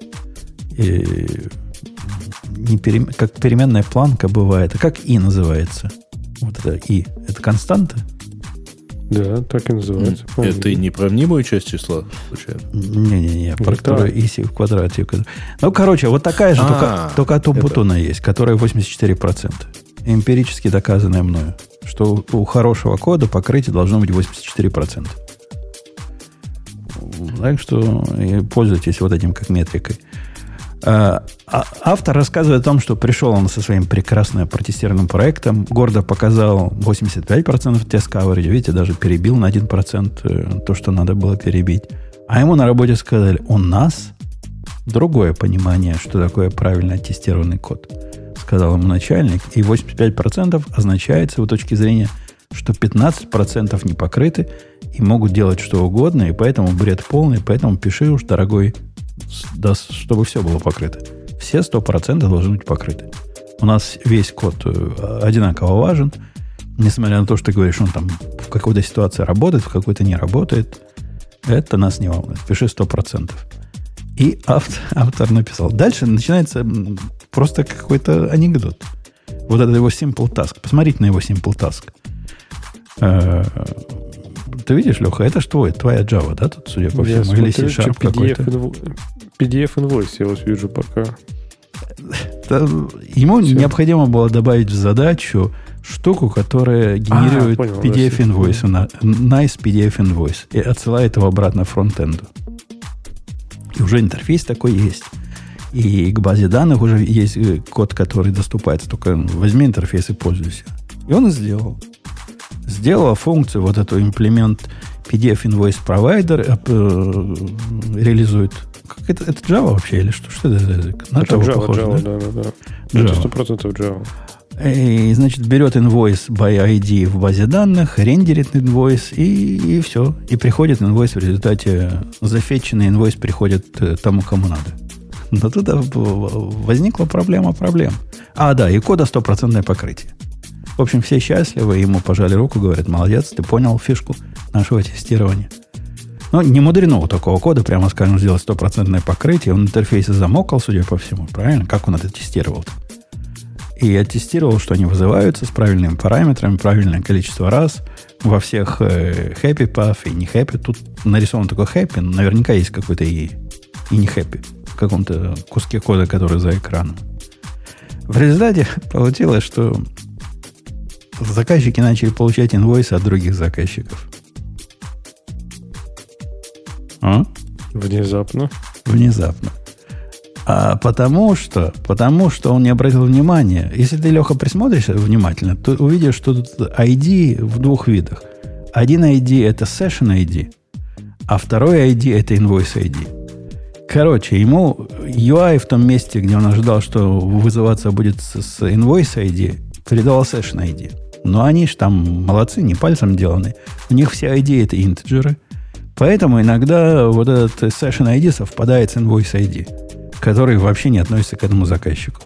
Как переменная планка бывает. А как и называется? Вот это и. Это константа? Да, так и называется. Это не про мнимую часть числа, случайно? Не-не-не, про которую иси в квадрате. Ну, короче, вот такая же, только от Умпутуна есть, которая 84%. Эмпирически доказанная мною, что у хорошего кода покрытие должно быть 84%. Так что пользуйтесь вот этим как метрикой. Автор рассказывает о том, что пришел он со своим прекрасно протестированным проектом, гордо показал 85% тест-кавериджа, видите, даже перебил на 1% то, что надо было перебить. А ему на работе сказали, у нас другое понимание, что такое правильно оттестированный код. Сказал ему начальник, и 85% означает с его точки зрения, что 15% не покрыты и могут делать что угодно, и поэтому бред полный, поэтому пиши уж, дорогой, да, чтобы все было покрыто. Все 100% должны быть покрыты. У нас весь код одинаково важен, несмотря на то, что ты говоришь, он там в какой-то ситуации работает, в какой-то не работает. Это нас не волнует. Пиши 100%. И автор написал. Дальше начинается просто какой-то анекдот. Вот это его simple task. Посмотрите на его simple task. Ты видишь, Леха, это что? Твоя Java, да, тут, судя по всему? Или C-Sharp какой-то? PDF-инвойс я вот вижу пока. Ему необходимо было добавить в задачу штуку, которая генерирует PDF-инвойс. Nice PDF-инвойс. И отсылает его обратно фронтенду. И уже интерфейс такой есть. И к базе данных уже есть код, который доступается. Только возьми интерфейс и пользуйся. И он и сделал. Сделала функцию, вот эту implement PDF Invoice Provider реализует. Это Java вообще или что? Что это за язык? На Java похоже, да? Это 100% Java. И, значит, берет invoice by ID в базе данных, рендерит invoice и все. И приходит invoice в результате, зафетченный invoice приходит тому, кому надо. Но тут возникла проблема проблем. Да, и кода 100% покрытие. В общем, все счастливы, ему пожали руку, говорят, молодец, ты понял фишку нашего тестирования. Но не мудрено у такого кода, прямо скажем, сделать 100% покрытие. Он интерфейсы замокал, судя по всему, правильно? Как он это тестировал-то? И я тестировал, что они вызываются с правильными параметрами, правильное количество раз во всех happy path и не happy. Тут нарисован только happy, но наверняка есть какой-то и не happy в каком-то куске кода, который за экраном. В результате получилось, что заказчики начали получать инвойсы от других заказчиков. Внезапно. Потому что он не обратил внимания. Если ты, Леха, присмотришься внимательно, то увидишь, что тут ID в двух видах. Один ID это Session ID, а второй ID это Invoice ID. Короче, ему UI в том месте, где он ожидал, что вызываться будет с Invoice ID, передавал Session ID. Но они же там молодцы, не пальцем деланы. У них все ID это интеджеры. Поэтому иногда вот этот Session ID совпадает с Invoice ID, который вообще не относится к этому заказчику.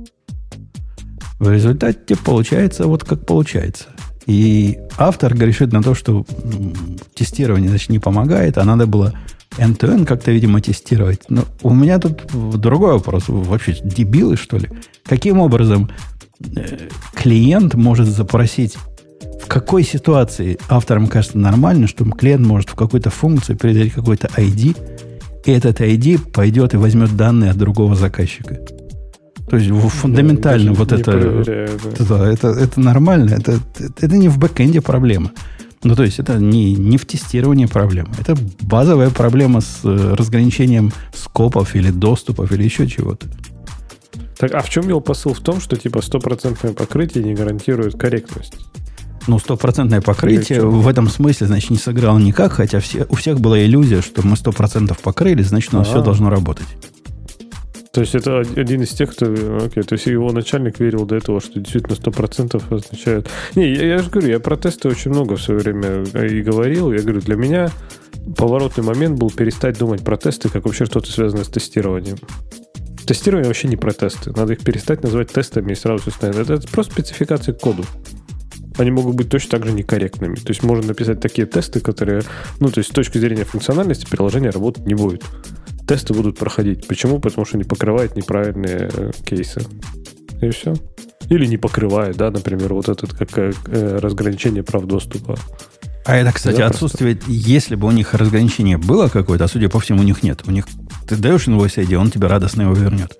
В результате получается вот как получается. И автор грешит на то, что тестирование, значит, не помогает, а надо было end-to-end как-то, видимо, тестировать. Но у меня тут другой вопрос. Вообще, дебилы, что ли? Каким образом клиент может запросить, в какой ситуации авторам кажется нормально, что клиент может в какой-то функции передать какой-то ID, и этот ID пойдет и возьмет данные от другого заказчика. То есть фундаментально вот это нормально, это не в бэкэнде проблема. Ну, то есть это не в тестировании проблема. Это базовая проблема с разграничением скопов или доступов или еще чего-то. Так, а в чем его посыл? В том, что типа 100% покрытие не гарантирует корректность? Ну, 100% покрытие в этом смысле, значит, не сыграло никак, хотя у всех была иллюзия, что мы 100% покрыли, значит, у нас все должно работать. То есть это один из тех, кто... Окей, то есть его начальник верил до этого, что действительно 100% означает... Не, я же говорю, я про тесты очень много в свое время и говорил. Я говорю, для меня поворотный момент был перестать думать про тесты, как вообще что-то связанное с тестированием. Тестирование вообще не про тесты. Надо их перестать называть тестами и сразу все станет. Это просто спецификации к коду. Они могут быть точно так же некорректными. То есть можно написать такие тесты, которые... Ну, то есть с точки зрения функциональности приложение работать не будет. Тесты будут проходить. Почему? Потому что не покрывает неправильные кейсы. И все. Или не покрывает, да, например, вот это как разграничение прав доступа. А это, кстати, да, отсутствие... Если бы у них разграничение было какое-то, а судя по всему, у них нет. У них ты даешь invoice ID, он тебе радостно его вернет.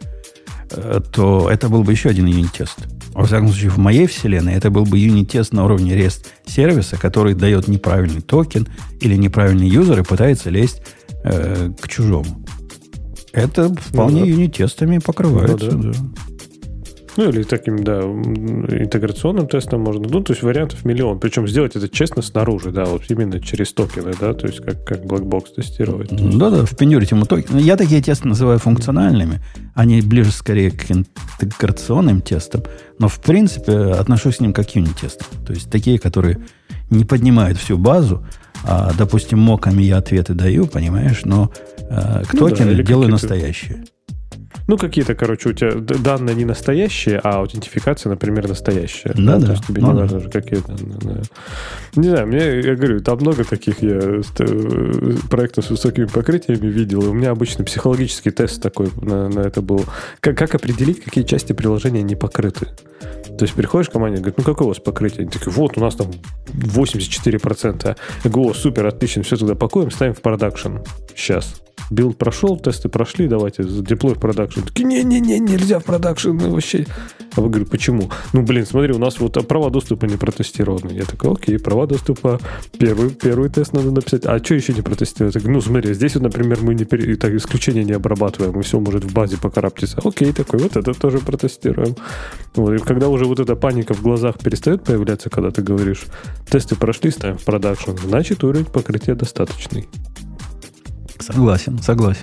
То это был бы еще один юнит-тест. Во всяком случае, в моей вселенной это был бы юнит-тест на уровне REST-сервиса, который дает неправильный токен или неправильный юзер и пытается лезть к чужому. Это вполне юнит-тестами покрывается. Да. Ну, или таким, да, интеграционным тестом можно. Ну, то есть вариантов миллион. Причем сделать это честно снаружи, да, вот именно через токены, да, то есть как blackbox тестировать. Да, впендюрить ему токены. Я такие тесты называю функциональными. Они ближе скорее к интеграционным тестам. Но, в принципе, отношусь к ним как юнит-тестам. То есть такие, которые не поднимают всю базу, а, допустим, моками я ответы даю, понимаешь, но к токену делаю настоящие. Ну, какие-то, короче, у тебя данные не настоящие, а аутентификация, например, настоящая. Да. То есть тебе не важно, какие данные. Да. Не знаю, я говорю, там много таких я проектов с высокими покрытиями видел, и у меня обычно психологический тест такой на это был. Как определить, какие части приложения не покрыты? То есть приходишь к команде и говорит, ну, какое у вас покрытие? Они такие, вот, у нас там 84%. Я говорю, о, супер, отлично, все тогда пакуем, ставим в продакшн. Сейчас. Билд прошел, тесты прошли, давайте деплой в продакшн. Такие, не-не-не, нельзя в продакшн вообще. А вы говорите, почему? Ну, блин, смотри, у нас вот права доступа не протестированы. Я такой, окей, права доступа, первый тест надо написать. А что еще не протестировать? Я говорю, ну, смотри, здесь вот, например, мы так, исключения не обрабатываем, и все может в базе покараптиться. Окей, такой, вот это тоже протестируем. Вот, и когда уже вот эта паника в глазах перестает появляться, когда ты говоришь, тесты прошли, ставим в продакшн, значит, уровень покрытия достаточный. Согласен.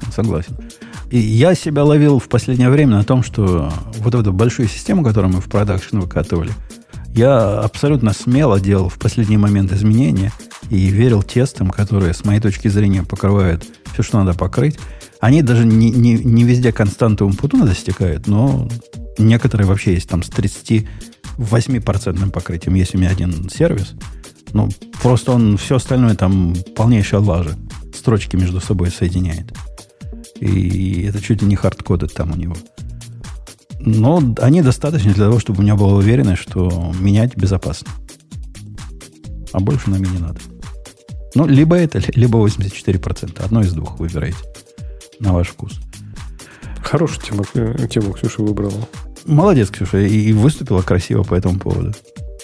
И я себя ловил в последнее время на том, что вот эту большую систему, которую мы в продакшн выкатывали, я абсолютно смело делал в последний момент изменения и верил тестам, которые, с моей точки зрения, покрывают все, что надо покрыть. Они даже не везде константу инпуту достигают, но некоторые вообще есть там с 38% покрытием. Есть у меня один сервис, но просто он все остальное там полнейшая лажа. Строчки между собой соединяет. И это чуть ли не хардкодит там у него. Но они достаточны для того, чтобы у меня была уверенность, что менять безопасно. А больше нам и не надо. Ну, либо это, либо 84%. Одно из двух выбирайте. На ваш вкус. Хорошую тему Ксюша выбрала. Молодец, Ксюша. И выступила красиво по этому поводу.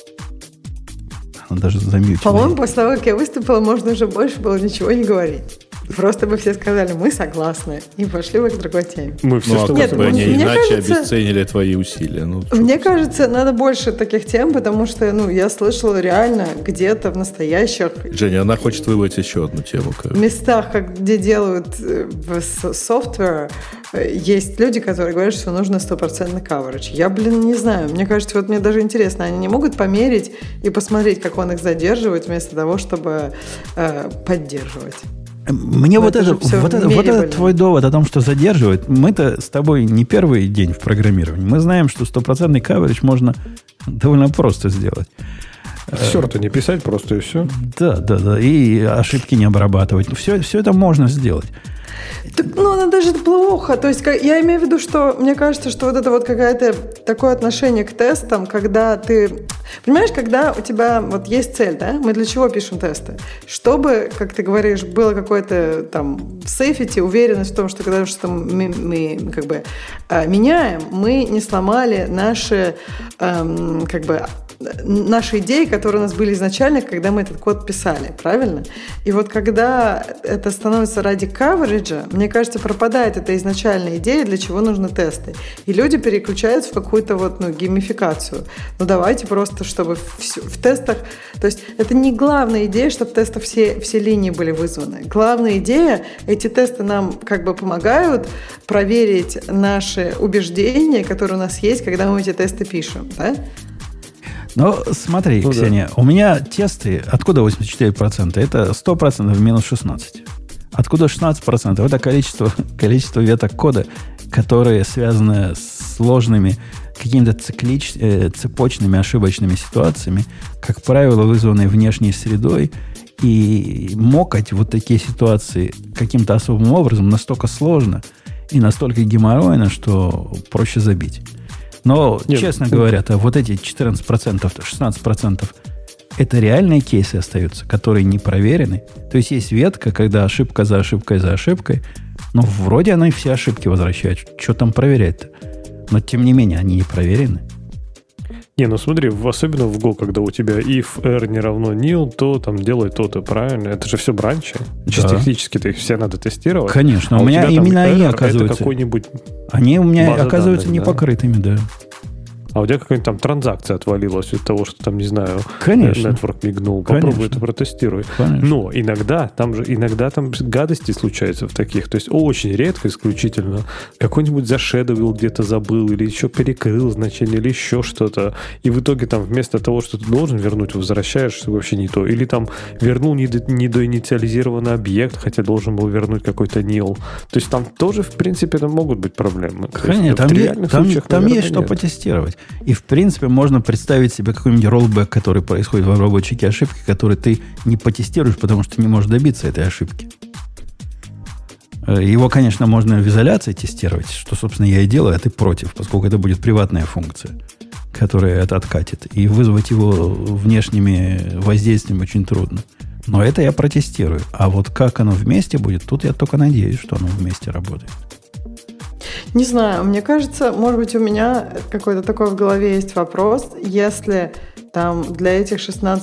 Она даже замьютила. По-моему, после того, как я выступила, можно уже больше было ничего не говорить. Просто бы все сказали, мы согласны, и пошли бы к другой теме. Мы все согласны. Они иначе обесценили твои усилия. Мне кажется, надо больше таких тем, потому что я слышала реально где-то в настоящих... Женя, она хочет выбрать еще одну тему. местах, где делают софтвер, есть люди, которые говорят, что нужно 100% coverage. Я, не знаю. Мне кажется, вот мне даже интересно, они не могут померить и посмотреть, как он их задерживает, вместо того, чтобы поддерживать. Мне вот этот твой довод о том, что задерживает, мы-то с тобой не первый день в программировании. Мы знаем, что 100% coverage можно довольно просто сделать. Сёрты не писать просто и все. Да. И ошибки не обрабатывать. Все это можно сделать. Она даже плохо. То есть я имею в виду, что мне кажется, что вот это вот какое-то такое отношение к тестам, когда ты... Понимаешь, когда у тебя вот есть цель, да? Мы для чего пишем тесты? Чтобы, как ты говоришь, было какое-то там сейфити, уверенность в том, что когда что-то мы как бы меняем, мы не сломали наши как бы наши идеи, которые у нас были изначально, когда мы этот код писали, правильно? И вот когда это становится ради кавериджа, мне кажется, пропадает эта изначальная идея, для чего нужны тесты. И люди переключаются в какую-то геймификацию. Давайте просто, чтобы в тестах... То есть это не главная идея, чтобы в тестах все линии были вызваны. Главная идея, эти тесты нам как бы помогают проверить наши убеждения, которые у нас есть, когда мы эти тесты пишем, да? Но смотри, Ксения, у меня тесты, откуда 84%? Это 100% минус 16%. Откуда 16%? Это количество веток кода, которые связаны с сложными какими-то цепочными ошибочными ситуациями, как правило, вызванные внешней средой. И мокать вот такие ситуации каким-то особым образом настолько сложно и настолько геморройно, что проще забить. Но, честно говоря, вот эти 14%, 16% это реальные кейсы остаются, которые не проверены. То есть есть ветка, когда ошибка за ошибкой за ошибкой, но вроде она и все ошибки возвращает. Что там проверять-то? Но, тем не менее, они не проверены. Смотри, особенно в Go, когда у тебя if r не равно nil, то там делай то-то, правильно? Это же все бранчи. Да. Чисто технически-то их все надо тестировать. Конечно, у меня именно они оказываются... какой-нибудь они у меня оказываются данных, непокрытыми, да. А у тебя какая-нибудь там транзакция отвалилась из-за того, что там, не знаю, network мигнул. Попробуй это протестируй. Конечно. Но иногда там гадости случаются в таких. То есть очень редко, исключительно, какой-нибудь зашедовил, где-то забыл, или еще перекрыл значение, или еще что-то. И в итоге там вместо того, что ты должен вернуть, возвращаешь вообще не то. Или там вернул недоинициализированный объект, хотя должен был вернуть какой-то nil. То есть там тоже, в принципе, там могут быть проблемы. Конечно, там есть что потестировать. И, в принципе, можно представить себе какой-нибудь роллбэк, который происходит в обработчике ошибки, который ты не потестируешь, потому что ты не можешь добиться этой ошибки. Его, конечно, можно в изоляции тестировать, что, собственно, я и делаю, а ты против, поскольку это будет приватная функция, которая это откатит. И вызвать его внешними воздействиями очень трудно. Но это я протестирую. А вот как оно вместе будет, тут я только надеюсь, что оно вместе работает. Не знаю, мне кажется, может быть, у меня какой-то такой в голове есть вопрос. Если там для этих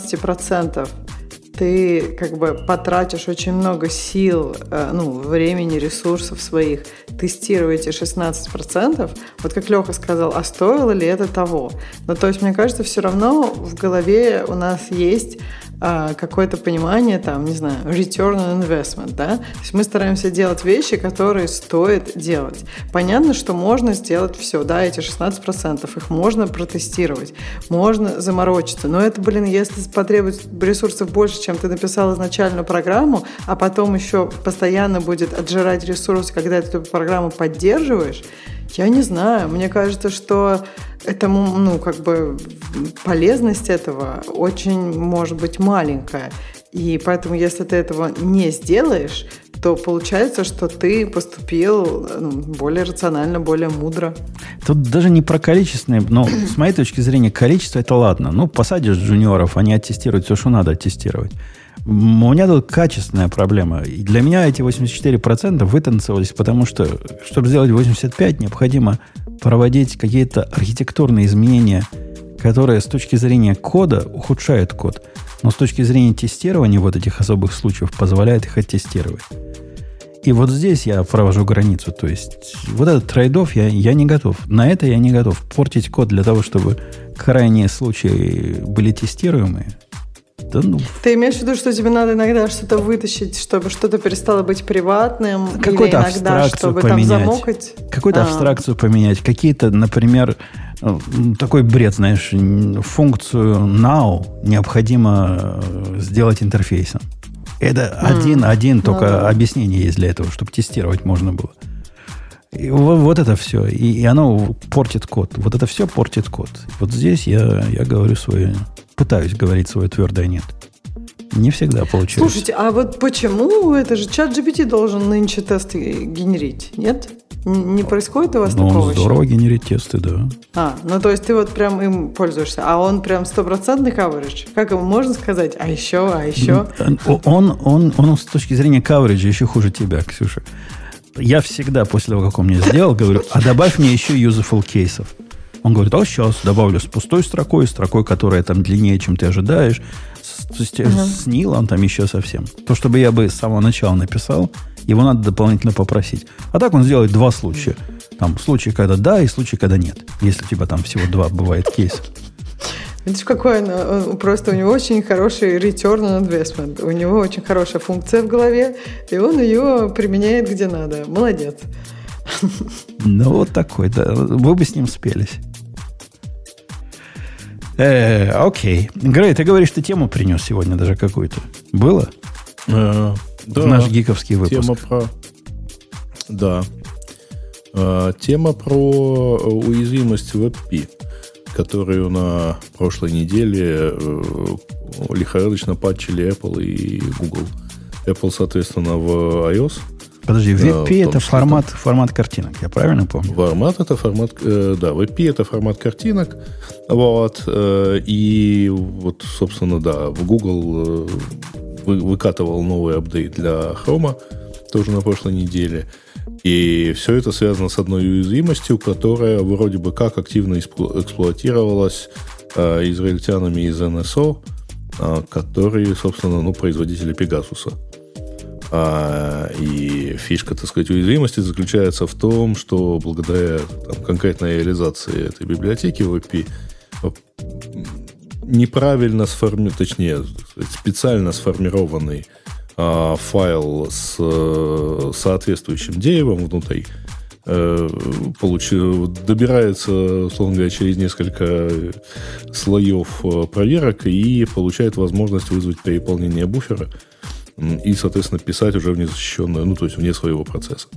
16% ты как бы потратишь очень много сил, времени, ресурсов своих, тестируете 16%, вот как Леха сказал, а стоило ли это того? То есть, мне кажется, все равно в голове у нас есть какое-то понимание, return on investment, да? То есть мы стараемся делать вещи, которые стоит делать. Понятно, что можно сделать все, да, эти 16%, их можно протестировать, можно заморочиться, но это, если потребуется ресурсов больше, чем ты написал изначальную программу, а потом еще постоянно будет отжирать ресурсы, когда ты эту программу поддерживаешь, я не знаю. Мне кажется, что этому, полезность этого очень может быть маленькая. И поэтому, если ты этого не сделаешь, то получается, что ты поступил более рационально, более мудро. Тут даже не про количественное, но с моей точки зрения, количество это ладно. Посадишь джуниоров, они оттестируют все, что надо оттестировать. У меня тут качественная проблема. И для меня эти 84% вытанцевались, потому что, чтобы сделать 85%, необходимо проводить какие-то архитектурные изменения, которые с точки зрения кода ухудшают код, но с точки зрения тестирования вот этих особых случаев позволяет их оттестировать. И вот здесь я провожу границу. То есть вот этот трейд-офф я не готов. На это я не готов. Портить код для того, чтобы крайние случаи были тестируемые. Да ну. Ты имеешь в виду, что тебе надо иногда что-то вытащить, чтобы что-то перестало быть приватным? Какую-то или иногда, абстракцию чтобы поменять. Там замокать? Какую-то абстракцию поменять. Какие-то, например, такой бред, знаешь, функцию now необходимо сделать интерфейсом. Это один только объяснение есть для этого, чтобы тестировать можно было. И вот это все. И оно портит код. Вот это все портит код. Вот здесь я говорю свое, пытаюсь говорить свое твердое нет. Не всегда получается. Слушайте, а вот почему? Это же ChatGPT должен нынче тесты генерить, нет? Не происходит у вас такого? Он здорово генерит тесты, да. То есть ты вот прям им пользуешься, а он прям 100% coverage? Как ему можно сказать? А еще? Он с точки зрения coverage еще хуже тебя, Ксюша. Я всегда после того, как он мне сделал, говорю, а добавь мне еще useful кейсов. Он говорит, сейчас добавлю с пустой строкой, которая там длиннее, чем ты ожидаешь, с нилом там еще совсем. То, чтобы я бы с самого начала написал, его надо дополнительно попросить. А так он сделает 2 случая. Там случай, когда да, и случай, когда нет. Если у тебя там всего 2 бывает кейса. Видишь, какой он, просто у него очень хороший return on investment. У него очень хорошая функция в голове, и он ее применяет где надо. Молодец. Ну, вот такой, да. Вы бы с ним спелись. Окей. Грей, ты говоришь, ты тему принес сегодня даже какую-то. Было? Да. В наш гиковский выпуск. Тема про уязвимость в WebP, которую на прошлой неделе лихорадочно патчили Apple и Google. Apple, соответственно, в iOS. Подожди, WebP это формат картинок, я правильно помню? WebP это формат картинок. Вот. И вот, собственно, да, в Google выкатывал новый апдейт для Chrome тоже на прошлой неделе. И все это связано с одной уязвимостью, которая вроде бы как активно эксплуатировалась израильтянами из NSO, которые, собственно, производители Пегасуса. И фишка, так сказать, уязвимости заключается в том, что благодаря конкретной реализации этой библиотеки WebP неправильно специально сформированный файл с соответствующим деревом внутри добирается, условно говоря, через несколько слоев проверок и получает возможность вызвать переполнение буфера и, соответственно, писать уже в незащищенную, то есть вне своего процесса.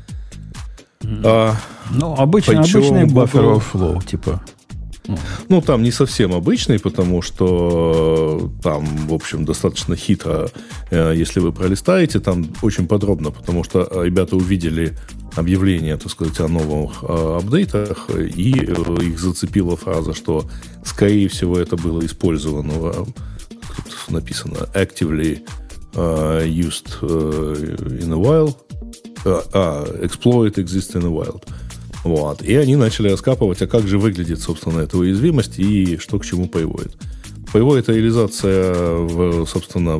Обычный buffer overflow, типа. Там не совсем обычный, потому что там, в общем, достаточно хитро, если вы пролистаете, там очень подробно, потому что ребята увидели объявление, так сказать, о новых апдейтах, и их зацепила фраза, что, скорее всего, это было использовано, тут написано actively used in a while, exploit exists in a wild. Вот. И они начали раскапывать, а как же выглядит, собственно, эта уязвимость и что к чему приводит. Приводит реализация, собственно,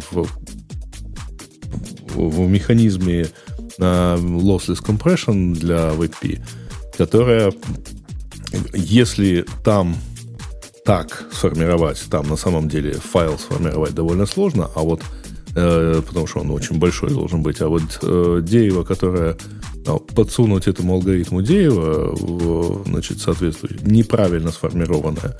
в механизме lossless compression для WebP, которая, если там так сформировать, там на самом деле файл сформировать довольно сложно, а вот потому что он очень большой должен быть, а вот дерево, которое подсунуть этому алгоритму дерева, значит, соответствующее, неправильно сформированное,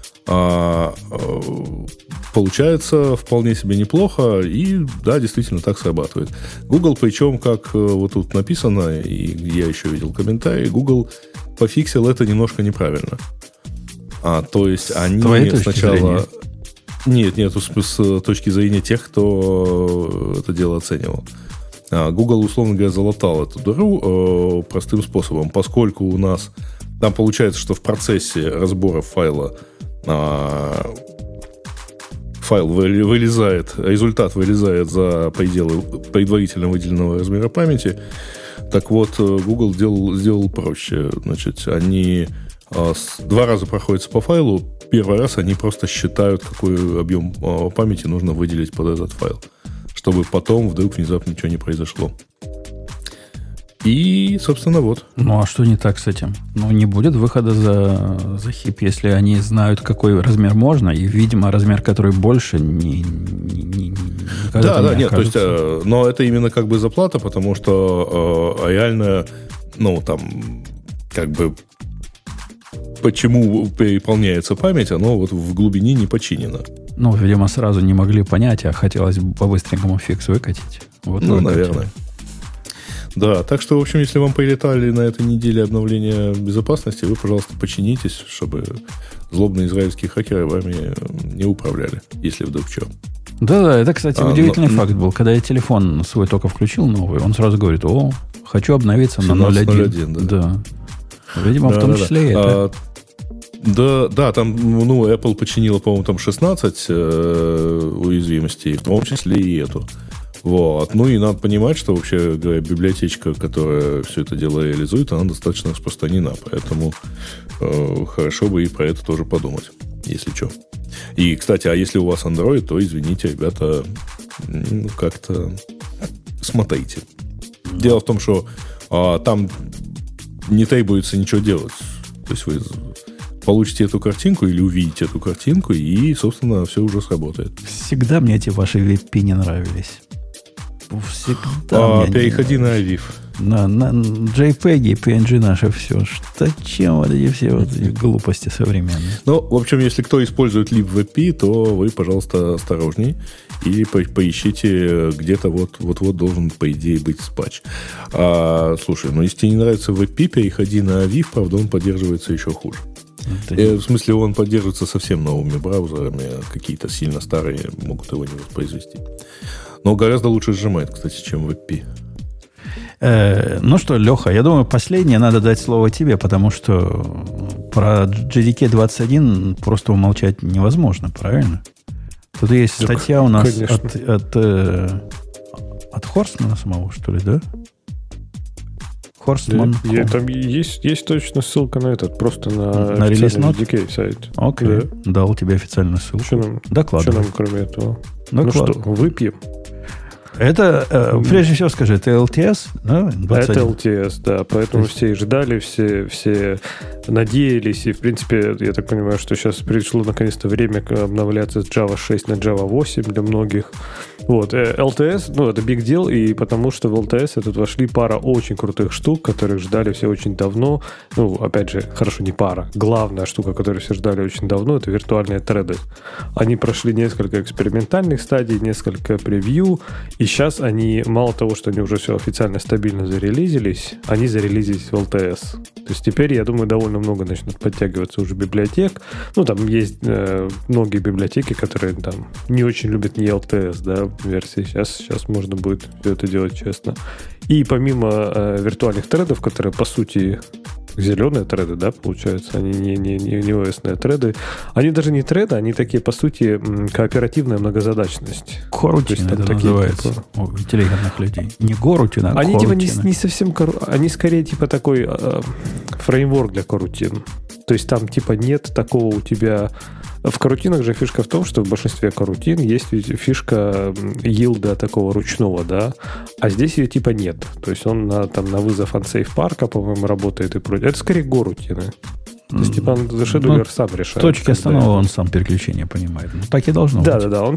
получается вполне себе неплохо, и да, действительно так срабатывает. Google, причем, как вот тут написано, и я еще видел комментарии, Google пофиксил это немножко неправильно. То есть они сначала... Нет, с точки зрения тех, кто это дело оценивал. Google, условно говоря, залатал эту дыру простым способом, поскольку у нас там получается, что в процессе разбора файла файл вылезает, результат вылезает за пределы предварительно выделенного размера памяти. Так вот, Google сделал проще. Значит, они 2 раза проходятся по файлу. Первый раз они просто считают, какой объем памяти нужно выделить под этот файл, чтобы потом вдруг внезапно ничего не произошло. И, собственно, вот. А что не так с этим? Не будет выхода за хип, если они знают, какой размер можно, и, видимо, размер, который больше, да, нет, то есть, но это именно как бы заплата, потому что реально, почему переполняется память, оно вот в глубине не починено. Видимо, сразу не могли понять, а хотелось по-быстренькому фикс выкатить. Вот наверное. Да, так что, в общем, если вам прилетали на этой неделе обновления безопасности, вы, пожалуйста, починитесь, чтобы злобные израильские хакеры вами не управляли, если вдруг что. Да, это, кстати, удивительный факт был. Когда я телефон свой только включил новый, он сразу говорит, хочу обновиться на 0.1. Да. Видимо, в том числе и это. Да, там, Apple починила, по-моему, там 16 уязвимостей, в том числе и эту. Вот. Ну и надо понимать, что вообще говоря, библиотечка, которая все это дело реализует, она достаточно распространена. Поэтому хорошо бы и про это тоже подумать, если что. И, кстати, а если у вас Android, то, извините, ребята, как-то смотрите. Дело в том, что там не требуется ничего делать. То есть вы получите эту картинку или увидите эту картинку, и, собственно, все уже сработает. Всегда мне эти ваши VP не нравились. Всегда переходи на Aviv. На JPEG и PNG наше все. Зачем вот эти все вот эти глупости современные? Ну, в общем, если кто использует libVP, то вы, пожалуйста, осторожней и поищите где-то вот должен, по идее, быть спач. Слушай, ну если тебе не нравится VP, переходи на Aviv, правда, он поддерживается еще хуже. В смысле, он поддерживается совсем новыми браузерами, какие-то сильно старые могут его не воспроизвести. Но гораздо лучше сжимает, кстати, чем VP. Ну что, Леха, я думаю, последнее надо дать слово тебе, потому что про JDK 21 просто умолчать невозможно, правильно? Тут есть статья у нас от Хорстмана самого, что ли, да? Хорстман. Там есть точно ссылка на этот, просто на релиз JDK сайт. Окей, дал тебе официальную ссылку. Докладывай. Что нам кроме этого? Ну что, выпьем? Это, прежде всего скажи, это LTS, да? 21? Это LTS, да, поэтому все и ждали, все надеялись, и, в принципе, я так понимаю, что сейчас пришло наконец-то время обновляться с Java 6 на Java 8 для многих. Вот, LTS, это big deal, и потому что в LTS тут вошли пара очень крутых штук, которых ждали все очень давно. Опять же, хорошо, не пара. Главная штука, которую все ждали очень давно, это виртуальные треды. Они прошли несколько экспериментальных стадий, несколько превью, и сейчас они, мало того, что они уже все официально стабильно зарелизились, они зарелизились в LTS. То есть теперь, я думаю, довольно много начнут подтягиваться уже библиотек. Там есть многие библиотеки, которые там не очень любят не LTS, да, версии. Сейчас можно будет все это делать честно. И помимо виртуальных тредов, которые, по сути, зеленые треды, да, получается, они не OS-ные треды. Они даже не треды, они такие, по сути, кооперативная многозадачность. Корутины это называется у интеллигентных людей. Не горутина, а они корутина. Типа не совсем... Они скорее типа такой фреймворк для корутин. То есть там типа нет такого у тебя... В корутинах же фишка в том, что в большинстве корутин есть фишка йилда такого ручного, да, а здесь ее типа нет. То есть он на вызов unsafe парка, по-моему, работает и прочее. Это скорее горутины. То есть типа шедулер сам решает. Точки остановки он сам переключение понимает. Так и должно быть. Да. Он,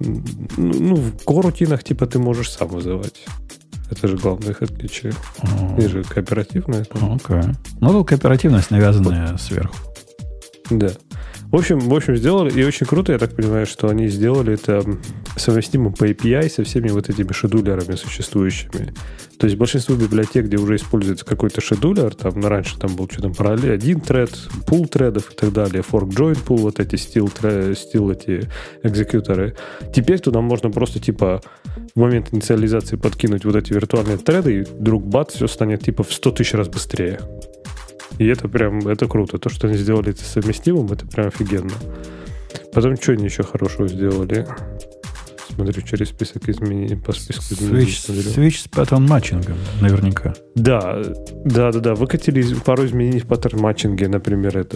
в корутинах типа ты можешь сам вызывать. Это же главное их отличие. Это же кооперативное. Окей. Тут кооперативность навязанная сверху. Да. В общем, сделали, и очень круто, я так понимаю, что они сделали это совместимым по API со всеми вот этими шедулерами существующими. То есть большинство библиотек, где уже используется какой-то шедулер, там раньше там был что-то параллель, один тред, пул тредов и так далее, fork join pool, вот эти стил эти экзекьюторы. Теперь туда можно просто типа в момент инициализации подкинуть вот эти виртуальные треды, и вдруг бац, все станет типа в 100 тысяч раз быстрее. И это круто. То, что они сделали это совместимым, это прям офигенно. Потом, что они еще хорошего сделали? Смотрю через список изменений, по списку изменений. Switch с паттерн матчингом, наверняка. Да. Выкатили пару изменений в паттерн матчинге, например,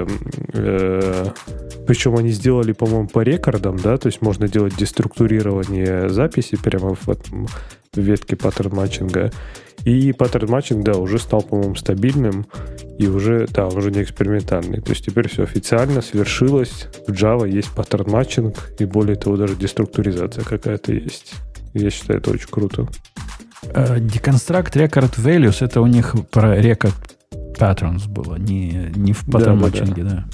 причем они сделали, по-моему, по рекордам, да, то есть можно делать деструктурирование записи прямо в ветке паттерн матчинга. И паттерн матчинг, да, уже стал, по-моему, стабильным и уже не экспериментальный. То есть теперь все официально свершилось. В Java есть паттерн матчинг, и более того, даже деструктуризация какая-то есть. Я считаю, это очень круто. Deconstruct Record Values, это у них про Record Patterns было, не в паттерн матчинге, да.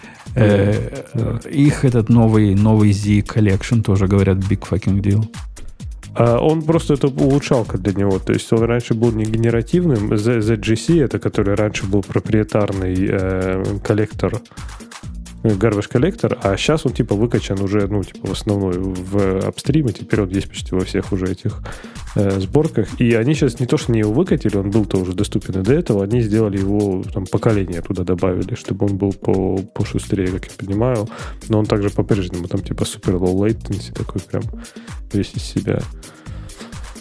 Их этот новый Z Collection тоже, говорят, big fucking deal. Он просто, это улучшалка для него. То есть он раньше был не генеративным. ZGC, это который раньше был проприетарный коллектор, garbage коллектор, а сейчас он типа выкачан уже, в основной в апстрим, и теперь он есть почти во всех уже этих сборках. И они сейчас не то, что не его выкатили, он был-то уже доступен и до этого, они сделали его, поколение туда добавили, чтобы он был пошустрее, как я понимаю. Но он также по-прежнему там типа супер low latency, такой прям весь из себя.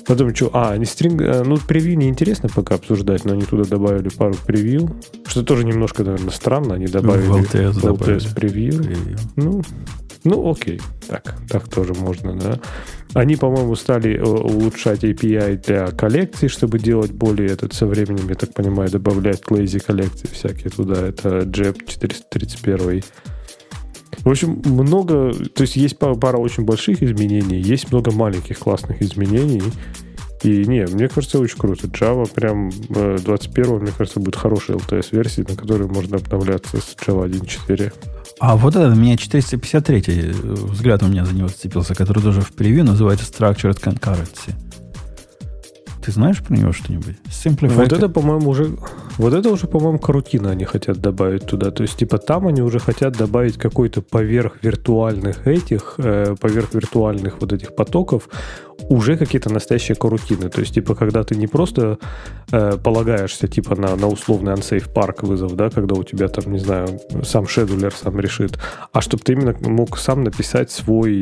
Потом что? Они превью неинтересно пока обсуждать, но они туда добавили пару превью, что тоже немножко, наверное, странно. Они добавили в LTS превью. Ну, окей. Так тоже можно, да. Они, по-моему, стали улучшать API для коллекций, чтобы делать более со временем, я так понимаю, добавлять lazy коллекции всякие туда. Это JEP 431. В общем, много... То есть есть пара очень больших изменений, есть много маленьких классных изменений. И мне кажется, очень круто. Java прям 21-го, мне кажется, будет хорошая LTS-версия, на которой можно обновляться с Java 1.4. А вот это у меня 453 взгляд у меня за него зацепился, который тоже в превью называется Structured Concurrency. Ты знаешь про него что-нибудь? Вот это, по-моему, карутина они хотят добавить туда. То есть, типа, там они уже хотят добавить какой-то поверх виртуальных вот этих потоков уже какие-то настоящие карутины. То есть, типа, когда ты не просто полагаешься, типа, на условный unsafe парк вызов, да, когда у тебя там, не знаю, сам шедулер сам решит, а чтобы ты именно мог сам написать свой...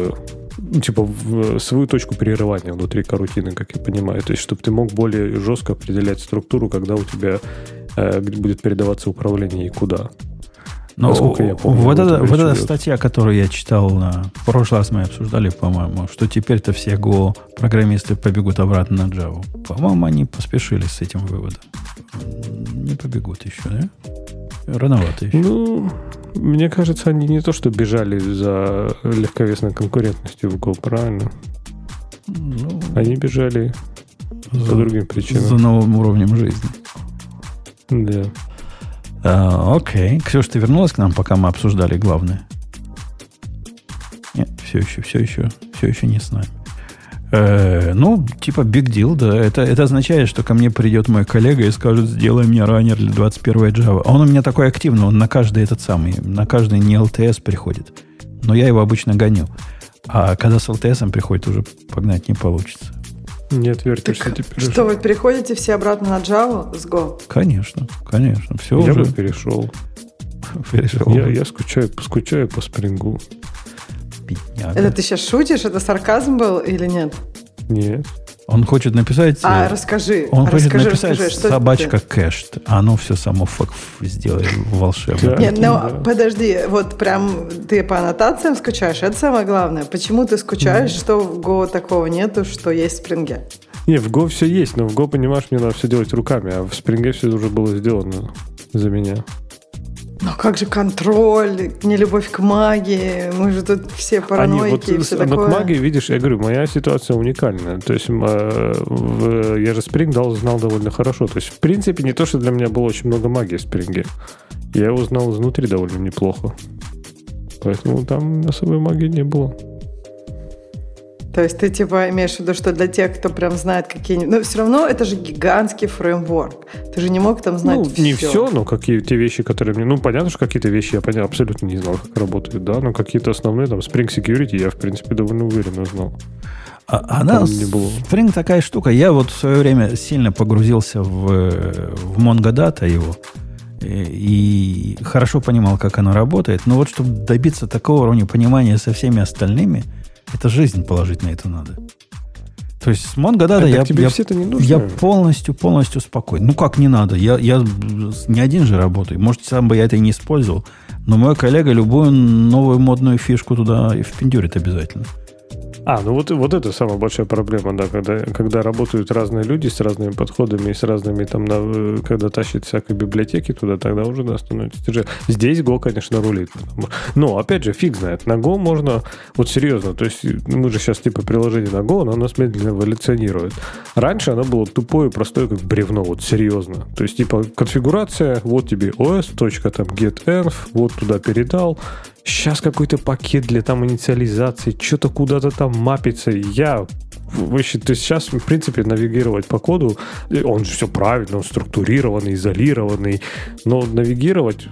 свою точку прерывания внутри карутины, как я понимаю. То есть, чтобы ты мог более жестко определять структуру, когда у тебя будет передаваться управление и куда. Но насколько я помню. Вот эта статья, которую я читал в прошлый раз мы обсуждали, по-моему, что теперь-то все Go-программисты побегут обратно на Java. По-моему, они поспешили с этим выводом. Не побегут еще, да? Рановато еще. Мне кажется, они не то, что бежали за легковесной конкурентностью в Go, правильно? Они бежали по другим причинам. За новым уровнем жизни. Да. Окей. Ксюша, ты вернулась к нам, пока мы обсуждали главное? Нет, все еще не с нами. Типа big deal, да. Это означает, что ко мне придет мой коллега и скажет, сделай мне раннер для 21 Java. Он у меня такой активный, он на каждый на каждый не LTS приходит. Но я его обычно гоню. А когда с LTS приходит, уже погнать не получится. Не отвертишься теперь. Что, вы переходите все обратно на Java с Go? Конечно. Все я уже... бы перешел. Я скучаю по спрингу. Бедняга. Это ты сейчас шутишь? Это сарказм был или нет? Нет. Он хочет написать... расскажи. Хочет написать что собачка кэшт, а оно все само сделает волшебно. Нет, подожди, вот прям ты по аннотациям скучаешь, это самое главное. Почему ты скучаешь, что в Go такого нету, что есть в Spring? Не, в Go все есть, но в Go, понимаешь, мне надо все делать руками, а в Spring все уже было сделано за меня. Но как же контроль, нелюбовь к магии, мы же тут все параноики и все такое. Но к магии, видишь, я говорю, моя ситуация уникальная. То есть я же Spring знал довольно хорошо. То есть, в принципе, не то, что для меня было очень много магии в Spring. Я его знал изнутри довольно неплохо. Поэтому там особой магии не было. То есть ты типа имеешь в виду, что для тех, кто прям знает какие-нибудь... Но все равно это же гигантский фреймворк. Ты же не мог там знать все. Не все, но те вещи, которые мне... понятно, что какие-то вещи я абсолютно не знал, как работают, да, но какие-то основные, там, Spring Security я, в принципе, довольно уверенно знал. Spring такая штука. Я вот в свое время сильно погрузился в Mongodata его и хорошо понимал, как оно работает. Но вот чтобы добиться такого уровня понимания со всеми остальными... Это жизнь положить на это надо. То есть с Mongodata я полностью спокоен. Ну как не надо? Я не один же работаю. Может, сам бы я это и не использовал. Но мой коллега любую новую модную фишку туда и впендюрит обязательно. Вот это самая большая проблема, да, когда работают разные люди с разными подходами и с разными там, когда тащат всякой библиотеки туда, тогда уже, да, становится тяжелее. Здесь Go, конечно, рулит. Но, опять же, фиг знает. На Go можно, вот серьезно, то есть мы же сейчас типа приложение на Go, но оно у нас медленно эволюционирует. Раньше оно было тупое, простое, как бревно, вот серьезно. То есть типа конфигурация, вот тебе os.getenv, вот туда передал. Сейчас какой-то пакет для там инициализации, что-то куда-то там мапится. То есть сейчас, в принципе, навигировать по коду, он же все правильно, он структурированный, изолированный, но навигировать,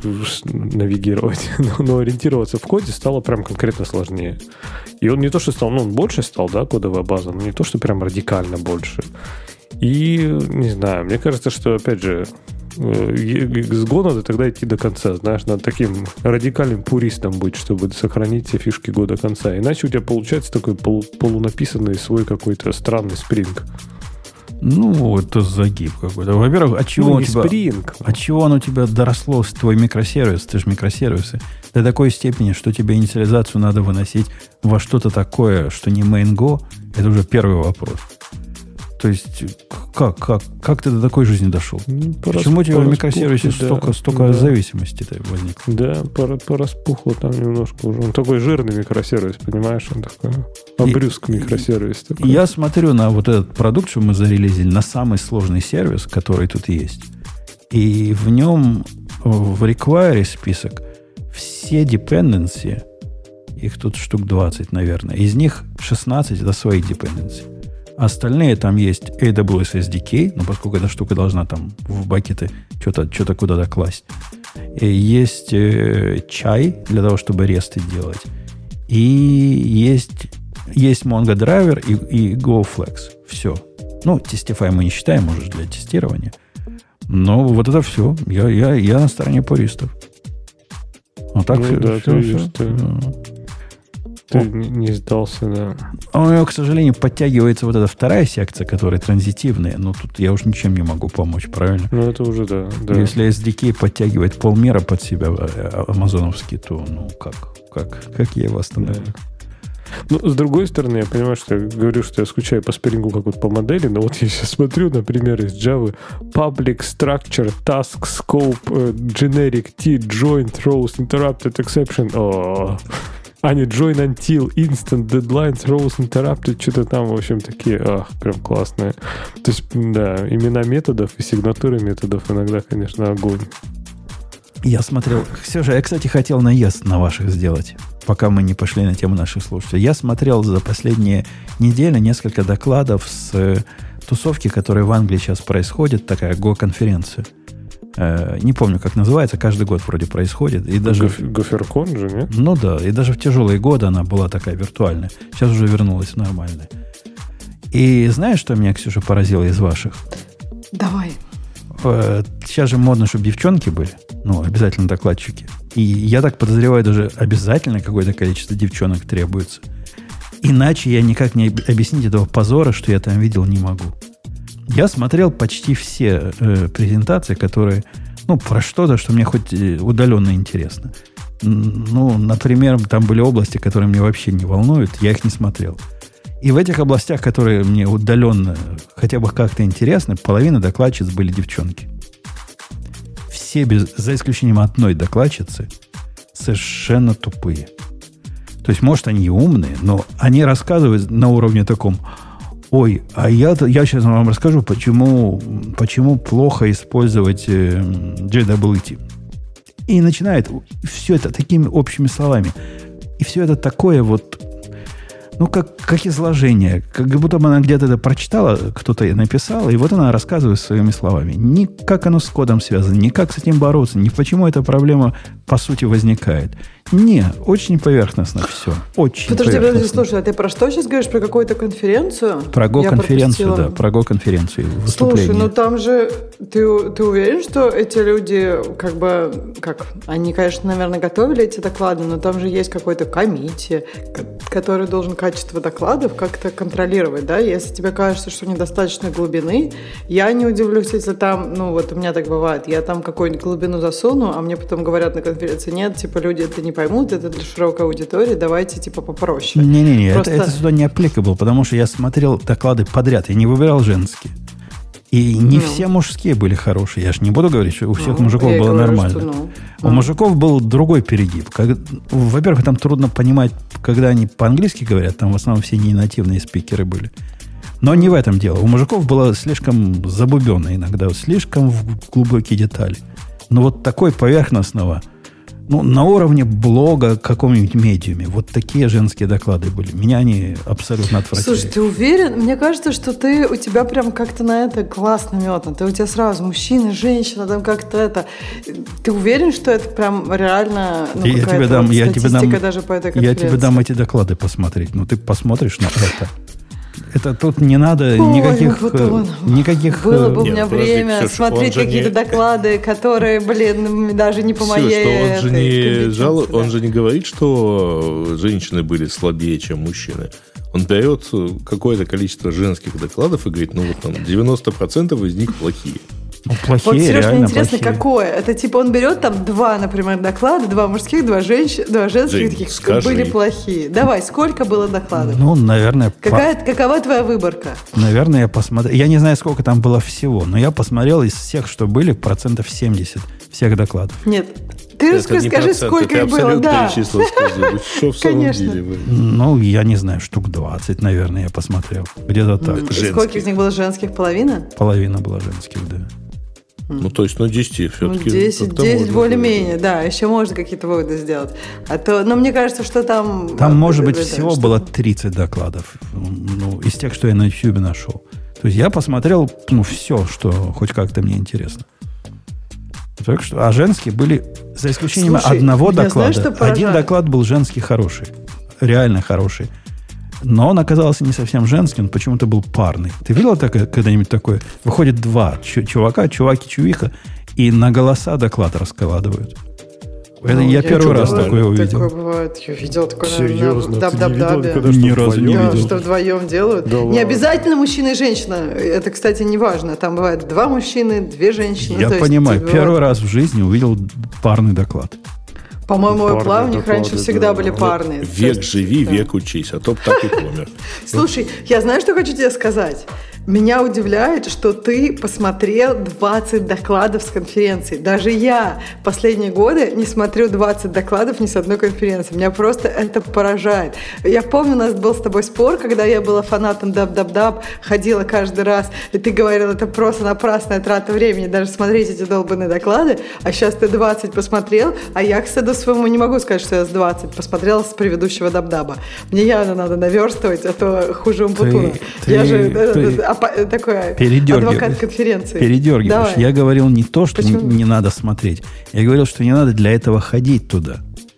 но ориентироваться в коде стало прям конкретно сложнее. И он не то, что стал, он больше стал, да, кодовая база, но не то, что прям радикально больше. И, не знаю, мне кажется, что, опять же, С Go надо тогда идти до конца, знаешь, надо таким радикальным пуристом быть, чтобы сохранить все фишки Go до конца. Иначе у тебя получается такой полунаписанный свой какой-то странный спринг. Ну, это загиб какой-то. Во-первых, от чего у тебя... спринг. От чего он у тебя доросло, твой микросервис? Ты же микросервисы. До такой степени, что тебе инициализацию надо выносить во что-то такое, что не main Go, это уже первый вопрос. То есть, как ты до такой жизни дошел? Почему у тебя в микросервисе столько зависимости-то возникло? Да, пораспухло там немножко уже. Он такой жирный микросервис, понимаешь? Он такой обрюзг микросервис. Такой. Я смотрю на вот этот продукт, что мы зарелизили, на самый сложный сервис, который тут есть. И в нем в require список все dependency, их тут штук 20, наверное. Из них 16 это свои dependency. Остальные там есть AWS SDK, но поскольку эта штука должна там в бакеты что-то куда-то класть. И есть чай для того, чтобы ресты делать. И есть Mongo Driver и GoFlex. Все. Ну, Testify мы не считаем, может, для тестирования. Но вот это все. Я на стороне пуристов. Вот так все. Да, ты не сдался, да. А у него, к сожалению, подтягивается вот эта вторая секция, которая транзитивная. Но тут я уж ничем не могу помочь, правильно? Ну, это уже, да. Если SDK подтягивает полмера под себя амазоновский, то, ну, как я его остановлю? Да. Ну, с другой стороны, я понимаю, что я говорю, что я скучаю по спрингу как вот по модели, но вот я сейчас смотрю, например, из Java Public Structure, Task, Scope, Generic, T, Joint, Rows, Interrupted, Exception. А не join until, instant, deadlines, rows, interrupted, что-то там, в общем, такие, прям классные. То есть, да, имена методов и сигнатуры методов иногда, конечно, огонь. Я смотрел, Ксюша, я, кстати, хотел наезд на ваших сделать, пока мы не пошли на тему наших слушателей. Я смотрел за последние недели несколько докладов с тусовки, которая в Англии сейчас происходит, такая Go-конференция. Не помню, как называется, каждый год вроде происходит. И даже Гоферкон же, нет? Ну да, и даже в тяжелые годы она была такая виртуальная. Сейчас уже вернулась в нормальную. И знаешь, что меня, Ксюша, поразило из ваших? Давай. Сейчас же модно, чтобы девчонки были. Ну, обязательно докладчики. И я так подозреваю, даже обязательно какое-то количество девчонок требуется. Иначе я никак не объяснить этого позора, что я там видел, не могу. Я смотрел почти все презентации, которые, ну, про что-то, что мне хоть удаленно интересно. Ну, например, там были области, которые меня вообще не волнуют, я их не смотрел. И в этих областях, которые мне удаленно хотя бы как-то интересны, половина докладчиц были девчонки. Все, за исключением одной докладчицы, совершенно тупые. То есть, может, они и умные, но они рассказывают на уровне таком... Ой, а я сейчас вам расскажу, почему плохо использовать JWT. И начинает все это такими общими словами. И все это такое вот, ну, как изложение. Как будто бы она где-то это прочитала, кто-то написал, и вот она рассказывает своими словами. Ни как оно с кодом связано, ни как с этим бороться, ни почему эта проблема по сути возникает. Не, очень поверхностно все. Очень подожди, слушай, а ты про что сейчас говоришь? Про какую-то конференцию? Про Go-конференцию, да, про Go-конференцию. Слушай, ну там же, ты уверен, что эти люди, они, конечно, наверное, готовили эти доклады, но там же есть какой-то комитет, который должен качество докладов как-то контролировать, да? Если тебе кажется, что недостаточно глубины, я не удивлюсь, если там, ну вот у меня так бывает, я там какую-нибудь глубину засуну, а мне потом говорят на конференции, нет, типа люди это не поймут, это для широкой аудитории, давайте типа попроще. Не-не-не, просто... это сюда не applicable, потому что я смотрел доклады подряд, я не выбирал женские. И не все мужские были хорошие. Я же не буду говорить, что у всех мужиков было нормально. У мужиков был другой перегиб. Во-первых, там трудно понимать, когда они по-английски говорят, там в основном все ненативные спикеры были. Но не в этом дело. У мужиков было слишком забубенно иногда, слишком в глубокие детали. Но вот такой поверхностного, ну, на уровне блога каком-нибудь медиуме. Вот такие женские доклады были. Меня они абсолютно отвратили. Слушай, ты уверен? Мне кажется, что у тебя прям как-то на это глаз наметан. У тебя сразу мужчина, женщина, там как-то это... Ты уверен, что это прям реально какая-то статистика даже по этой конференции? Я тебе дам эти доклады посмотреть. Ну, ты посмотришь на это. Это тут не надо никаких... Было бы у Нет, меня подожди, время Ксюш, смотреть он же какие-то не- доклады, которые, даже не по Всё, моей... что он же не компетенции, он да. же не говорит, что женщины были слабее, чем мужчины. Он берет какое-то количество женских докладов и говорит, ну вот там 90% из них плохие. Ну, плохие, Вот, Сереж, мне реально интересно, плохие. какое? Это типа он берет там 2, например, доклада, 2 мужских, 2 женских, Жень, таких скажи. были плохие. Давай, сколько было докладов? Ну, наверное, Какова твоя выборка? наверное, я посмотрел. Я не знаю, сколько там было всего, но я посмотрел из всех, что были, 70% всех докладов. Нет. Ты скажи, сколько их было, да. Числа скажи. Что в самом Конечно. деле? Ну, я не знаю, штук 20, наверное, я посмотрел. Где-то так. Женских. Сколько из них было женских? Половина? Половина была женских, да. Ну, то есть, 10 все-таки. Ну, 10 более-менее, да. Еще можно какие-то выводы сделать. Но мне кажется, что там... Там, может быть, да, всего что- было 30 докладов. Ну, из тех, что я на YouTube нашел. То есть я посмотрел, все, что хоть как-то мне интересно. Так что, а женские были, за исключением Слушай, одного меня доклада. знаешь, что Один поражает? доклад был женский хороший. Реально хороший. Но он оказался не совсем женский, он почему-то был парный. Ты видел когда-нибудь такое? Выходит два чувака, чувак и чувиха, и на голоса доклад раскладывают. Это Ну, я первый раз бывает, такое увидел. Такое бывает. Я видел такое, Серьезно? наверное, Ты в не видел даб-даб-дабе. никогда, что Ни разу не вдвоем? видел. Что вдвоем делают. Да Не ладно. обязательно мужчина и женщина. Это, кстати, не важно. Там бывает 2 мужчины, 2 женщины. Я То есть, понимаю, бывает- первый раз в жизни увидел парный доклад. По-моему, Парные Apple у них доклады, раньше всегда да. были парные. То Век есть, живи, да. век учись, а то б так и помер. Слушай, я знаю, что хочу тебе сказать. Меня удивляет, что ты посмотрел 20 докладов с конференции. Даже я последние годы не смотрю 20 докладов ни с одной конференции. Меня просто это поражает. Я помню, у нас был с тобой спор, когда я была фанатом даб-даб-даб, ходила каждый раз, и ты говорил, это просто напрасная трата времени, даже смотреть эти долбанные доклады. А сейчас ты 20 посмотрел, а я, к стыду своему, не могу сказать, что я с 20 посмотрела с предыдущего даб-даба. Мне явно надо наверстывать, а то хуже Умпутуна. Я же такой адвокат конференции. Передергиваешь. Давай. Я говорил не то, что Почему? не надо смотреть. Я говорил, что не надо для этого ходить туда.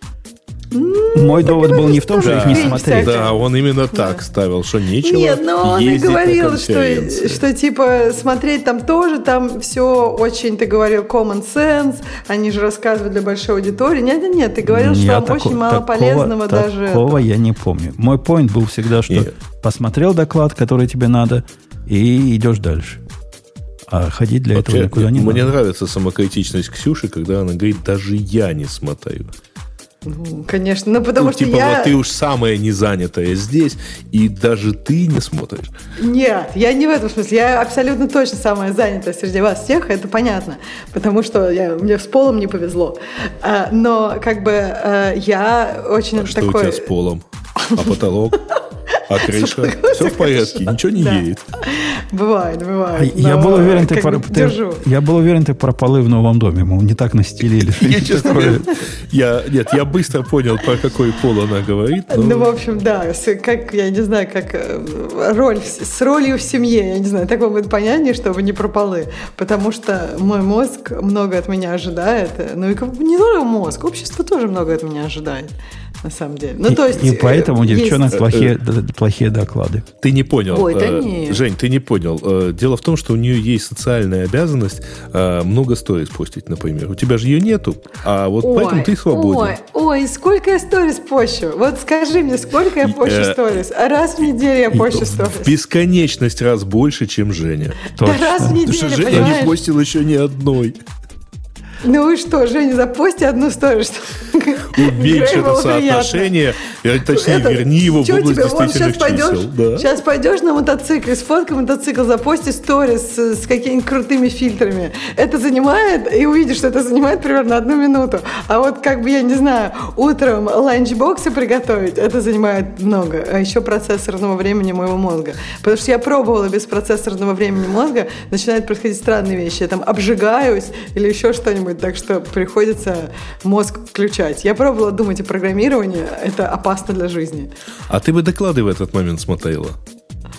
Мой довод был не в том, что их не Да. смотреть. Да, он именно так ставил, что нечего Нет, но он и ездить на говорил, конференции. что типа смотреть там тоже, там все очень, ты говорил, common sense, они же рассказывают для большой аудитории. Нет, ты говорил, что там очень мало полезного даже. Такого я не помню. Мой поинт был всегда, что Нет. посмотрел доклад, который тебе надо, и идешь дальше. А ходить для этого Вообще, никуда не мне надо. нравится самокритичность Ксюши, когда она говорит, даже я не смотрю. Конечно, ну потому Ну, что типа, я... вот ты уж самая незанятая здесь, и даже ты не смотришь. Нет, я не в этом смысле. Я абсолютно точно самая занятая среди вас всех, это понятно. Потому что мне с полом не повезло. Но как бы я очень А что у такой... тебя с полом? А потолок? А крыша? Все в порядке, ничего не Да. едет. Бывает. Я но был уверен, ты как бы держу. я был уверен, ты про полы в новом доме, мол, не так настелили. Я, честно говоря, я быстро понял, про какой пол она говорит. но- Ну, в общем, да, как, я не знаю, как с ролью в семье, я не знаю, такое будет понятнее, чтобы не про полы, потому что мой мозг много от меня ожидает, ну и не только мозг, общество тоже много от меня ожидает, на самом деле. Ну, то есть, И поэтому у есть- девчонок плохие доклады. Ты не понял. Ой, да нет. Жень, ты не понял. Дело в том, что у нее есть социальная обязанность много сторис постить, например. У тебя же ее нету, а вот поэтому ты свободен. Ой, сколько я сторис пощу? Вот скажи мне, сколько я пощу сторис? А раз в неделю я пощу В сторис. бесконечность раз больше, чем Женя. Да раз в Потому неделю, что Женя понимаешь? не постил еще ни одной. Ну и что, Женя, запусти одну сторис. Уменьши это соотношение, точнее, верни его в область действительных чисел. Да. Сейчас пойдешь на мотоцикле, сфоткай мотоцикл, запусти сторис с какими-нибудь крутыми фильтрами. Это занимает, и увидишь, что это занимает примерно 1 минуту. А вот как бы, я не знаю, утром ланчбоксы приготовить, это занимает много. А еще процессорного времени моего мозга. Потому что я пробовала без процессорного времени мозга, начинают происходить странные вещи. Я там обжигаюсь или еще что-нибудь, так что приходится мозг включать. Я пробовала думать о программировании, это опасно для жизни. А ты бы доклады в этот момент смотрела?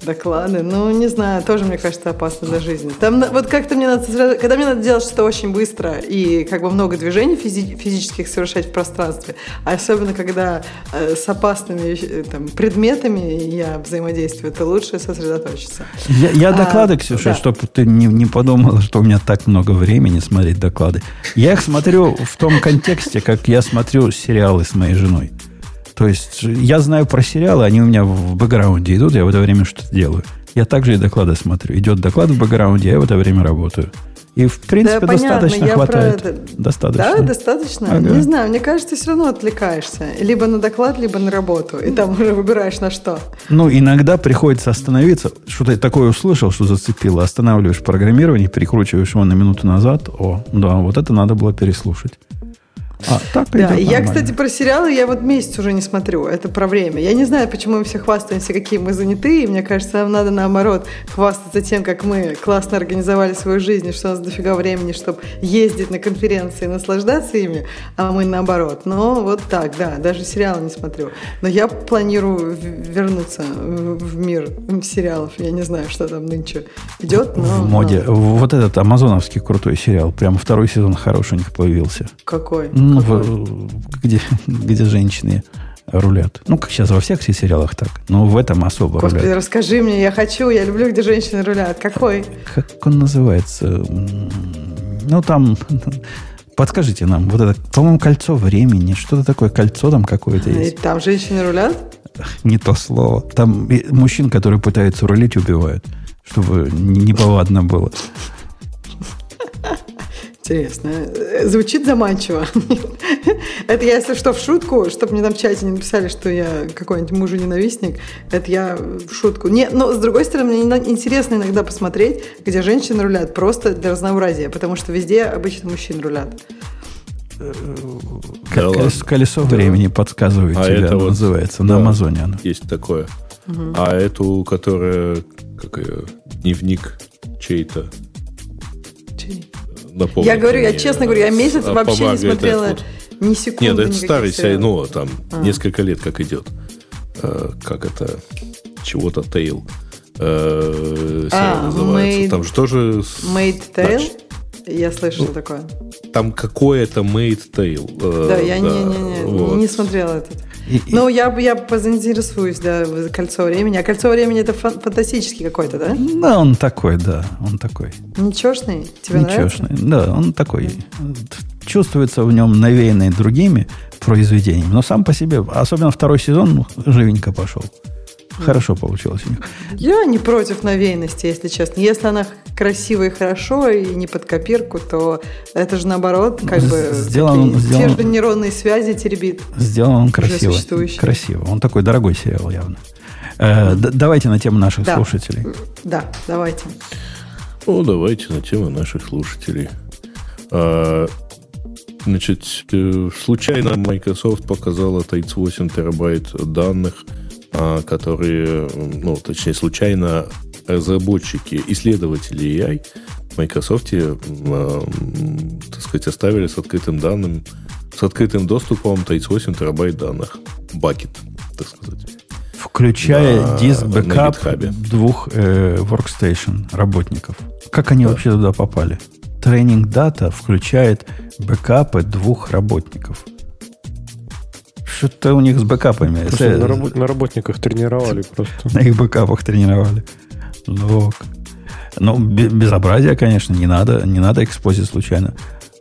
Доклады, ну, не знаю, тоже, мне кажется, опасно для жизни. Там вот как-то мне надо, когда мне надо делать что-то очень быстро и как бы много движений физических совершать в пространстве, а особенно когда с опасными там, предметами я взаимодействую, то лучше сосредоточиться. Я доклады, Ксюша, да. Чтобы ты не подумала, что у меня так много времени смотреть доклады. Я их смотрю в том контексте, как я смотрю сериалы с моей женой. То есть я знаю про сериалы, они у меня в бэкграунде идут, я в это время что-то делаю. Я также и доклады смотрю. Идет доклад в бэкграунде, я в это время работаю. И, в принципе, да, достаточно хватает. Достаточно. Да, достаточно? Ага. Не знаю, мне кажется, все равно отвлекаешься. Либо на доклад, либо на работу. И там уже выбираешь на что. Ну, иногда приходится остановиться. Что-то такое услышал, что зацепило. Останавливаешь программирование, перекручиваешь его на минуту назад. О, да, вот это надо было переслушать. Так да, я, кстати, про сериалы я вот месяц уже не смотрю. Это про время. Я не знаю, почему мы все хвастаемся, какие мы занятые. Мне кажется, нам надо, наоборот, хвастаться тем, как мы классно организовали свою жизнь, и что у нас дофига времени, чтобы ездить на конференции и наслаждаться ими, а мы наоборот. Но вот так, да, даже сериалы не смотрю. Но я планирую вернуться в мир сериалов. Я не знаю, что там нынче идет. Но, в моде. Вот этот амазоновский крутой сериал. Прям второй сезон хороший у них появился. Какой? Где женщины рулят. Ну, как сейчас во всех сериалах так. Но в этом особо Господи, рулят. Расскажи мне, я люблю, где женщины рулят. Какой? Как он называется? Ну, там... Подскажите нам. Вот это, по-моему, «Кольцо времени». Что-то такое. Кольцо там какое-то есть. И там женщины рулят? Не то слово. Там мужчин, которые пытаются рулить, убивают. Чтобы неповадно было. Интересно. Звучит заманчиво. Это я, если что, в шутку, чтобы мне там в чате не написали, что я какой-нибудь мужу-ненавистник. Это я в шутку. Но, с другой стороны, мне интересно иногда посмотреть, где женщины рулят, просто для разнообразия, потому что везде обычно мужчины рулят. Колесо времени подсказывает тебе, это называется. На Амазоне оно. Есть такое. А эту, которая дневник чей-то. Напомните, я говорю, я честно говорю, я месяц вообще не смотрела ни секунды. Нет, это старый сериал, там несколько лет как идет. Как это? Чего-то Tale. Сериал называется. Там же тоже... Made Tale? Я слышала такое. Там какое-то Made Tale. Да, я не смотрела этот. Ну, я позаинтересуюсь, да, «Кольцо времени». А «Кольцо времени» это фантастический какой-то, да? Да, он такой, да. Он такой. Ничешный? Тебе нравится? Да, он такой. Чувствуется в нем навеянный другими произведениями. Но сам по себе, особенно второй сезон, живенько пошел. Хорошо получилось у них. Я не против навеянности, если честно. Если она красивая и хорошо, и не под копирку, то это же наоборот, как бы те же нейронные связи теребит. Сделан он красиво. Красиво. Он такой дорогой сериал явно. Давайте на тему наших слушателей. Да, давайте. Давайте на тему наших слушателей. Значит, случайно Microsoft показала 38 терабайт данных, которые, точнее, случайно разработчики, исследователи AI в Microsoft, так сказать, оставили с открытым доступом 38 терабайт данных. Бакет, так сказать. Включая диск бэкап 2 workstation работников. Как они вообще туда попали? Тренинг дата включает бэкапы 2 работников. Что-то у них с бэкапами. На работниках тренировали просто. На их бэкапах тренировали. Ну, безобразие, конечно, не надо экспозить случайно.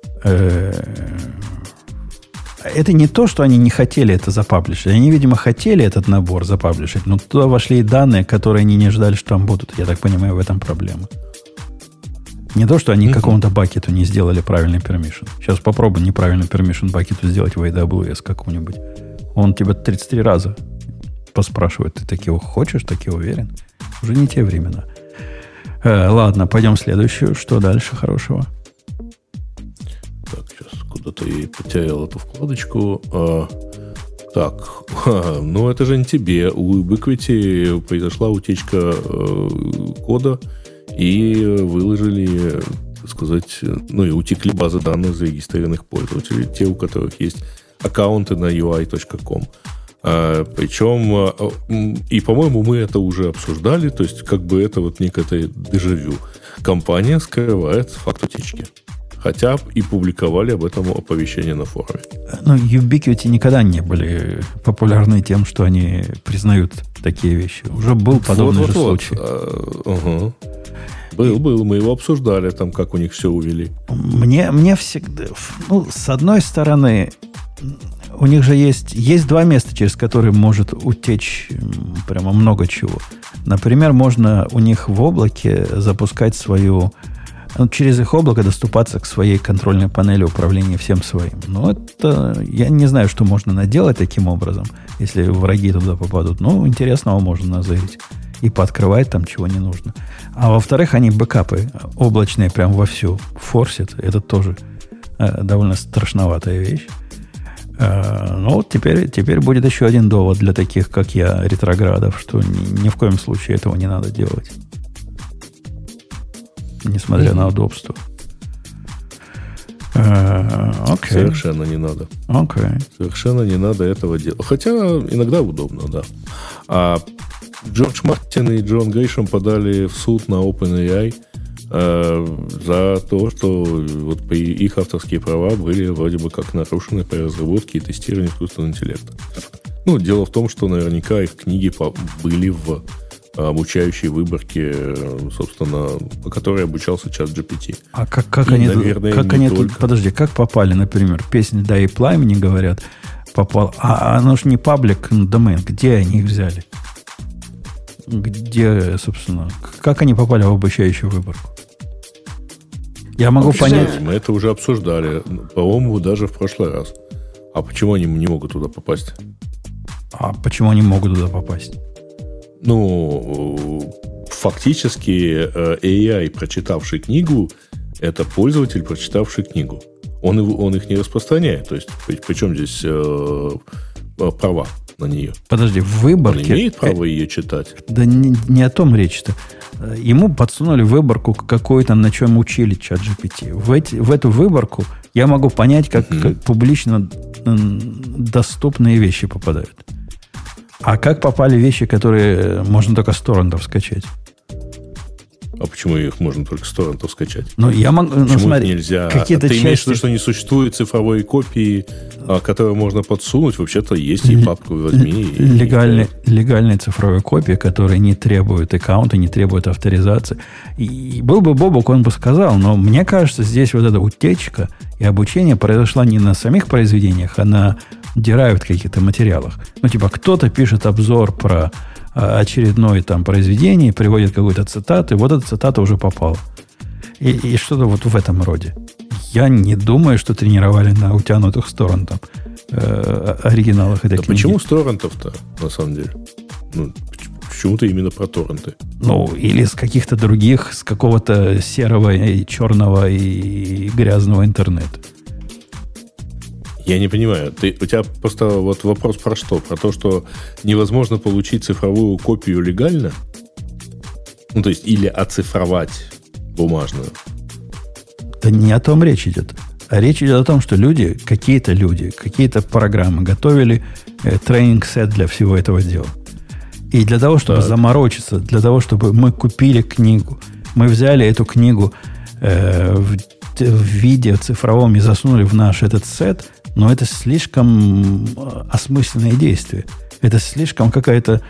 Это не то, что они не хотели это запаблишить. Они, видимо, хотели этот набор запаблишить, но туда вошли и данные, которые они не ждали, что там будут. Я так понимаю, в этом проблема. Не то, что они какому-то бакету не сделали правильный permission. Сейчас попробуй неправильный permission бакету сделать в AWS какому-нибудь. Он тебя 33 раза поспрашивает. Ты таки хочешь, таки уверен? Уже не те времена. Ладно, пойдем в следующую. Что дальше хорошего? Так, сейчас куда-то я потерял эту вкладочку. Это же не тебе. У Ubiquiti произошла утечка кода, и выложили, так сказать, и утекли базы данных зарегистрированных пользователей, те, у которых есть аккаунты на ui.com. Причем, и, по-моему, мы это уже обсуждали, то есть, как бы это вот некое дежавю. Компания скрывает факт утечки. Хотя и публиковали об этом оповещение на форуме. Ну, Ubiquiti никогда не были популярны тем, что они признают такие вещи. Уже был подобный же случай. Угу. Был, мы его обсуждали, там, как у них все увели. Мне всегда... Ну, с одной стороны, у них же есть два места, через которые может утечь прямо много чего. Например, можно у них в облаке запускать свою... через их облако доступаться к своей контрольной панели управления всем своим. Но это... Я не знаю, что можно наделать таким образом, если враги туда попадут. Ну, интересного можно назырить. И пооткрывать там, чего не нужно. А во-вторых, они бэкапы облачные прям вовсю форсят. Это тоже довольно страшноватая вещь. Ну, вот теперь будет еще один довод для таких, как я, ретроградов, что ни в коем случае этого не надо делать. Несмотря на удобство. Окей. Совершенно не надо. Совершенно не надо этого делать. Хотя иногда удобно, да. А Джордж Мартин и Джон Гришем подали в суд на OpenAI за то, что вот их авторские права были вроде бы как нарушены при разработке и тестировании искусственного интеллекта. Ну, дело в том, что наверняка их книги были в обучающей выборке, собственно, по которой обучался ChatGPT. А как они, наверное, как они тут, подожди, как попали, например, песни «Да и пламени» говорят, попал, а оно же не паблик домен, где они их взяли? Где, собственно, как они попали в обучающую выборку? Я могу понять... Мы это уже обсуждали, по-моему, даже в прошлый раз. А почему они не могут туда попасть? А почему они могут туда попасть? Ну, фактически AI, прочитавший книгу, это пользователь, прочитавший книгу. Он их не распространяет. То есть, причем здесь права на нее? Подожди, в выборке... Он имеет право ее читать? Да не о том речь-то. Ему подсунули выборку какую-то, на чем учили ChatGPT. В эту выборку я могу понять, как публично доступные вещи попадают. А как попали вещи, которые можно только с торрентов скачать? А почему их можно только с торрентов скачать? Ну, я могу... Почему смотри, нельзя? Какие-то ты части... имеешь в виду, что не существует цифровой копии, которые можно подсунуть? Вообще-то есть, и папку возьми. Легальные цифровые копии, которые не требуют аккаунта, не требуют авторизации. И был бы Бобук, он бы сказал, но мне кажется, здесь вот эта утечка и обучение произошло не на самих произведениях, а на derived каких-то материалах. Ну, типа, кто-то пишет обзор про очередное там произведение, приводит какую-то цитату, и вот эта цитата уже попала. И что-то вот в этом роде. Я не думаю, что тренировали на утянутых с торрентом оригиналах этой книги. Почему с торрентов-то, на самом деле? Ну, почему-то именно про торренты. Ну, или с каких-то других, с какого-то серого и черного и грязного интернета. Я не понимаю. У тебя просто вот вопрос про что? Про то, что невозможно получить цифровую копию легально? Ну, то есть, или оцифровать бумажную? Да не о том речь идет. А речь идет о том, что какие-то программы готовили тренинг-сет для всего этого дела. И для того, чтобы заморочиться, для того, чтобы мы купили книгу, мы взяли эту книгу в виде цифровом и засунули в наш этот сет, но это слишком осмысленное действие. Это слишком какая-то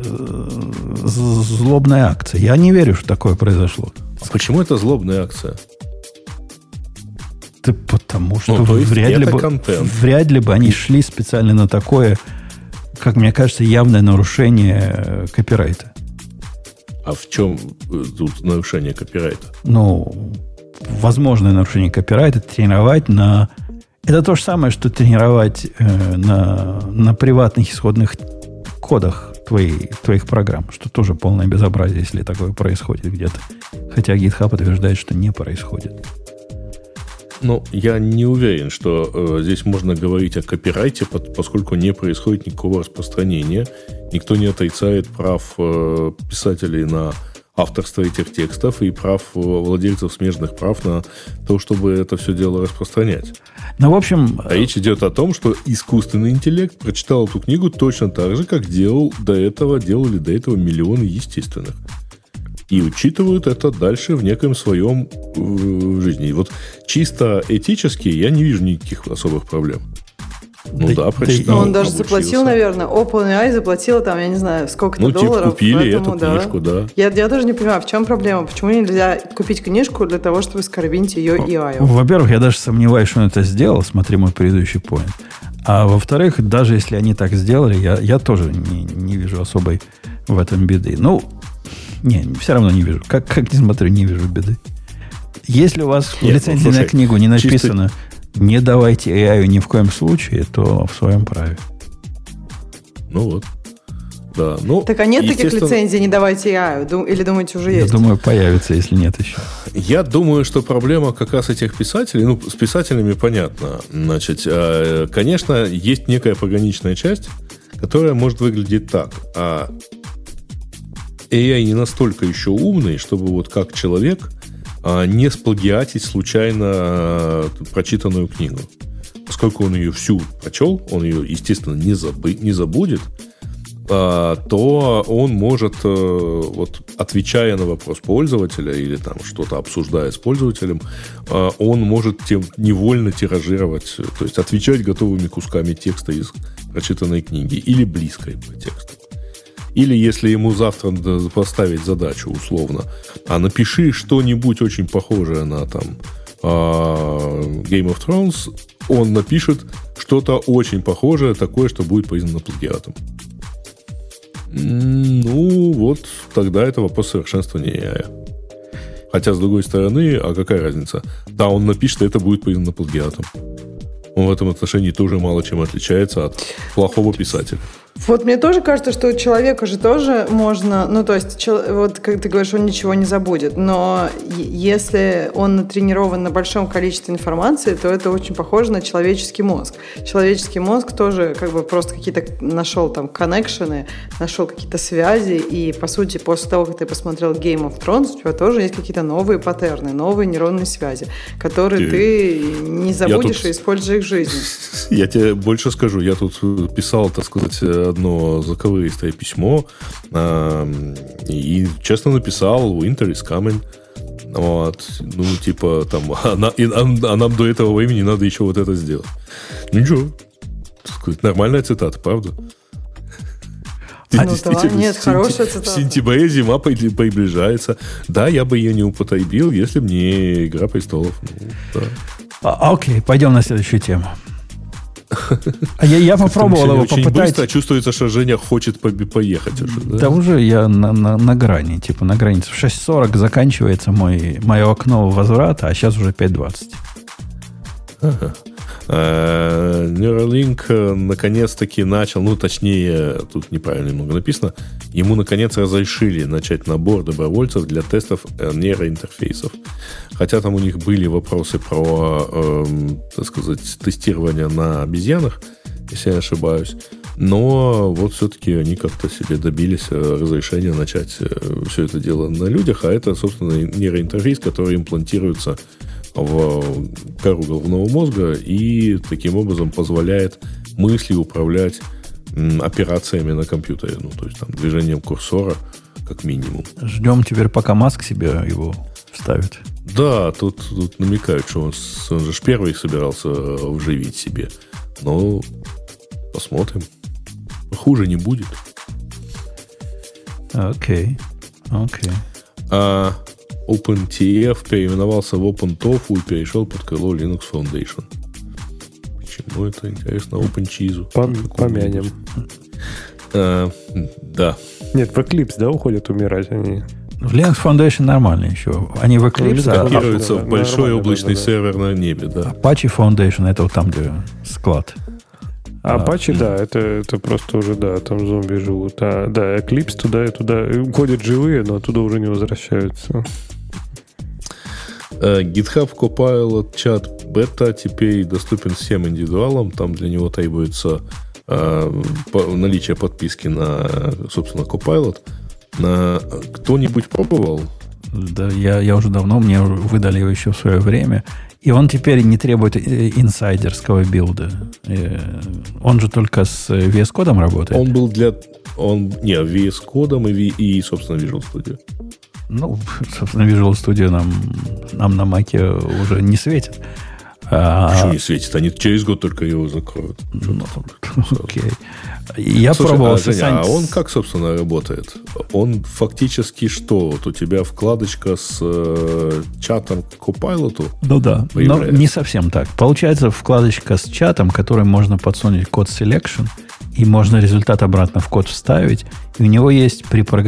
злобная акция. Я не верю, что такое произошло. А почему это злобная акция? Да потому что вряд ли бы они шли специально на такое, как мне кажется, явное нарушение копирайта. А в чем тут нарушение копирайта? Ну, возможное нарушение копирайта тренировать на... Это то же самое, что тренировать на приватных исходных кодах твоих программ, что тоже полное безобразие, если такое происходит где-то. Хотя GitHub утверждает, что не происходит. Ну, я не уверен, что здесь можно говорить о копирайте, поскольку не происходит никакого распространения. Никто не отрицает прав писателей на авторства этих текстов и прав владельцев смежных прав на то, чтобы это все дело распространять. Ну, в общем... Речь идет о том, что искусственный интеллект прочитал эту книгу точно так же, как делали до этого миллионы естественных. И учитывают это дальше в неком своем жизни. И вот чисто этически я не вижу никаких особых проблем. Ну да, прочитал. Он даже заплатил, наверное, OpenAI заплатила там, я не знаю, сколько-то долларов. Купили поэтому, эту книжку, да. Я тоже не понимаю, в чем проблема. Почему нельзя купить книжку для того, чтобы скормить ее AI? Во-первых, я даже сомневаюсь, что он это сделал. Смотри мой предыдущий поинт. А во-вторых, даже если они так сделали, я тоже не вижу особой в этом беды. Ну, все равно не вижу. Как не смотрю, не вижу беды. Если у вас в лицензии на книгу не написано «не давайте AI ни в коем случае», то в своем праве. Ну вот. Да, ну, так а нет таких лицензий «не давайте AI»? Или думаете, уже есть? Я думаю, появится, если нет еще. Я думаю, что проблема как раз этих писателей, с писателями понятно. Значит, конечно, есть некая пограничная часть, которая может выглядеть так. AI не настолько еще умный, чтобы вот как человек не сплагиатить случайно прочитанную книгу. Поскольку он ее всю прочел, он ее, естественно, не забудет, то он может, вот, отвечая на вопрос пользователя или там что-то обсуждая с пользователем, он может невольно тиражировать, то есть отвечать готовыми кусками текста из прочитанной книги или близкой по тексту. Или если ему завтра поставить задачу условно, напиши что-нибудь очень похожее на там Game of Thrones, он напишет что-то очень похожее, такое, что будет признано плагиатом. Ну, вот тогда это вопрос совершенствования AI. Хотя, с другой стороны, а какая разница? Да, он напишет, и это будет признано плагиатом. Он в этом отношении тоже мало чем отличается от плохого писателя. Вот мне тоже кажется, что у человека же тоже можно, ну, то есть, вот как ты говоришь, он ничего не забудет, но если он натренирован на большом количестве информации, то это очень похоже на человеческий мозг. Человеческий мозг тоже как бы просто какие-то нашел там коннекшены, нашел какие-то связи, и, по сути, после того, как ты посмотрел Game of Thrones, у тебя тоже есть какие-то новые паттерны, новые нейронные связи, которые ты не забудешь и используешь их в жизни. Я тебе больше скажу, я тут писал, так сказать, одно заковыристое письмо и честно написал «Winter is coming». Вот. Ну, типа, там, а нам до этого времени надо еще вот это сделать. Ничего. Нормальная цитата, правда? Нет, хорошая цитата. В сентябре зима приближается. Да, я бы ее не употребил, если бы не «Игра престолов». Ну, да. Окей, пойдем на следующую тему. Я попробовал его попытать. Быстро чувствуется, что Женя хочет поехать уже. Да уже я на грани, типа на границе. В 6:40 заканчивается мое окно возврата, а сейчас уже 5:20. Ага. Neuralink наконец-таки начал, ну, точнее, тут неправильно немного написано, ему наконец разрешили начать набор добровольцев для тестов нейроинтерфейсов. Хотя там у них были вопросы про, так сказать, тестирование на обезьянах, если я не ошибаюсь. Но вот все-таки они как-то себе добились разрешения начать все это дело на людях, а это, собственно, нейроинтерфейс, который имплантируется в кору головного мозга и таким образом позволяет мыслью управлять операциями на компьютере. Ну, то есть там движением курсора, как минимум. Ждем теперь, пока Маск себе его вставит. Да, тут намекают, что он же первый собирался вживить себе. Но посмотрим. Хуже не будет. Окей. OpenTF переименовался в OpenTofu и перешел под крыло Linux Foundation. Почему это интересно? OpenChizu. Помянем. Да. Нет, в Eclipse, да, уходят умирать они? В Linux Foundation нормально еще. Они в Eclipse копируются в большой облачный сервер на небе, да. Apache Foundation это вот там, где склад. Apache, да, это просто уже, да, там зомби живут. Да, Eclipse туда и туда уходят живые, но оттуда уже не возвращаются. GitHub Copilot чат бета теперь доступен всем индивидуалам. Там для него требуется наличие подписки на, собственно, Copilot. Кто-нибудь пробовал? Да, я уже давно, мне выдали его еще в свое время. И он теперь не требует инсайдерского билда. Он же только с VS Code работает. Он был VS Code и, собственно, Visual Studio. Ну, собственно, Visual Studio нам на Маке уже не светит. Почему не светит? Они через год только его закроют. Окей. Я пробовал. А он как, собственно, работает? Он фактически что? Вот у тебя вкладочка с чатом к Copilot? Ну да, но не совсем так. Получается вкладочка с чатом, которой можно подсунуть код selection, и можно результат обратно в код вставить. И у него есть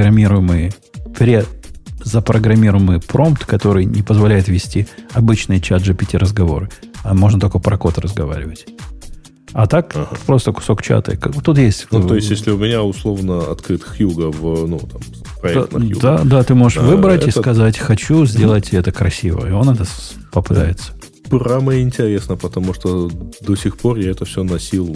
запрограммируемый промпт, который не позволяет вести обычные чат GPT разговоры. А можно только про код разговаривать. А так просто кусок чата. Тут есть... Ну, то есть, если у меня условно открыт Hugo проект на Hugo. Да, ты можешь выбрать и сказать, хочу сделать это красиво. И он это попытается. Прямо интересно, потому что до сих пор я это все носил,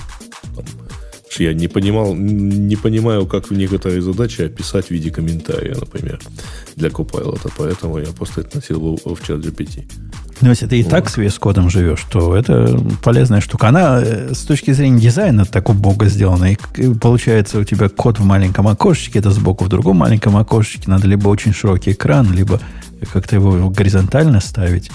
я не понимаю, как некоторые задачи описать в виде комментария, например, для Copilot. Поэтому я просто это носил в чат GPT. Но если ты и так с VS Code живешь, то это полезная штука. Она с точки зрения дизайна так убого сделана. И получается у тебя код в маленьком окошечке, это сбоку в другом маленьком окошечке. Надо либо очень широкий экран, либо как-то его горизонтально ставить.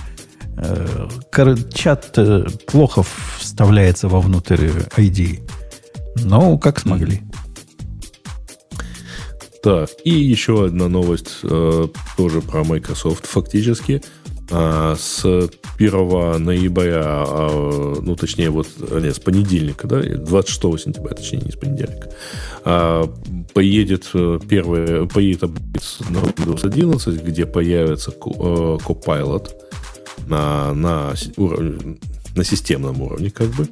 Чат плохо вставляется вовнутрь IDE. Но как смогли. Так, и еще одна новость тоже про Microsoft фактически. С 1 ноября, с понедельника, да, 26 сентября, точнее, не с понедельника, поедет апдейт на Windows 11, где появится Copilot на системном уровне, как бы.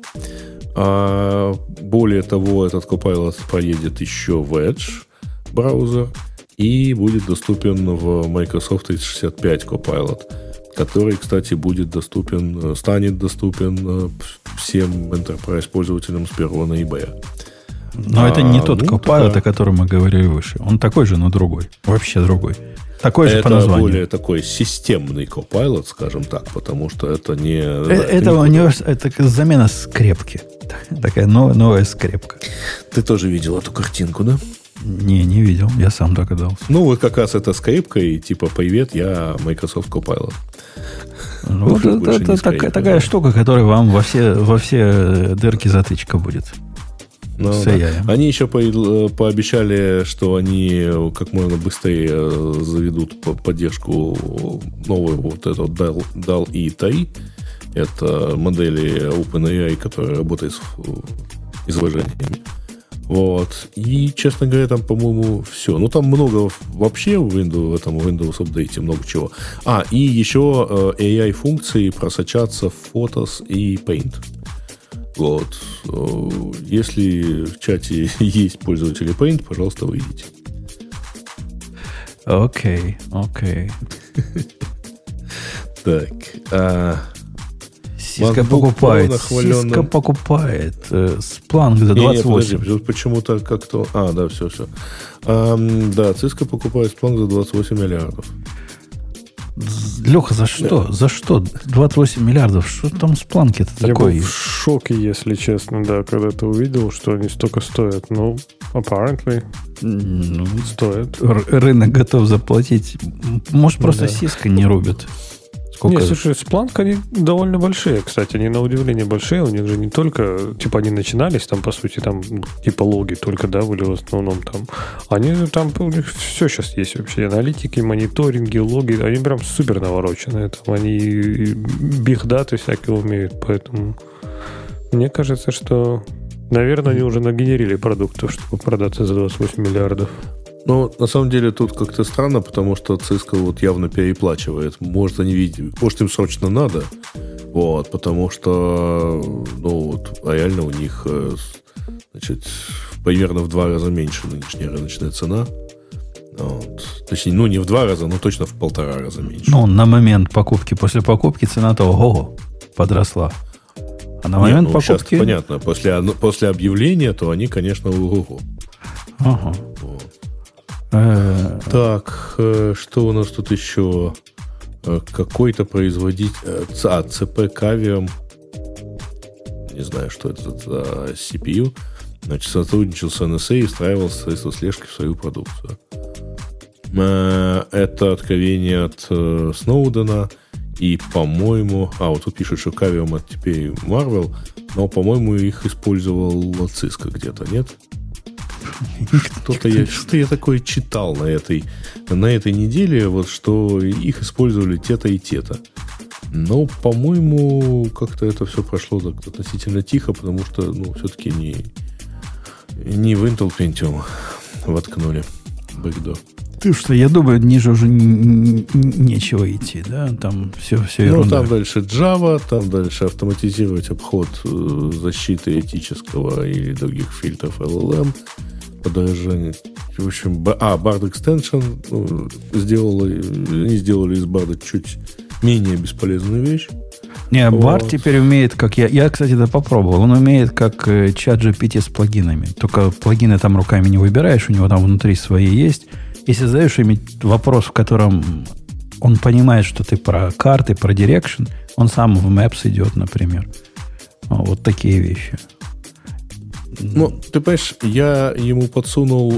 Более того, этот Copilot поедет еще в Edge браузер и будет доступен в Microsoft 365 Copilot, который, кстати, станет доступен всем Enterprise пользователям с 1 ноября. Но это не тот Copilot, о котором мы говорили выше. Он такой же, но другой. Вообще другой. Такой же по названию. Это более такой системный Copilot, скажем так, потому что это не... Это замена скрепки. Такая новая скрепка. Ты тоже видел эту картинку, да? Не видел. Я сам догадался. Ну, вот как раз эта скрепка, и типа, привет, я Microsoft Copilot. Вот это такая штука, которая вам во все дырки затычка будет. Они еще пообещали, что они как можно быстрее заведут поддержку новой вот этого DALL-E 3. Это модели OpenAI, которая работает с изображениями. Вот. И, честно говоря, там, по-моему, все. Ну, там много вообще в Windows Update, много чего. И еще AI-функции просочатся в Photos и Paint. Вот. Если в чате есть пользователи Paint, пожалуйста, выйдите. Окей. Так. Сиска покупает Splunk за 28. Подожди, почему-то как-то... да, все. Да, Cisco покупает Splunk за 28 миллиардов. Леха, за что? За что? 28 миллиардов? Что там Splunk-то такое? Я был в шоке, если честно, да, когда ты увидел, что они столько стоят. Ну, apparently, стоят. Рынок готов заплатить. Может, просто Cisco не рубит. Нет, слушай, Splunk, они довольно большие, кстати, они на удивление большие, у них же не только, типа, они начинались там, по сути, там, типа, логи только, да, были в основном там, они там, у них все сейчас есть вообще, аналитики, мониторинги, логи, они прям супер навороченные, там, они биг-даты всякие умеют, поэтому мне кажется, что, наверное, они уже нагенерили продуктов, чтобы продаться за 28 миллиардов. Ну, на самом деле, тут как-то странно, потому что Cisco вот явно переплачивает. Может, им срочно надо, вот, потому что, реально у них, значит, примерно в 2 раза меньше нынешняя рыночная цена. Вот. Точнее, не в 2 раза, но точно в 1,5 раза меньше. На момент покупки, после покупки цена-то подросла. А на момент покупки... Сейчас понятно, после объявления, то они, конечно, ого-го. Ага. Вот. Так, что у нас тут еще? Какой-то производитель... ЦП Cavium. Не знаю, что это за CPU. Значит, сотрудничал с NSA и встраивал средства слежки в свою продукцию. Это откровение от Сноудена. И, по-моему... вот тут пишут, что Cavium это теперь Marvel, но, по-моему, их использовал Cisco где-то, нет? Что-то я такое читал на этой неделе, вот что их использовали те-то и те-то. Но, по-моему, как-то это все прошло так относительно тихо, потому что, все-таки не в Intel Pentium воткнули бэкдор. Ты что, я думаю, ниже уже нечего идти, да? Там все ерунда. Там дальше Java, там дальше автоматизировать обход защиты этического или других фильтров LLM, подорожание. В общем, Bard Extension они сделали из Bard чуть менее бесполезную вещь. Не, Bard теперь умеет, как я, кстати, это попробовал, он умеет как ChatGPT с плагинами. Только плагины там руками не выбираешь, у него там внутри свои есть. Если задаешь им вопрос, в котором он понимает, что ты про карты, про direction, он сам в Maps идет, например. Вот такие вещи. Ты понимаешь, я ему подсунул,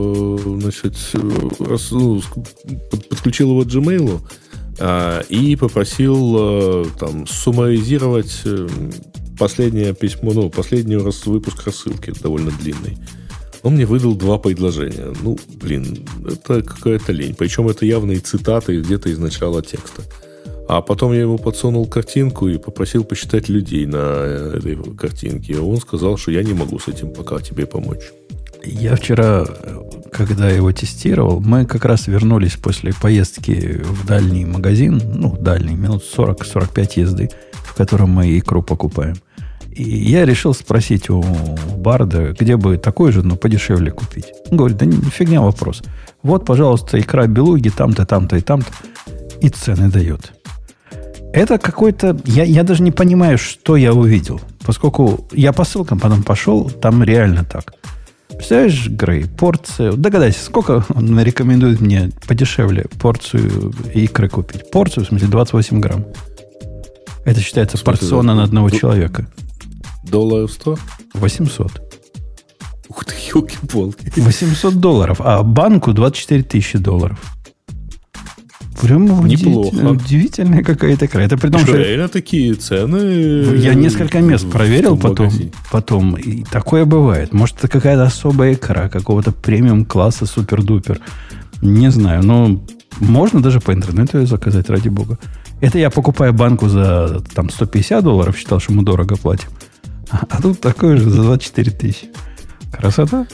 подключил его к Gmail и попросил суммаризировать последнее письмо, последний выпуск рассылки, довольно длинный. Он мне выдал 2 предложения. Это какая-то лень. Причем это явные цитаты где-то из начала текста. А потом я ему подсунул картинку и попросил посчитать людей на этой картинке. И он сказал, что я не могу с этим пока тебе помочь. Я вчера, когда его тестировал, мы как раз вернулись после поездки в дальний магазин, дальний, минут 40-45 езды, в котором мы икру покупаем. И я решил спросить у Барда, где бы такой же, но подешевле купить. Он говорит, да фигня вопрос. Вот, пожалуйста, икра белуги, там-то, там-то и там-то. И цены дает. Это какой-то... Я даже не понимаю, что я увидел. Поскольку я по ссылкам потом пошел, там реально так. Представляешь, Грей, порция... Догадайся, сколько он рекомендует мне подешевле порцию икры купить? Порцию, в смысле, 28 грамм. Это считается порциона на одного человека. $100? 800. Ух ты, елки-палки. $800, а банку $24 000. Прям неплохо. Удивительная какая-то икра. Это при том, что реально такие цены. Я несколько мест проверил потом, и такое бывает. Может, это какая-то особая икра, какого-то премиум-класса супер-дупер. Не знаю, но можно даже по интернету ее заказать, ради бога. Это я покупаю банку за $150, считал, что мы дорого платим. А тут такое же за 24 000. Красота?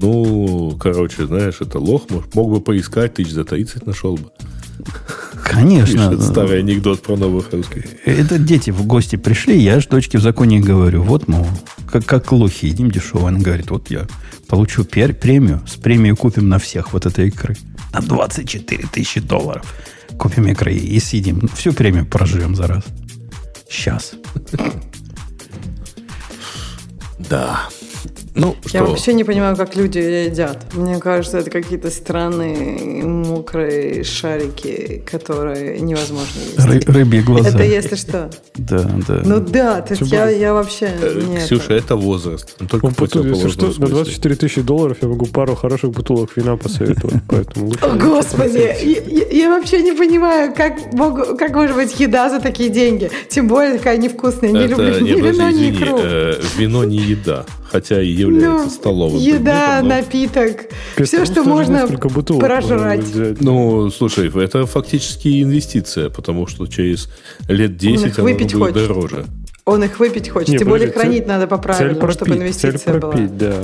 Знаешь, это лох. Мог бы поискать, за 30 нашел бы. Конечно. Старый анекдот про новых русских. Это дети в гости пришли, я же дочке в законе говорю, вот, мол, как лохи, едим дешево. Она говорит, вот я получу премию, с премией купим на всех вот этой икры. На $24 000 купим икры и съедим. Всю премию проживем за раз. Сейчас. Да. Я вообще не понимаю, как люди едят. Мне кажется, это какие-то странные мокрые шарики, которые невозможно есть. Рыбьи глаза. Это если что. Да. То есть я вообще... Ксюша, это возраст. Если что, на $24 000 я могу пару хороших бутылок вина посоветовать. О, Господи! Я вообще не понимаю, как может быть еда за такие деньги. Тем более такая невкусная. Не люблю ни вино, ни икру. Вино не еда. Хотя и является столовым. Еда, напиток. Все, что можно прожрать. Слушай, это фактически инвестиция, потому что через лет 10 оно будет дороже. Он их выпить хочет. Тем более хранить надо по-правильному, чтобы инвестиция была.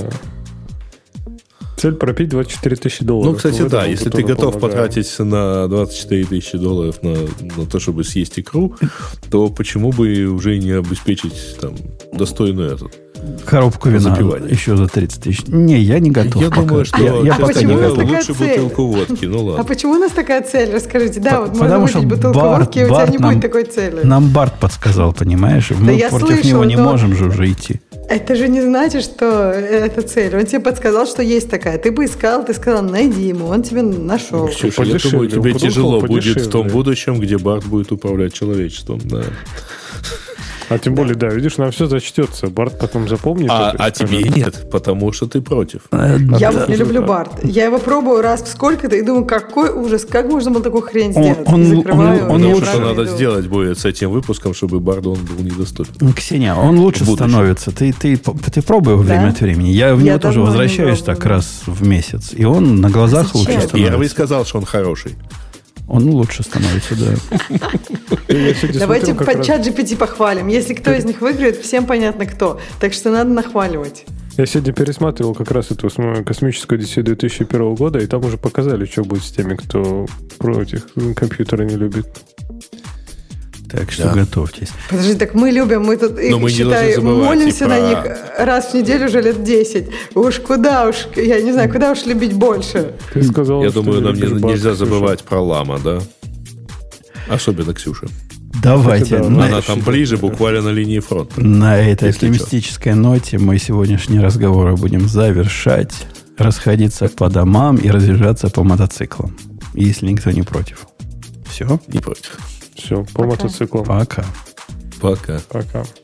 Цель пропить $24 000. Кстати, да, если ты готов потратить на $24 000 на то, чтобы съесть икру, то почему бы уже не обеспечить достойную коробку вина еще за 30 000. Не, я не готов. Я думаю, что я пока не готов. Лучше бутылку водки. Ладно. А почему у нас такая цель? Расскажите. Да, вот потому можно выпить бутылку водки, и у тебя не будет такой цели. Нам Барт подсказал, понимаешь? Мы против него не можем же уже идти. Это же не значит, что это цель. Он тебе подсказал, что есть такая. Ты бы искал, ты сказал, найди ему, он тебе нашел. Ксюша, я Подешевле, думаю, тебе у тяжело Круглого будет в том подешевле. будущем, где Барт будет управлять человечеством. Да. А тем более, да, видишь, нам все зачтется. Барт потом запомнит. это и А тебе скажет, нет, потому что ты против. Я вот не люблю Барт. Я его пробую раз в сколько-то и думаю, какой ужас, как можно было такую хрень сделать? он- И закрываю, он и Потому лучше что обратно надо иду. сделать будет с этим выпуском, чтобы Барду он был недоступен. Ксения, он лучше В будущем. становится. Ты пробуй его время Да? от времени. Я в Я него тоже давно не возвращаюсь так пробовала. раз в месяц. И он на глазах Зачем? лучше Нет, становится. Первый сказал, что он хороший. Он лучше становится, да. я сегодня Давайте смотрел как под раз- чат GPT похвалим. Если кто из них выиграет, всем понятно кто. Так что надо нахваливать. Я сегодня пересматривал как раз эту космическую Одиссею 2001 года, и там уже показали, что будет с теми, кто против компьютера не любит. Так что Да. готовьтесь. Подожди, так мы любим, мы тут, их, Но мы не считай, должны забывать молимся и на про- них раз в неделю уже лет 10. Уж куда уж, я не знаю, куда уж любить больше. Ты сказал, Я что думаю, не нам любишь Барт, нельзя Ксюша. забывать про Лама, да? Особенно Ксюша. Давайте Это да, на, Она там ближе, буквально на линии фронта. на этой Если оптимистической ноте мы сегодняшние разговоры будем завершать, расходиться по домам и разъезжаться по мотоциклам, если никто не против. Все, Не против. Все, по Пока. мотоциклам. пока. Пока. Пока.